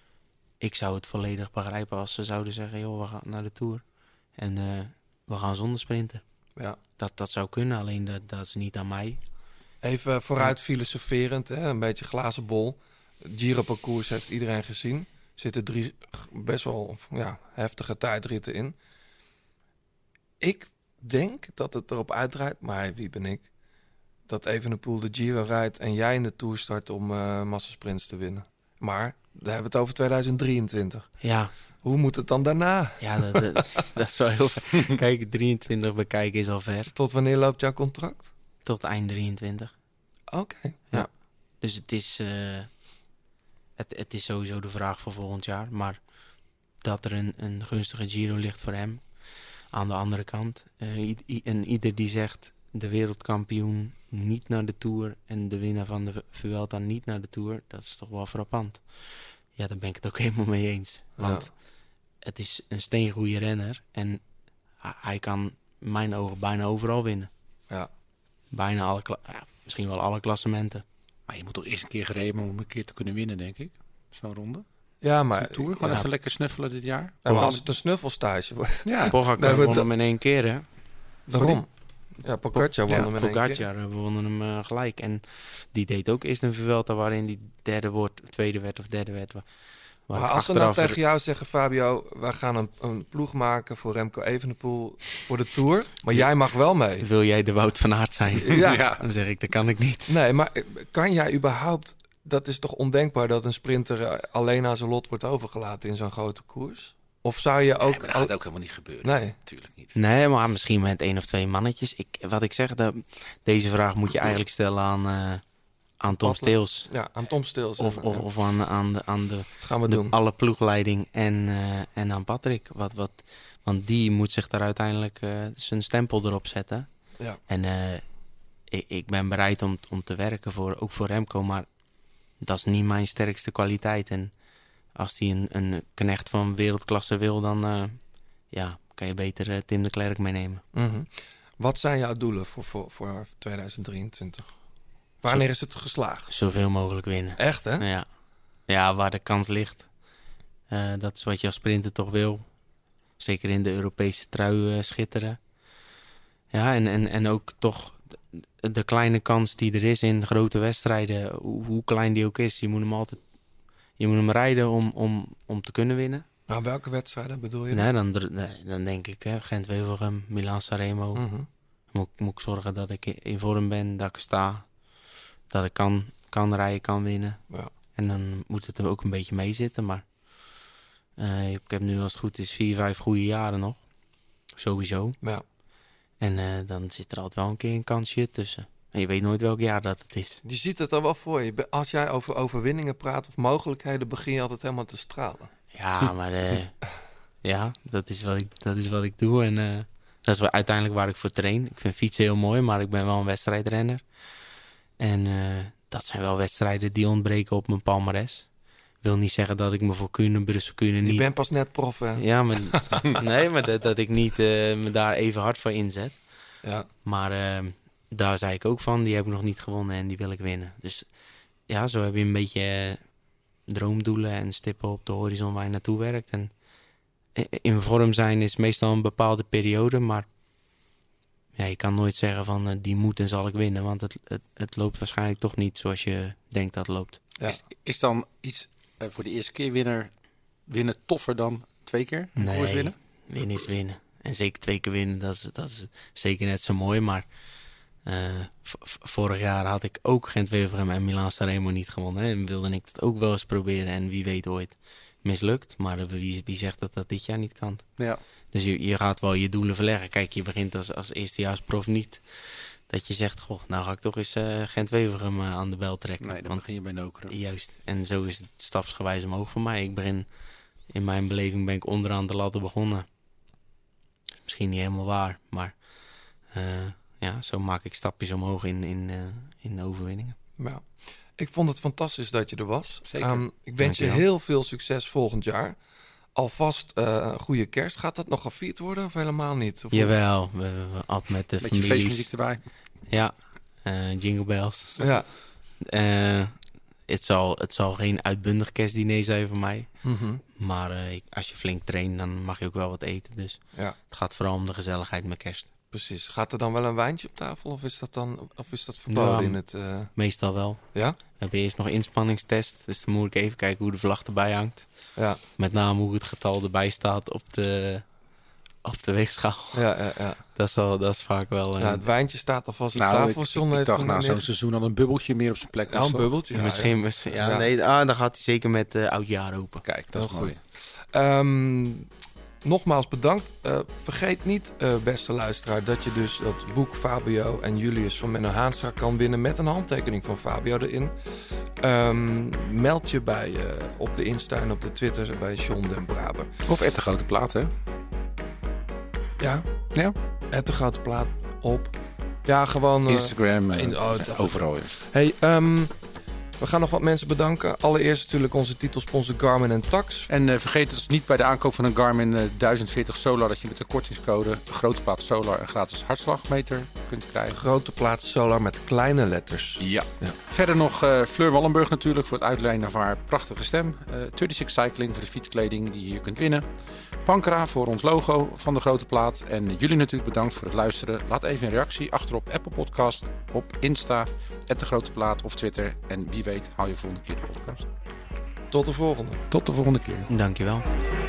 Ik zou het volledig begrijpen als ze zouden zeggen, joh, we gaan naar de Tour. En uh, we gaan zonder sprinten. Ja. Dat, dat zou kunnen, alleen dat, dat is niet aan mij. Even vooruit filosoferend, hè, een beetje glazen bol. Giro-parcours heeft iedereen gezien. Er zitten drie best wel ja, heftige tijdritten in. Ik denk dat het erop uitdraait, maar wie ben ik? Dat Evenepoel de Giro rijdt en jij in de Tour start om uh, massasprints te winnen. Maar daar hebben we het over tweeduizend drieëntwintig. Ja. Hoe moet het dan daarna? Ja, dat, dat, dat is wel heel ver. Kijk, drieëntwintig bekijken is al ver. Tot wanneer loopt jouw contract? Tot eind drieëntwintig. Oké. Okay, ja. ja. Dus het is, uh, het, het is sowieso de vraag voor volgend jaar. Maar dat er een, een gunstige Giro ligt voor hem. Aan de andere kant. Uh, i- i- en ieder die zegt de wereldkampioen niet naar de Tour en de winnaar van de Vuelta niet naar de Tour. Dat is toch wel frappant. Ja, daar ben ik het ook helemaal mee eens. Want ja. Het is een steengoeie renner. En hij kan in mijn ogen bijna overal winnen. Ja. Bijna alle, kla- ja, misschien wel alle klassementen. Maar je moet toch eerst een keer gereden hebben om een keer te kunnen winnen, denk ik. Zo'n ronde. Ja, maar... Zo'n tour. Gewoon ja. even lekker snuffelen dit jaar. Ja, maar als het een snuffelstage wordt... Ja. Pogacar Nee, maar won da- hem in één keer, hè? Daarom. Ja, Pogacar won Ja, hem in één keer. Pogacar, we wonnen hem uh, gelijk. En die deed ook eerst een Vuelta waarin die derde wordt, tweede werd of derde werd. Waar, waar Maar ik als ze nou achteraf- tegen jou zeggen, Fabio, wij gaan een, een ploeg maken voor Remco Evenepoel voor de Tour, maar jij mag wel mee. Wil jij de Wout van Aert zijn? Ja. Ja. Dan zeg ik, dat kan ik niet. Nee, maar kan jij überhaupt... Dat is toch ondenkbaar dat een sprinter eh, alleen aan zijn lot wordt overgelaten in zo'n grote koers? Of zou je ook... Nee, maar dat gaat ook helemaal niet gebeuren. Nee. Natuurlijk niet. Nee, maar misschien met één of twee mannetjes. Ik, wat ik zeg, de, deze vraag moet je eigenlijk stellen aan, uh, aan Tom Patle. Steels. Ja, aan Tom Steels. Of, of, of aan, aan, de, aan de, Gaan we de doen. alle ploegleiding en, uh, en aan Patrick. Wat, wat, want die moet zich daar uiteindelijk uh, zijn stempel erop zetten. Ja. En uh, ik, ik ben bereid om, om te werken, voor, ook voor Remco. Maar dat is niet mijn sterkste kwaliteit. En als hij een, een knecht van wereldklasse wil, dan uh, ja, kan je beter uh, Tim de Klerk meenemen. Mm-hmm. Wat zijn jouw doelen voor, voor, voor tweeduizend drieëntwintig? Wanneer is het geslaagd? Zoveel mogelijk winnen. Echt, hè? Ja, ja, waar de kans ligt. Uh, dat is wat je als sprinter toch wil. Zeker in de Europese trui uh, schitteren. Ja, en, en, en ook toch de, de kleine kans die er is in grote wedstrijden, hoe, hoe klein die ook is, je moet hem altijd je moet hem rijden om, om, om te kunnen winnen. Nou, welke wedstrijden bedoel je? Nee, dan, nee, dan denk ik hè, Gent-Wevelgem, Milaan-Sanremo. Mm-hmm. Moet, moet ik zorgen dat ik in vorm ben, dat ik sta, dat ik kan, kan rijden, kan winnen. Ja. En dan moet het er ook een beetje mee zitten. Maar uh, ik heb nu als het goed is vier, vijf goede jaren nog. Sowieso. Ja. En uh, dan zit er altijd wel een keer een kansje tussen. En je weet nooit welk jaar dat het is. Je ziet het al wel voor je. Als jij over overwinningen praat of mogelijkheden, begin je altijd helemaal te stralen. Ja, maar uh, ja, dat is wat ik, dat is wat ik doe. En uh, dat is wel uiteindelijk waar ik voor train. Ik vind fietsen heel mooi, maar ik ben wel een wedstrijdrenner. En uh, dat zijn wel wedstrijden die ontbreken op mijn palmares. Wil niet zeggen dat ik me voor Kuurne, Brussel, Kuurne niet... Je bent pas net prof, hè? Ja, maar nee, maar dat, dat ik niet uh, me daar even hard voor inzet. Ja. Maar uh, daar zei ik ook van, die heb ik nog niet gewonnen en die wil ik winnen. Dus ja, zo heb je een beetje uh, droomdoelen en stippen op de horizon waar je naartoe werkt. En in vorm zijn is meestal een bepaalde periode, maar ja, je kan nooit zeggen van uh, die moet en zal ik winnen. Want het, het, het loopt waarschijnlijk toch niet zoals je denkt dat het loopt. Ja. Is, is dan iets uh, voor de eerste keer winner, winnen toffer dan twee keer nee, koers winnen? Winnen is winnen. En zeker twee keer winnen, dat is, dat is zeker net zo mooi. Maar uh, v- vorig jaar had ik ook Gent-Wevelgem en Milaan-Sanremo niet gewonnen. Hè, en wilde ik dat ook wel eens proberen. En wie weet ooit mislukt. Maar wie, wie zegt dat dat dit jaar niet kan? Ja. Dus je, je gaat wel je doelen verleggen. Kijk, je begint als, als eerstejaarsprof niet dat je zegt, goh, nou ga ik toch eens uh, Gent-Wevelgem uh, aan de bel trekken. Nee, dan Want, begin je bij Nokeren. Juist. En zo is het stapsgewijs omhoog voor mij. Ik begin, in mijn beleving ben ik onderaan de ladder begonnen. Misschien niet helemaal waar, maar uh, ja, zo maak ik stapjes omhoog in, in, uh, in de overwinningen. Ja. Ik vond het fantastisch dat je er was. Zeker. Um, ik wens je heel veel succes volgend jaar. Alvast uh, een goede kerst. Gaat dat nog gevierd worden of helemaal niet? Of Jawel, we, we, we altijd met de Beetje families. feestmuziek erbij. Ja, uh, jingle bells. Ja. Uh, het, zal, het zal geen uitbundig kerstdiner zijn voor mij. Mm-hmm. Maar uh, ik, als je flink traint, dan mag je ook wel wat eten. Dus ja. Het gaat vooral om de gezelligheid met kerst. Precies. Gaat er dan wel een wijntje op tafel of is dat dan of is dat verboden Ja, in het... Uh... Meestal wel. Ja? We hebben eerst nog inspanningstest. Dus dan moet ik even kijken hoe de vlag erbij hangt. Ja. Met name hoe het getal erbij staat op de, op de weegschaal. Ja, ja, ja. Dat is, wel, dat is vaak wel... Ja, het wijntje staat alvast op nou, tafel. Ik, John ik, ik heeft dacht toen na neer- zo'n seizoen al een bubbeltje meer op zijn plek. Ja, was, een toch? bubbeltje. Ja, misschien, ja. misschien ja, Ja. Nee, ah, dan gaat hij zeker met uh, oudjaar open. Kijk, dat is Heel mooi. goed. Um, nogmaals bedankt. Uh, vergeet niet, uh, beste luisteraar, dat je dus dat boek Fabio en Julius van Menno Haanstra kan winnen met een handtekening van Fabio erin. Um, meld je bij uh, op de Insta en op de Twitter bij John den Braber. Of Ed de Grote Plaat, hè? Ja, Ja. het de grote plaat op. Ja, gewoon... Uh, Instagram, uh, in- oh, dat- overal. Ja. Hey, um, We gaan nog wat mensen bedanken. Allereerst natuurlijk onze titelsponsor Garmin en Tax. En uh, vergeet dus niet bij de aankoop van een Garmin uh, duizend veertig Solar... dat je met de kortingscode Grote Plaat Solar een gratis hartslagmeter kunt krijgen. Grote Plaat Solar met kleine letters. Ja. ja. Verder nog uh, Fleur Wallenburg natuurlijk voor het uitlijnen van haar prachtige stem. Uh, drieëndertig Cycling voor de fietskleding die je hier kunt winnen. Pankra voor ons logo van de Grote Plaat. En jullie natuurlijk bedankt voor het luisteren. Laat even een reactie achter op Apple Podcast, op Insta, at de Grote Plaat of Twitter. En wie weet hou je volgende keer de podcast. Tot de volgende. Tot de volgende keer. Dankjewel.